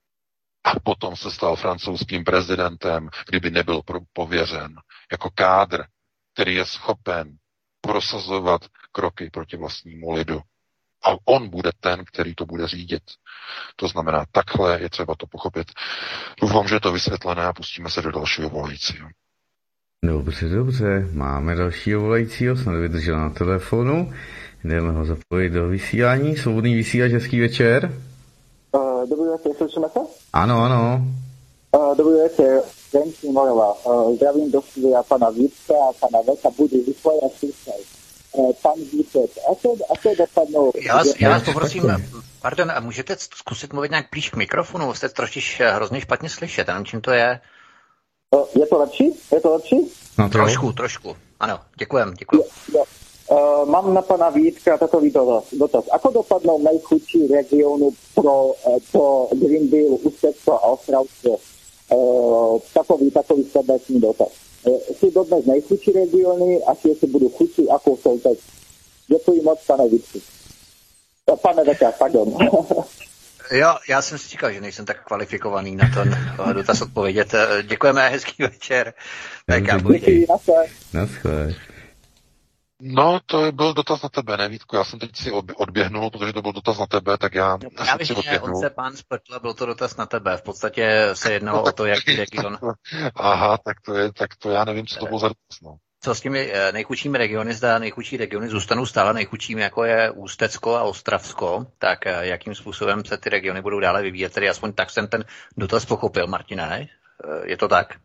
A potom se stal francouzským prezidentem, kdyby nebyl pověřen jako kádr, který je schopen prosazovat kroky proti vlastnímu lidu. A on bude ten, který to bude řídit. To znamená, takhle je třeba to pochopit. Doufám, že je to vysvětlené a pustíme se do dalšího volajícího. Dobře, dobře. Máme dalšího volajícího, jsem vydržel na telefonu. Jdeme ho zapojit do vysílání. Svobodný vysílač, hezký večer. Uh, dobrý večer, slyšíme se? Ano, ano. Uh, dobrý večer, Jenci Morova. Uh, zdravím do studia pana Vítka a pana Veka, budu vyslej a slyšej. Uh, pan Vítek, a to, a to dopadnou... Já vás, já vás poprosím, pardon, a můžete zkusit mluvit nějak blíž k mikrofonu? Jste trošič hrozně špatně slyšet, nevím, čím to je. Uh, je to lepší? Je to lepší? No, trošku, trošku. Ano, děkujem, děkujem. Jo, jo. Uh, mám na pana Vítka takový dotaz. dotaz. Ako dopadnou nejchudší regiony pro, uh, pro Green Deal, Ústecko a Ostravsko? Uh, takový, takový srdečný dotaz. Uh, jsou dodnes nejchudší regiony a jestli budou chudší, ako jsou teď. Děkuji moc, pane Vítku. Uh, pane Veka, pardon. Jo, já jsem si říkal, že nejsem tak kvalifikovaný na ten dotaz odpovědět. Děkujeme, hezký večer. Děkuji, naschle. No, to byl dotaz na tebe, ne, Vítku? Já jsem teď si odběhnul, protože to byl dotaz na tebe, tak já no, právě, si odběhnul. On se pán spletl, byl to dotaz na tebe. V podstatě se jednalo no, o to, jaký region. Aha, tak to je, tak to já nevím, co to bylo za dotaz, no. Co s těmi nejchudšími regiony, zda nejchudší regiony zůstanou stále nejchudšími, jako je Ústecko a Ostravsko, tak jakým způsobem se ty regiony budou dále vyvíjet? Tedy aspoň tak jsem ten dotaz pochopil, Martina, ne? Je to tak?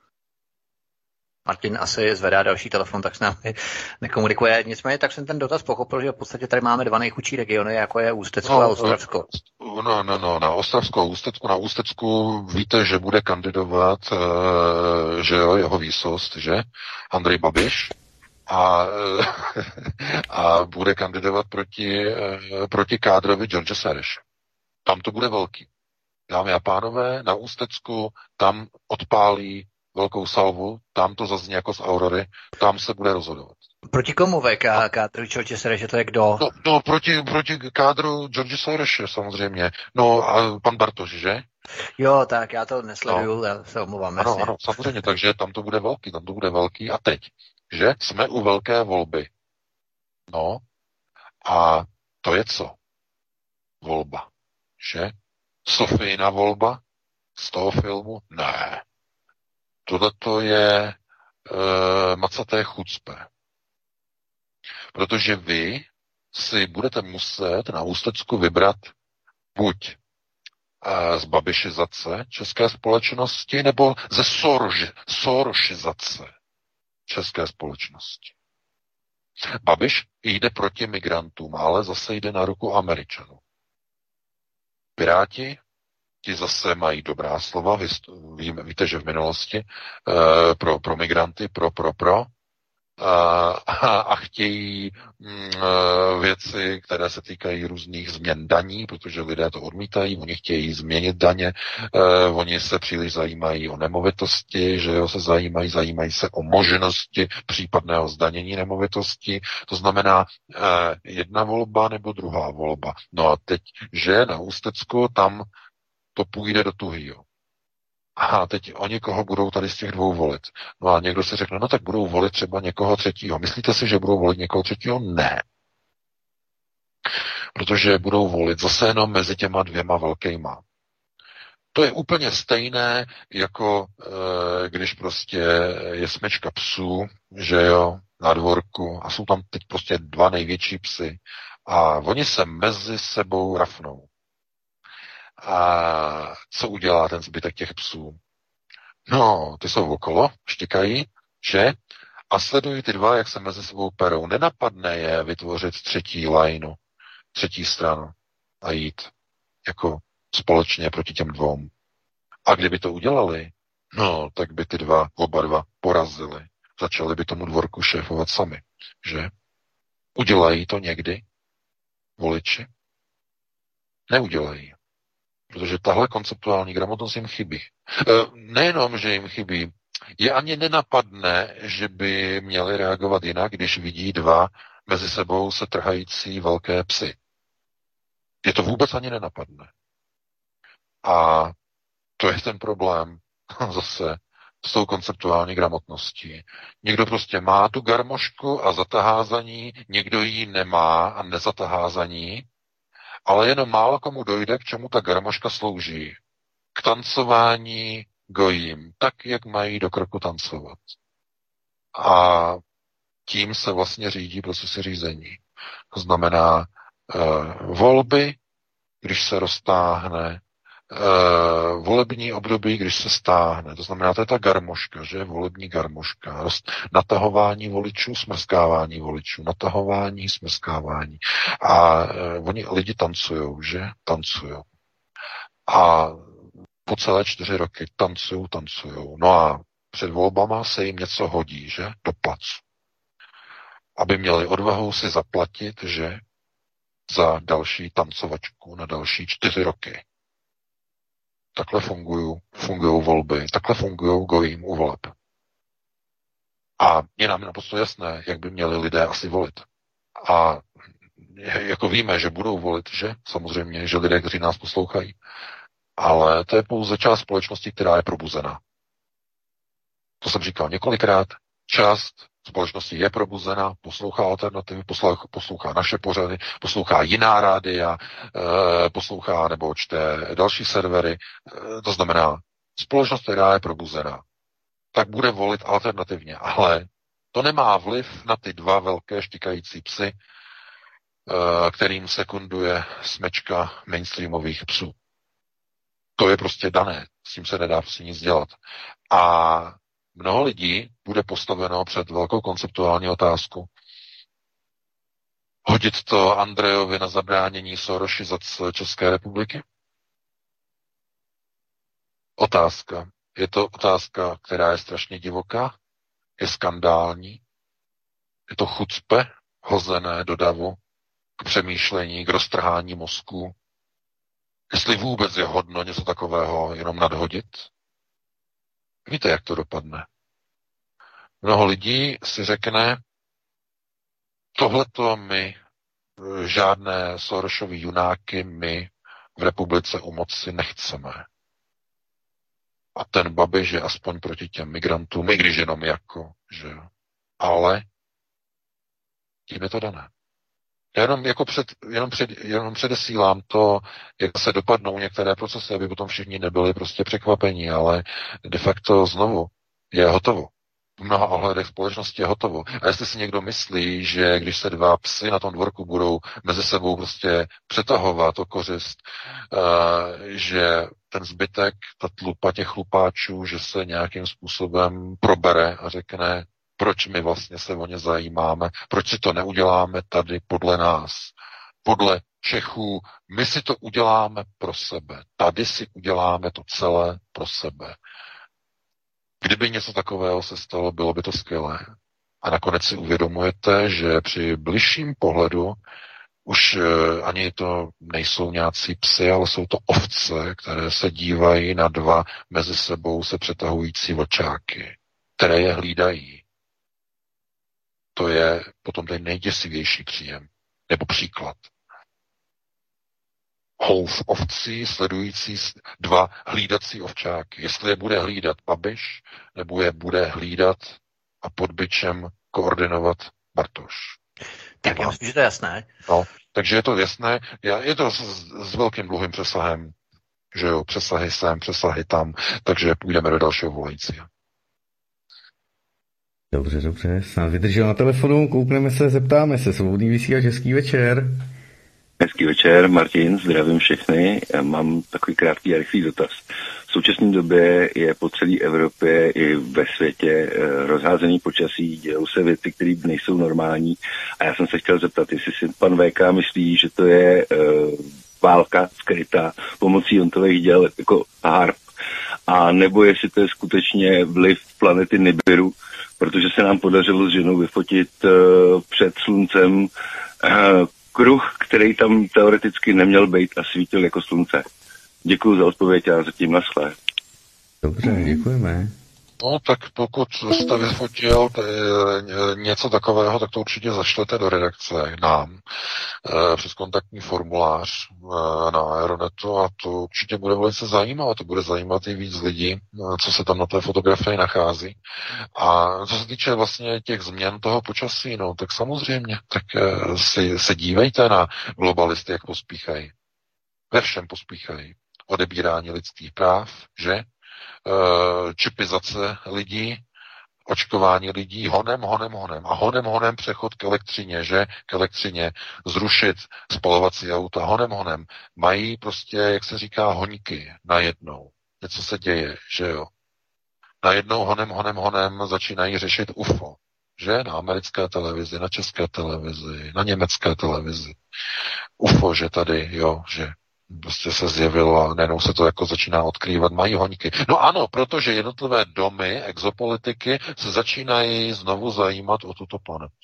Martin asi zvedá další telefon, tak s námi nekomunikuje. Nicméně tak jsem ten dotaz pochopil, že v podstatě tady máme dva nejchudší regiony, jako je Ústecko no, a Ostravsko. No, no, no, na Ostravsko a Ústecku. Na Ústecku víte, že bude kandidovat, že jo, jeho výsost, že? Andrej Babiš. A, a bude kandidovat proti, proti kádrovi George Soreše. Tam to bude velký. Dámy a pánové, na Ústecku tam odpálí velkou salvu, tam to zazní jako z Aurory, tam se bude rozhodovat. Proti komu V K, kádru George Soreše, to je kdo? No, no proti, proti kádru George Soreše samozřejmě. No a pan Bartoš, že? Jo, tak já to nesleduju, no. Já se omluvám. Ano, ano, samozřejmě, takže tam to bude velký, tam to bude velký. A teď, že jsme u velké volby. No, a to je co? Volba, že? Sofijina volba z toho filmu? Ne. Tohleto je e, macaté chucpe. Protože vy si budete muset na Ústecku vybrat buď e, z babišizace české společnosti, nebo ze Soroš, sorošizace české společnosti. Babiš jde proti migrantům, ale zase jde na ruku Američanů. Piráti, ti zase mají dobrá slova, vy, ví, víte, že v minulosti uh, pro, pro migranty, pro, pro, pro, uh, a, a chtějí uh, věci, které se týkají různých změn daní, protože lidé to odmítají, oni chtějí změnit daně, uh, oni se příliš zajímají o nemovitosti, že jo, se zajímají, zajímají se o možnosti případného zdanění nemovitosti, to znamená uh, jedna volba nebo druhá volba. No a teď, že na Ústecku tam to půjde do tuhýho. A teď oni koho budou tady z těch dvou volit. No a někdo si řekne, no tak budou volit třeba někoho třetího. Myslíte si, že budou volit někoho třetího? Ne. Protože budou volit zase jenom mezi těma dvěma velkýma. To je úplně stejné, jako e, když prostě je smečka psů, že jo, na dvorku a jsou tam teď prostě dva největší psy a oni se mezi sebou rafnou. A co udělá ten zbytek těch psů? No, ty jsou okolo, štěkají, že? A sledují ty dva, jak se mezi sebou perou. Nenapadne je vytvořit třetí lajnu, třetí stranu a jít jako společně proti těm dvou. A kdyby to udělali, no, tak by ty dva, oba dva porazili. Začali by tomu dvorku šéfovat sami, že? Udělají to někdy voliči? Neudělají. Protože tahle konceptuální gramotnost jim chybí. E, nejenom, že jim chybí, je ani nenapadne, že by měli reagovat jinak, když vidí dva mezi sebou se trhající velké psy. Je to vůbec ani nenapadne. A to je ten problém zase s tou konceptuální gramotností. Někdo prostě má tu garmošku a zatahá za ní, někdo ji nemá a nezatahá za ní, ale jenom málo komu dojde, k čemu ta garmoška slouží. K tancování gojím, tak, jak mají do kroku tancovat. A tím se vlastně řídí procesy řízení. To znamená uh, volby, když se roztáhne, uh, volební období, když se stáhne. To znamená, to je ta garmoška, že? Volební garmoška. Rost, natahování voličů, smrskávání voličů. Natahování, smrskávání. A uh, oni lidi tancujou, že? Tancujou. A po celé čtyři roky tancujou, tancujou. No a před volbama se jim něco hodí, že? Do placu. aby měli odvahu si zaplatit, že za další tancovačku na další čtyři roky. Takhle fungují fungují volby, takhle fungují gojím u voleb. A je nám naprosto jasné, jak by měli lidé asi volit. A jako víme, že budou volit, že? Samozřejmě, že lidé, kteří nás poslouchají. Ale to je pouze část společnosti, která je probuzená. To jsem říkal několikrát. Část společnosti je probuzená, poslouchá alternativy, poslouchá, poslouchá naše pořady, poslouchá jiná rádia, e, poslouchá nebo čte další servery. E, to znamená, společnost, která je probuzená, tak bude volit alternativně. Ale to nemá vliv na ty dva velké štěkající psy, e, kterým sekunduje smečka mainstreamových psů. To je prostě dané, s tím se nedá prostě nic dělat. A mnoho lidí bude postaveno před velkou konceptuální otázku. Hodit to Andrejovi na zabránění Sorosizace České republiky? Otázka. Je to otázka, která je strašně divoká, je skandální, je to chucpe hozené do davu k přemýšlení, k roztrhání mozku. Jestli vůbec je hodno něco takového jenom nadhodit? Víte, jak to dopadne? Mnoho lidí si řekne, tohleto my, žádné Sorosovy junáky, my v republice u moci nechceme. A ten Babiš je aspoň proti těm migrantům, i když jenom jako, že jo. Ale tím je to dané. Já jenom, jako před, jenom, před, jenom předesílám to, jak se dopadnou některé procesy, aby potom všichni nebyli prostě překvapení, ale de facto znovu je hotovo. V mnoha ohledech společnosti je hotovo. A jestli si někdo myslí, že když se dva psy na tom dvorku budou mezi sebou prostě přetahovat o kořist, uh, že ten zbytek, ta tlupa těch chlupáčů, že se nějakým způsobem probere a řekne, proč my vlastně se o ně zajímáme, proč si to neuděláme tady podle nás, podle Čechů, my si to uděláme pro sebe, tady si uděláme to celé pro sebe. Kdyby něco takového se stalo, bylo by to skvělé. A nakonec si uvědomujete, že při bližším pohledu už ani to nejsou nějací psy, ale jsou to ovce, které se dívají na dva mezi sebou se přetahující vlčáky, které je hlídají. To je potom ten nejděsivější příjem, nebo příklad. Hov ovcí sledující dva hlídací ovčáky. Jestli je bude hlídat Babiš, nebo je bude hlídat a pod bičem koordinovat Bartoš. Tak já myslím, že to je jasné. No, takže je to jasné. Je to s, s velkým dlouhým přesahem, že jo, přesahy sem, přesahy tam, takže půjdeme do dalšího volajícího. Dobře, dobře, snad vydržel na telefonu, koukneme se, zeptáme se, svobodný vysílač, hezký večer. Hezký večer, Martin, zdravím všechny. Já mám takový krátký a rychlý dotaz. V současné době je po celé Evropě i ve světě rozházený počasí, dějou se věci, které nejsou normální. A já jsem se chtěl zeptat, jestli si pan V K myslí, že to je uh, válka skrytá pomocí ontových děl jako harp, a nebo jestli to je skutečně vliv planety Nibiru, protože se nám podařilo s ženou vyfotit uh, před sluncem uh, kruh, který tam teoreticky neměl být a svítil jako slunce. Děkuji za odpověď a zatím naschle. Dobře, děkujeme. No, tak pokud jste vyfotil něco takového, tak to určitě zašlete do redakce nám e, přes kontaktní formulář e, na Aeronetu a to určitě bude velice zajímavé. To bude zajímat i víc lidí, co se tam na té fotografii nachází. A co se týče vlastně těch změn toho počasí, no, tak samozřejmě, tak e, si, se dívejte na globalisty, jak pospíchají. Ve všem pospíchají. Odebírání lidských práv, že? Čipizace lidí, očkování lidí, honem, honem, honem. A honem, honem přechod k elektřině, že? K elektřině zrušit spalovací auta, honem, honem. Mají prostě, jak se říká, hoňky najednou. Něco se děje, že jo? Najednou honem, honem, honem začínají řešit U F O, že? Na americké televizi, na české televizi, na německé televizi. U F O, že tady, jo, že prostě se zjevilo a najednou se to jako začíná odkrývat, mají hoňky. No ano, protože jednotlivé domy exopolitiky se začínají znovu zajímat o tuto planetu.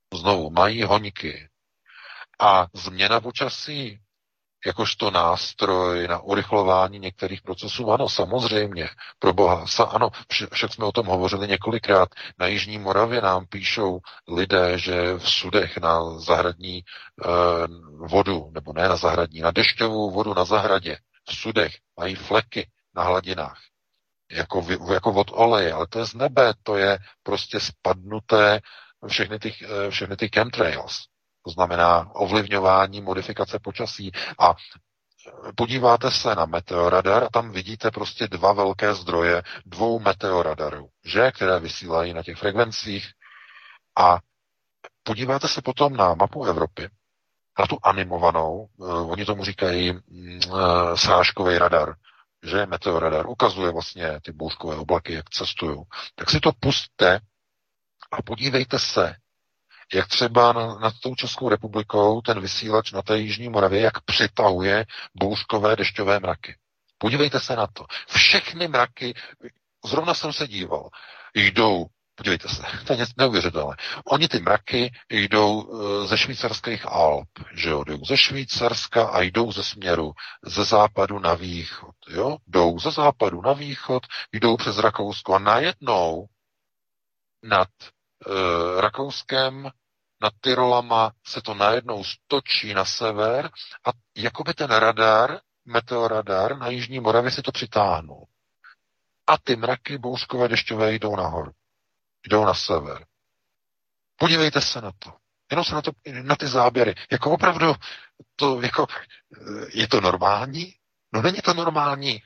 Znovu, mají hoňky. A změna počasí, jakožto nástroj na urychlování některých procesů, ano, samozřejmě, pro boha, sa, ano, vše, však jsme o tom hovořili několikrát. Na Jižní Moravě nám píšou lidé, že v sudech na zahradní eh, vodu, nebo ne na zahradní, na dešťovou vodu na zahradě, v sudech mají fleky na hladinách, jako, jako od oleje, ale to je z nebe, to je prostě spadnuté všechny ty, všechny ty chemtrails. To znamená ovlivňování, modifikace počasí. A podíváte se na meteoradar a tam vidíte prostě dva velké zdroje dvou meteoradarů, že, které vysílají na těch frekvencích. A podíváte se potom na mapu Evropy, na tu animovanou, uh, oni tomu říkají uh, srážkový radar, že meteoradar ukazuje vlastně ty bouřkové oblaky, jak cestují. Tak si to pusťte a podívejte se, jak třeba na, nad tou Českou republikou ten vysílač na té Jižní Moravě, jak přitahuje bouřkové dešťové mraky. Podívejte se na to. Všechny mraky, zrovna jsem se díval, jdou, podívejte se, to je neuvěřitelné. Oni ty mraky jdou ze švýcarských Alp, že jo, jdou ze Švýcarska a jdou ze směru ze západu na východ, jo, jdou ze západu na východ, jdou přes Rakousko a najednou nad uh, Rakouskem, nad Tyrolama se to najednou stočí na sever a jakoby ten radar, meteoradar na Jižní Moravě si to přitáhnul. A ty mraky bouřkové dešťové jdou nahoru. Jdou na sever. Podívejte se na to. Jenom se na to, na ty záběry. Jako opravdu, to jako, je to normální? No není to normální.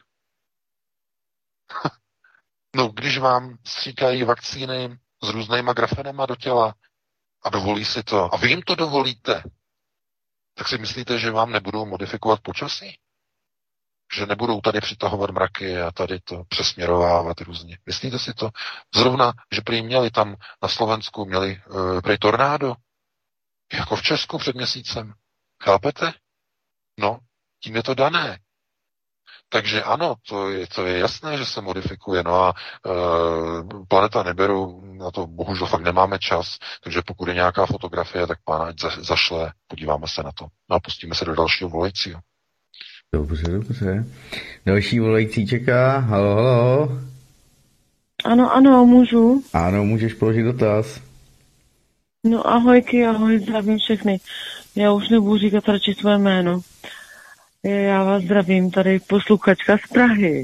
No, když vám stříkají vakcíny s různýma grafenema do těla a dovolí si to, a vy jim to dovolíte, tak si myslíte, že vám nebudou modifikovat počasí? Že nebudou tady přitahovat mraky a tady to přesměrovávat různě. Myslíte si to? Zrovna, že prý měli tam na Slovensku, měli uh, prý tornádo, jako v Česku před měsícem. Chápete? No, tím je to dané. Takže ano, to je, to je jasné, že se modifikuje. No a e, planeta Neberu, na to bohužel fakt nemáme čas, takže pokud je nějaká fotografie, tak pána ať za, zašle, podíváme se na to. No a pustíme se do dalšího volajícího. Dobře, dobře. Další volající čeká. Halo, halo. Ano, ano, můžu. Ano, můžeš položit dotaz. No ahojky, ahoj, zdravím všechny. Já už nebudu říkat radši své jméno. Já vás zdravím, tady posluchačka z Prahy.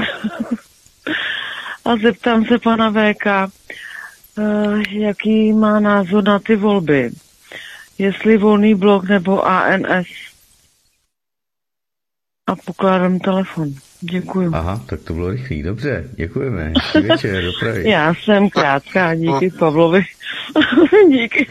A zeptám se pana V K, jaký má názor na ty volby. Jestli Volný blok nebo A N S. A pokládám telefon. Děkuju. Aha, tak to bylo rychlý. Dobře, děkujeme. Hezký večer, do Prahy. Já jsem krátká, díky Pavlovi. Díky.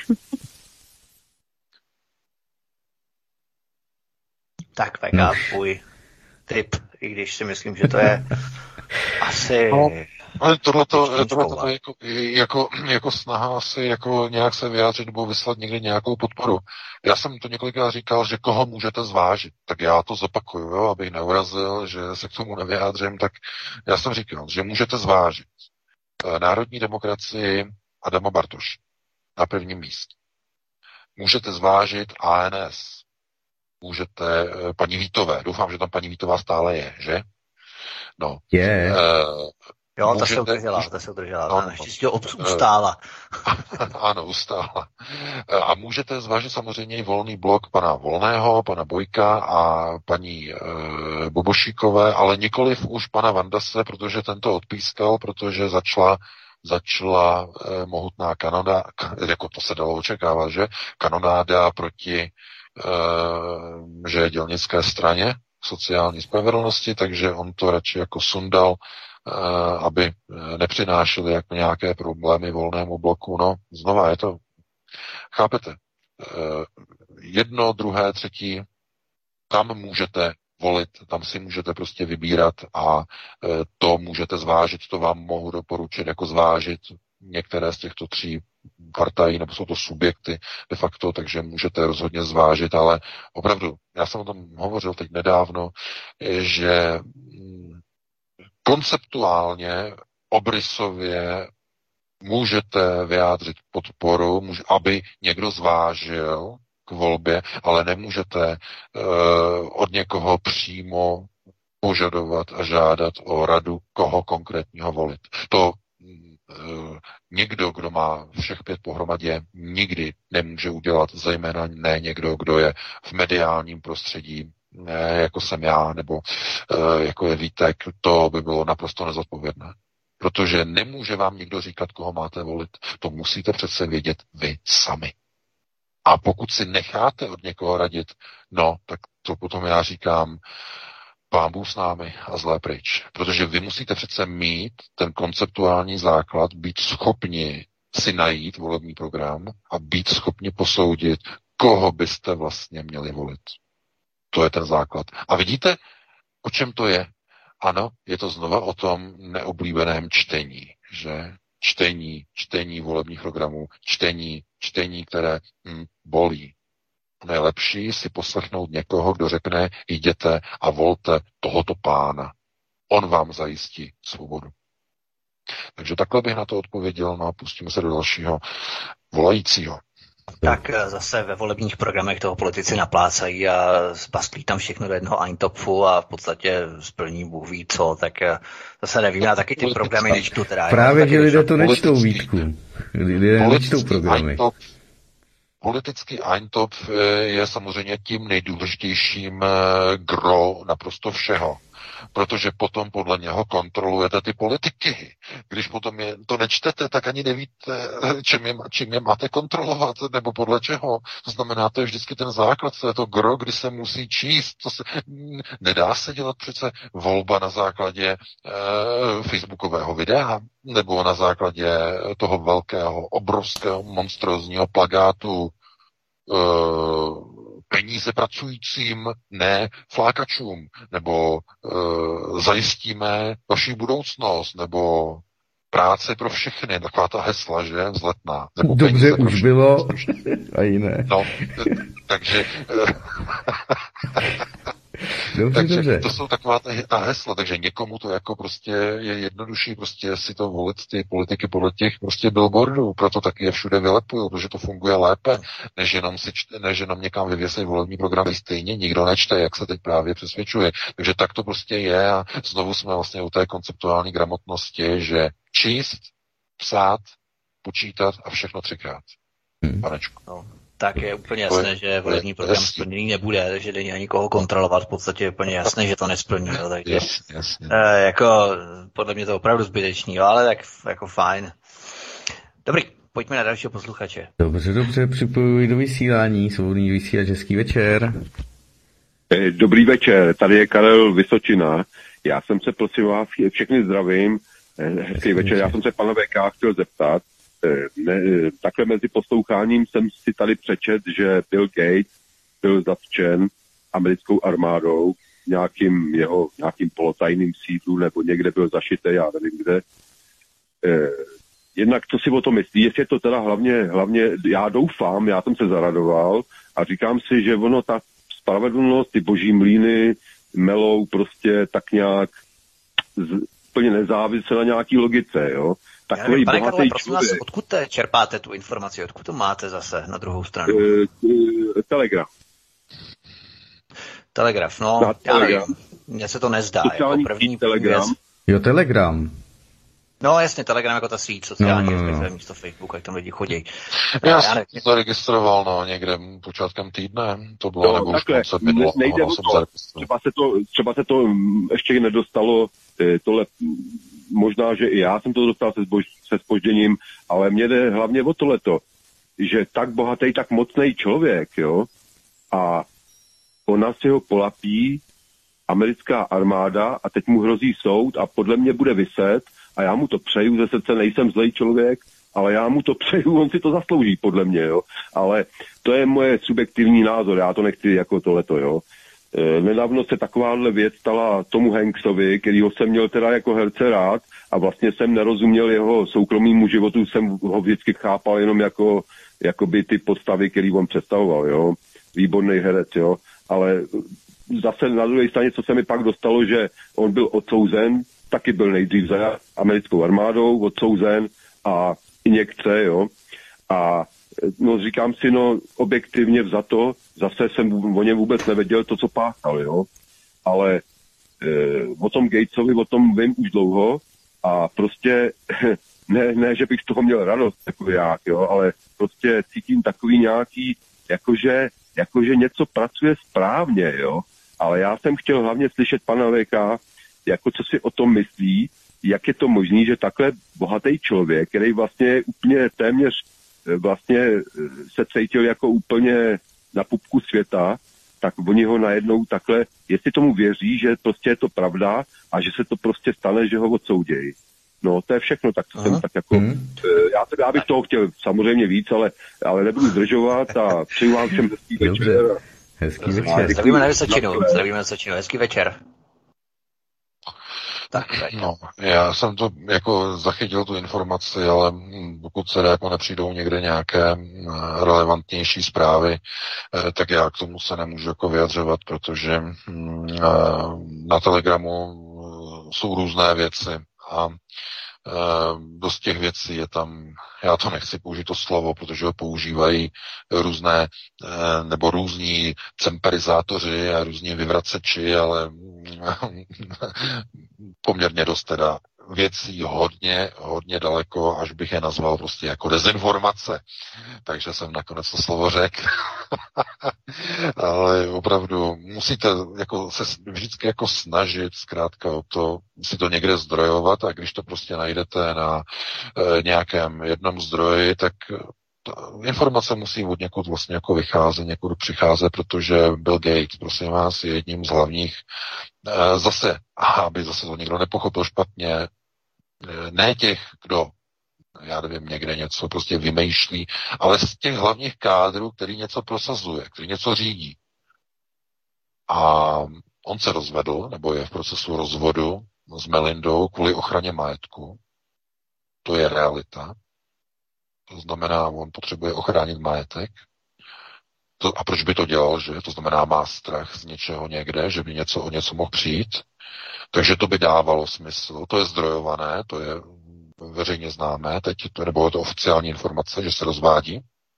Tak V K, tvůj tip, i když si myslím, že to je asi... No, ale tohleto, tohleto je jako, jako, jako snaha asi jako nějak se vyjádřit nebo vyslat někde nějakou podporu. Já jsem to několikrát říkal, že koho můžete zvážit, tak já to zopakuju, jo, abych neurazil, že se k tomu nevyjádřím, tak já jsem říkal, že můžete zvážit národní demokracii Adama Bartoše na prvním místě. Můžete zvážit A N S, můžete paní Vítové, doufám, že tam paní Vítová stále je, že? No. Je. Uh, jo, ta můžete, se udržela, ta se udržela, no, naštěstí ustála. Ano, ustála. A můžete zvážit samozřejmě i Volný blok pana Volného, pana Bojka a paní e, Bobošíkové, ale nikoliv už pana Vandase, protože tento odpískal, protože začala začala e, mohutná kanonáda, jako to se dalo očekávat, že? Kanonáda proti e, že dělnické straně sociální spravedlnosti, takže on to radši jako sundal, aby nepřinášeli jako nějaké problémy Volnému bloku. No, znova je to, chápete, jedno, druhé, třetí, tam můžete volit, tam si můžete prostě vybírat a to můžete zvážit, to vám mohu doporučit jako zvážit některé z těchto tří partají, nebo jsou to subjekty de facto, takže můžete rozhodně zvážit, ale opravdu, já jsem o tom hovořil teď nedávno, že konceptuálně, obrysově můžete vyjádřit podporu, může, aby někdo zvážil k volbě, ale nemůžete uh, od někoho přímo požadovat a žádat o radu, koho konkrétního volit. To uh, někdo, kdo má všech pět pohromadě, nikdy nemůže udělat, zejména ne někdo, kdo je v mediálním prostředí, ne jako jsem já, nebo uh, jako je Vítek, to by bylo naprosto nezodpovědné. Protože nemůže vám někdo říkat, koho máte volit. To musíte přece vědět vy sami. A pokud si necháte od někoho radit, no, tak to potom já říkám, Pán Bůh s námi a zlé pryč. Protože vy musíte přece mít ten konceptuální základ, být schopni si najít volební program a být schopni posoudit, koho byste vlastně měli volit. To je ten základ. A vidíte, o čem to je? Ano, je to znova o tom neoblíbeném čtení, že? Čtení, čtení volebních programů, čtení, čtení, které hm, bolí. Nejlepší si poslechnout někoho, kdo řekne, jděte a volte tohoto pána. On vám zajistí svobodu. Takže takhle bych na to odpověděl, no a pustíme se do dalšího volajícího. Tak zase ve volebních programech toho politici naplácají a spastlí tam všechno do jednoho eintopfu a v podstatě splní Bůh ví co, tak zase nevím, já taky ty programy nečtu. Teda, právě, že lidé to nečtou, Vítku. Lidé nečtou programy. Politický eintopf je samozřejmě tím nejdůležitějším gro naprosto všeho. Protože potom podle něho kontrolujete ty politiky. Když potom je, to nečtete, tak ani nevíte, čím je, čím je máte kontrolovat, nebo podle čeho. To znamená, to je vždycky ten základ, to je to gro, kdy se musí číst. To se, nedá se dělat přece volba na základě e, facebookového videa, nebo na základě toho velkého, obrovského, monstrózního plakátu e, peníze pracujícím, ne flákačům, nebo e, zajistíme vaši budoucnost, nebo práce pro všechny, taková ta hesla, že, vzletná. Nebo dobře už všechny. Bylo a jiné. No, takže dobře, takže dobře. To jsou taková ta, ta hesla, takže někomu to jako prostě je jednodušší prostě si to volit ty politiky podle těch prostě billboardů, proto taky je všude vylepují, protože to funguje lépe, než jenom, si čte, než jenom někam vyvěsej volební programy, stejně nikdo nečte, jak se teď právě přesvědčuje. Takže tak to prostě je a znovu jsme vlastně u té konceptuální gramotnosti, že číst, psát, počítat a všechno třikrát. Hmm. Panečku. No. Tak je úplně jasné, je, že volební program splněný nebude, takže není ani koho kontrolovat, v podstatě je úplně jasné, že to nesplní, jo, takže jasně, jasně. Eh, jako podle mě to opravdu zbytečný, jo, ale tak jako fajn. Dobrý, pojďme na dalšího posluchače. Dobře, dobře, připojuji do vysílání, svobodný vysílač, hezký večer. Dobrý večer, tady je Karel Vysočina. Já jsem se, prosím vás, všechny zdravím, hezký večer, já jsem se pana V K chtěl zeptat. Ne, takhle mezi posloucháním jsem si tady přečet, že Bill Gates byl zatčen americkou armádou v nějakým jeho nějakým polotajným sídlu, nebo někde byl zašitý, já nevím kde. Eh, jednak co si o tom myslí, jestli je to teda hlavně, hlavně, já doufám, já jsem se zaradoval a říkám si, že ono ta spravedlnost, ty boží mlýny melou prostě tak nějak z, plně nezávisle na nějaký logice, jo. Takový Pane Karle, prosím vás, odkud te čerpáte tu informaci? Odkud to máte zase na druhou stranu? Uh, uh, telegraf. Telegraf, no, já telegraf. nevím. Mně se to nezdá. Jako první telegram. Věc. Jo, Telegram. No jasně, Telegram jako ta síť sociální, no, no, no. místo Facebooku, jak tam lidi chodí. Já, já jsem nevím. to registroval, no, někde počátkem týdne, to bylo, no, nebo takhle, už konce minulého, nejde o to. Třeba se to, třeba se to ještě nedostalo, tohle, možná, že i já jsem to dostal se, zbož, se zpožděním, ale mě jde hlavně o tohleto, že tak bohatý, tak mocný člověk, jo, a ona si ho polapí americká armáda a teď mu hrozí soud a podle mě bude viset a já mu to přeju, ze srdce nejsem zlej člověk, ale já mu to přeju, on si to zaslouží podle mě, jo, ale to je moje subjektivní názor, já to nechci jako tohleto, jo. E, nedávno se takováhle věc stala tomu Hanksovi, kterýho jsem měl teda jako herce rád a vlastně jsem nerozuměl jeho soukromému životu, jsem ho vždycky chápal jenom jako jakoby ty postavy, který on představoval, jo. Výborný herec, jo, ale zase na druhé straně, co se mi pak dostalo, že on byl odsouzen, taky byl nejdřív za americkou armádou, odsouzen a injekce, jo. A no říkám si, no objektivně vzato, zase jsem o něm vůbec nevěděl to, co páchal, jo. Ale e, o tom Gatesovi, o tom vím už dlouho a prostě ne, ne, že bych z toho měl radost, jako jak, jo, ale prostě cítím takový nějaký, jakože, jakože něco pracuje správně, jo. Ale já jsem chtěl hlavně slyšet pana V K, jako co si o tom myslí, jak je to možný, že takhle bohatý člověk, který vlastně úplně téměř vlastně se cítil jako úplně na pupku světa, tak oni ho najednou takhle, jestli tomu věří, že prostě je to pravda a že se to prostě stane, že ho odsoudějí. No, to je všechno, tak to jsem tak jako, hmm. já, já bych toho chtěl samozřejmě víc, ale, ale nebudu zdržovat a přeju vám všem hezký večer. Hezký večer. Zdravíme na Vysočinu, zdravíme na Vysočinu, hezký večer. Tak, no, já jsem to jako zachytil tu informaci, ale pokud se jako nepřijdou někde nějaké relevantnější zprávy, tak já k tomu se nemůžu jako vyjadřovat, protože na Telegramu jsou různé věci a dost těch věcí je tam, já to nechci použít to slovo, protože ho používají různé nebo různí cemperizátoři a různí vyvraceči, ale poměrně dost teda věcí hodně, hodně daleko, až bych je nazval prostě jako dezinformace. Takže jsem nakonec to slovo řekl. Ale opravdu musíte jako se vždycky jako snažit zkrátka o to, si to někde zdrojovat a když to prostě najdete na e, nějakém jednom zdroji, tak ta informace musí od někud vlastně jako vycházet, někud přicházet, protože Bill Gates, prosím vás, je jedním z hlavních e, zase, aby zase to někdo nepochopil špatně, e, ne těch, kdo já nevím, někde něco prostě vymýšlí, ale z těch hlavních kádrů, který něco prosazuje, který něco řídí. A on se rozvedl, nebo je v procesu rozvodu s Melindou kvůli ochraně majetku. To je realita. To znamená, on potřebuje ochránit majetek. To, a proč by to dělal, že? To znamená, má strach z něčeho někde, že by něco o něco mohl přijít. Takže to by dávalo smysl. To je zdrojované, to je veřejně známé, teď to, nebo je to oficiální informace, že se rozvádí,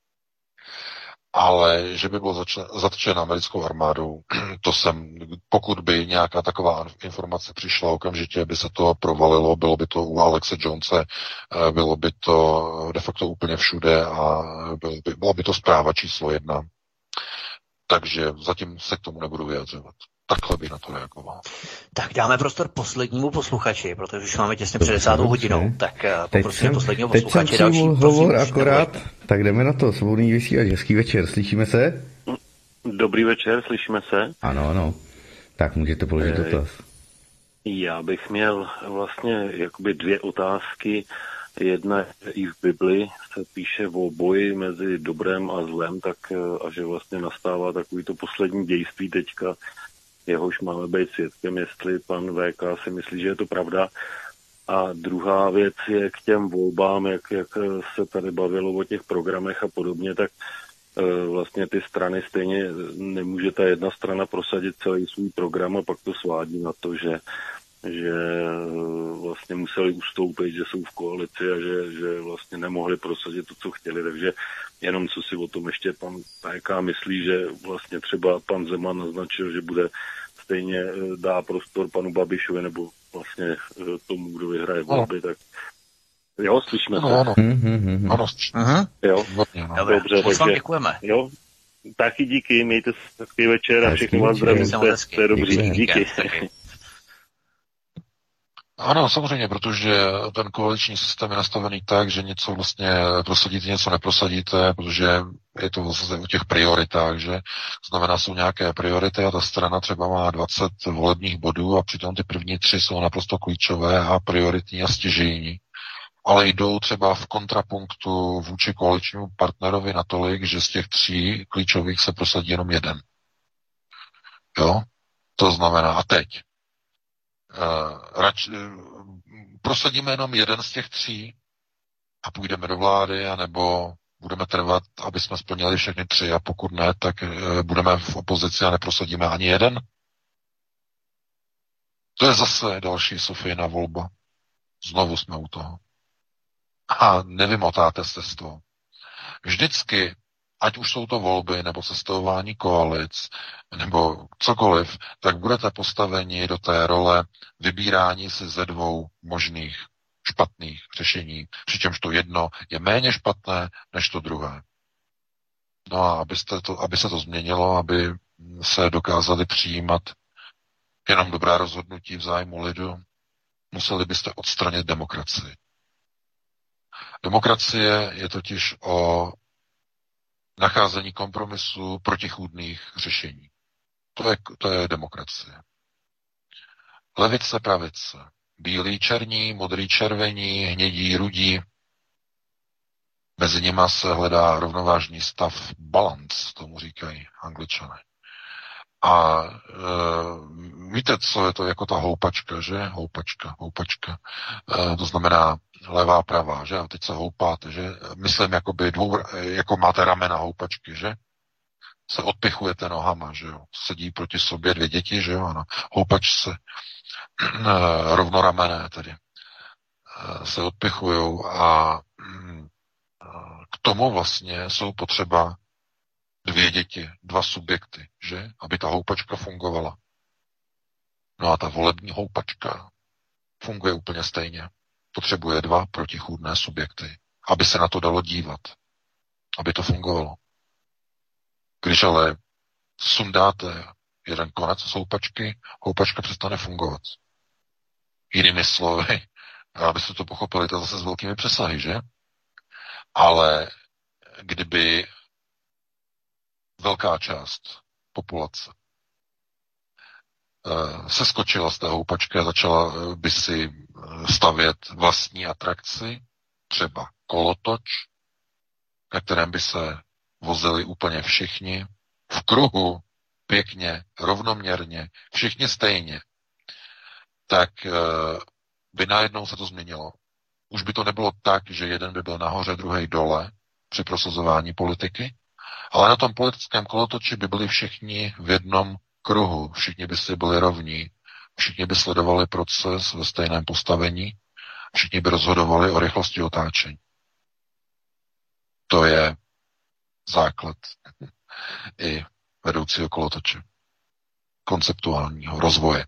ale že by bylo zatčen americkou armádou, to jsem, pokud by nějaká taková informace přišla, okamžitě by se to provalilo, bylo by to u Alexe Jonese, bylo by to de facto úplně všude a bylo by, byla by to zpráva číslo jedna. Takže zatím se k tomu nebudu vyjadřovat. Takhle by na to reagoval. Tak dáme prostor poslednímu posluchači, protože už máme těsně před desátou hodinou. Tak poprosím posledního posluchače. Teď jsem přijmul hovor akorát, tak jdeme na to. Svobodný vysílač, hezký večer, slyšíme se? Dobrý večer, slyšíme se? Ano, ano. Tak můžete položit e, dotaz. Já bych měl vlastně jakoby dvě otázky. Jedna i v Bibli se píše o boji mezi dobrem a zlem, tak a že vlastně nastává takový to poslední dějství teďka, jehož máme být svědkem, jestli pan V K si myslí, že je to pravda. A druhá věc je k těm volbám, jak, jak se tady bavilo o těch programech a podobně, tak e, vlastně ty strany stejně nemůže ta jedna strana prosadit celý svůj program a pak to svádí na to, že, že vlastně museli ustoupit, že jsou v koalici a že, že vlastně nemohli prosadit to, co chtěli. Takže jenom co si o tom ještě pan V K myslí, že vlastně třeba pan Zeman naznačil, že bude stejně dá prostor panu Babišovi nebo vlastně tomu, kdo vyhraje volby, tak jo, slyšíme se. Ano, ano. Ano, jo, Dobre, dobře, takže děkujeme. Jo, taky díky, mějte se hezký večer a všechny vás zdravím, to je dobrý, díky. Ano, samozřejmě, protože ten koaliční systém je nastavený tak, že něco vlastně prosadíte, něco neprosadíte, protože je to vlastně o těch prioritách, že znamená, jsou nějaké priority a ta strana třeba má dvacet volebních bodů a přitom ty první tři jsou naprosto klíčové a prioritní a stěžejní. Ale jdou třeba v kontrapunktu vůči koaličnímu partnerovi natolik, že z těch tří klíčových se prosadí jenom jeden. Jo? To znamená, a teď Uh, rač, uh, prosadíme jenom jeden z těch tří a půjdeme do vlády, anebo budeme trvat, aby jsme splnili všechny tři a pokud ne, tak uh, budeme v opozici a neprosadíme ani jeden. To je zase další Sofijina volba. Znovu jsme u toho. a nevymotáte se z toho. Vždycky, ať už jsou to volby, nebo sestavování koalic, nebo cokoliv, tak budete postaveni do té role vybírání si ze dvou možných špatných řešení, přičemž to jedno je méně špatné než to druhé. No a abyste to, aby se to změnilo, aby se dokázali přijímat jenom dobrá rozhodnutí v zájmu lidu, museli byste odstranit demokracii. Demokracie je totiž o nacházení kompromisu protichůdných řešení. To je, to je demokracie. Levice, pravice. Bílí, černí, modrý, červení, hnědí, rudí. Mezi nima se hledá rovnovážný stav, balance, tomu říkají Angličané. A e, víte, co je to jako ta houpačka, že? Houpačka, houpačka. E, to znamená levá, pravá, že? A teď se houpáte, že? Myslím, jakoby dvou, jako máte ramena houpačky, že? Se odpichujete nohama, že jo? Sedí proti sobě dvě děti, že jo? A na houpačce e, rovnoramené tedy e, se odpichujou a e, k tomu vlastně jsou potřeba dvě děti, dva subjekty, že? Aby ta houpačka fungovala. No a ta volební houpačka funguje úplně stejně. Potřebuje dva protichůdné subjekty, aby se na to dalo dívat. Aby to fungovalo. Když ale sundáte jeden konec z houpačky, houpačka přestane fungovat. Jinými slovy, abyste to pochopili, to zase s velkými přesahy, že? Ale kdyby velká část populace se skočila z té houpačky a začala by si stavět vlastní atrakci, třeba kolotoč, na kterém by se vozili úplně všichni, v kruhu, pěkně, rovnoměrně, všichni stejně, tak by najednou se to změnilo. Už by to nebylo tak, že jeden by byl nahoře, druhý dole při prosazování politiky, ale na tom politickém kolotoči by byli všichni v jednom kruhu, všichni by si byli rovní, všichni by sledovali proces ve stejném postavení, všichni by rozhodovali o rychlosti otáčení. To je základ i vedoucího kolotoče, konceptuálního rozvoje.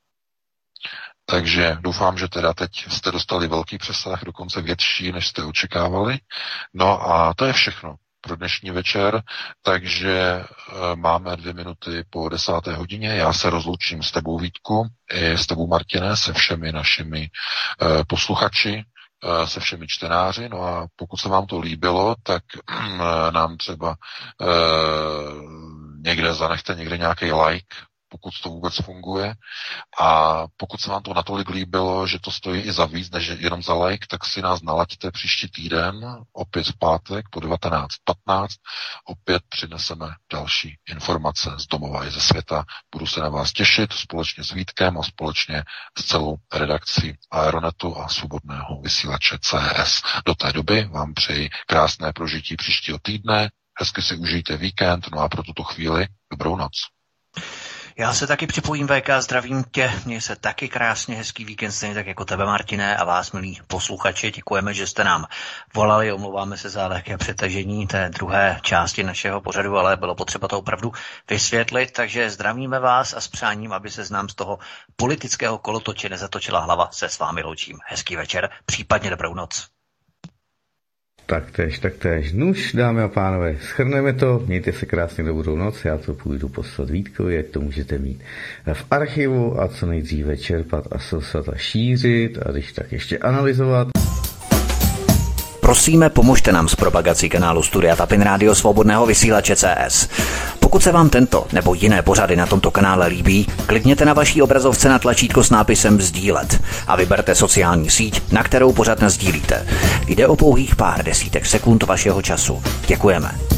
Takže doufám, že teda teď jste dostali velký přesah, dokonce větší, než jste očekávali. No a to je všechno pro dnešní večer, takže e, máme dvě minuty po desáté hodině. Já se rozloučím s tebou, Vítku, i s tebou, Martine, se všemi našimi e, posluchači, e, se všemi čtenáři. No a pokud se vám to líbilo, tak e, nám třeba e, někde zanechte někde nějaký like, pokud to vůbec funguje. A pokud se vám to natolik líbilo, že to stojí i za víc, než jenom za like, tak si nás nalaďte příští týden, opět v pátek po devatenáct patnáct. Opět přineseme další informace z domova i ze světa. Budu se na vás těšit společně s Vítkem a společně s celou redakcí Aeronetu a svobodného vysílače C S. Do té doby vám přeji krásné prožití příštího týdne, hezky si užijte víkend, no a pro tuto chvíli dobrou noc. Já se taky připojím, V K, zdravím tě, měj se taky krásně, hezký víkend, stejně tak jako tebe, Martine, a vás, milí posluchači, děkujeme, že jste nám volali, omlouváme se za lehké přetažení té druhé části našeho pořadu, ale bylo potřeba to opravdu vysvětlit, takže zdravíme vás a s přáním, aby se z nám z toho politického kolotoče nezatočila hlava, se s vámi loučím. Hezký večer, případně dobrou noc. Taktéž, taktéž. Nuž, dámy a pánové, shrneme to, mějte se krásně dobrou noc, já to půjdu poslat Vítkovi, jak to můžete mít v archivu a co nejdříve čerpat a sosat a šířit a když tak ještě analyzovat. Prosíme, pomožte nám s propagací kanálu Studia Tapin Rádio Svobodného vysílače C S. Pokud se vám tento nebo jiné pořady na tomto kanále líbí, klikněte na vaší obrazovce na tlačítko s nápisem sdílet a vyberte sociální síť, na kterou pořad nasdílíte. Jde o pouhých pár desítek sekund vašeho času. Děkujeme.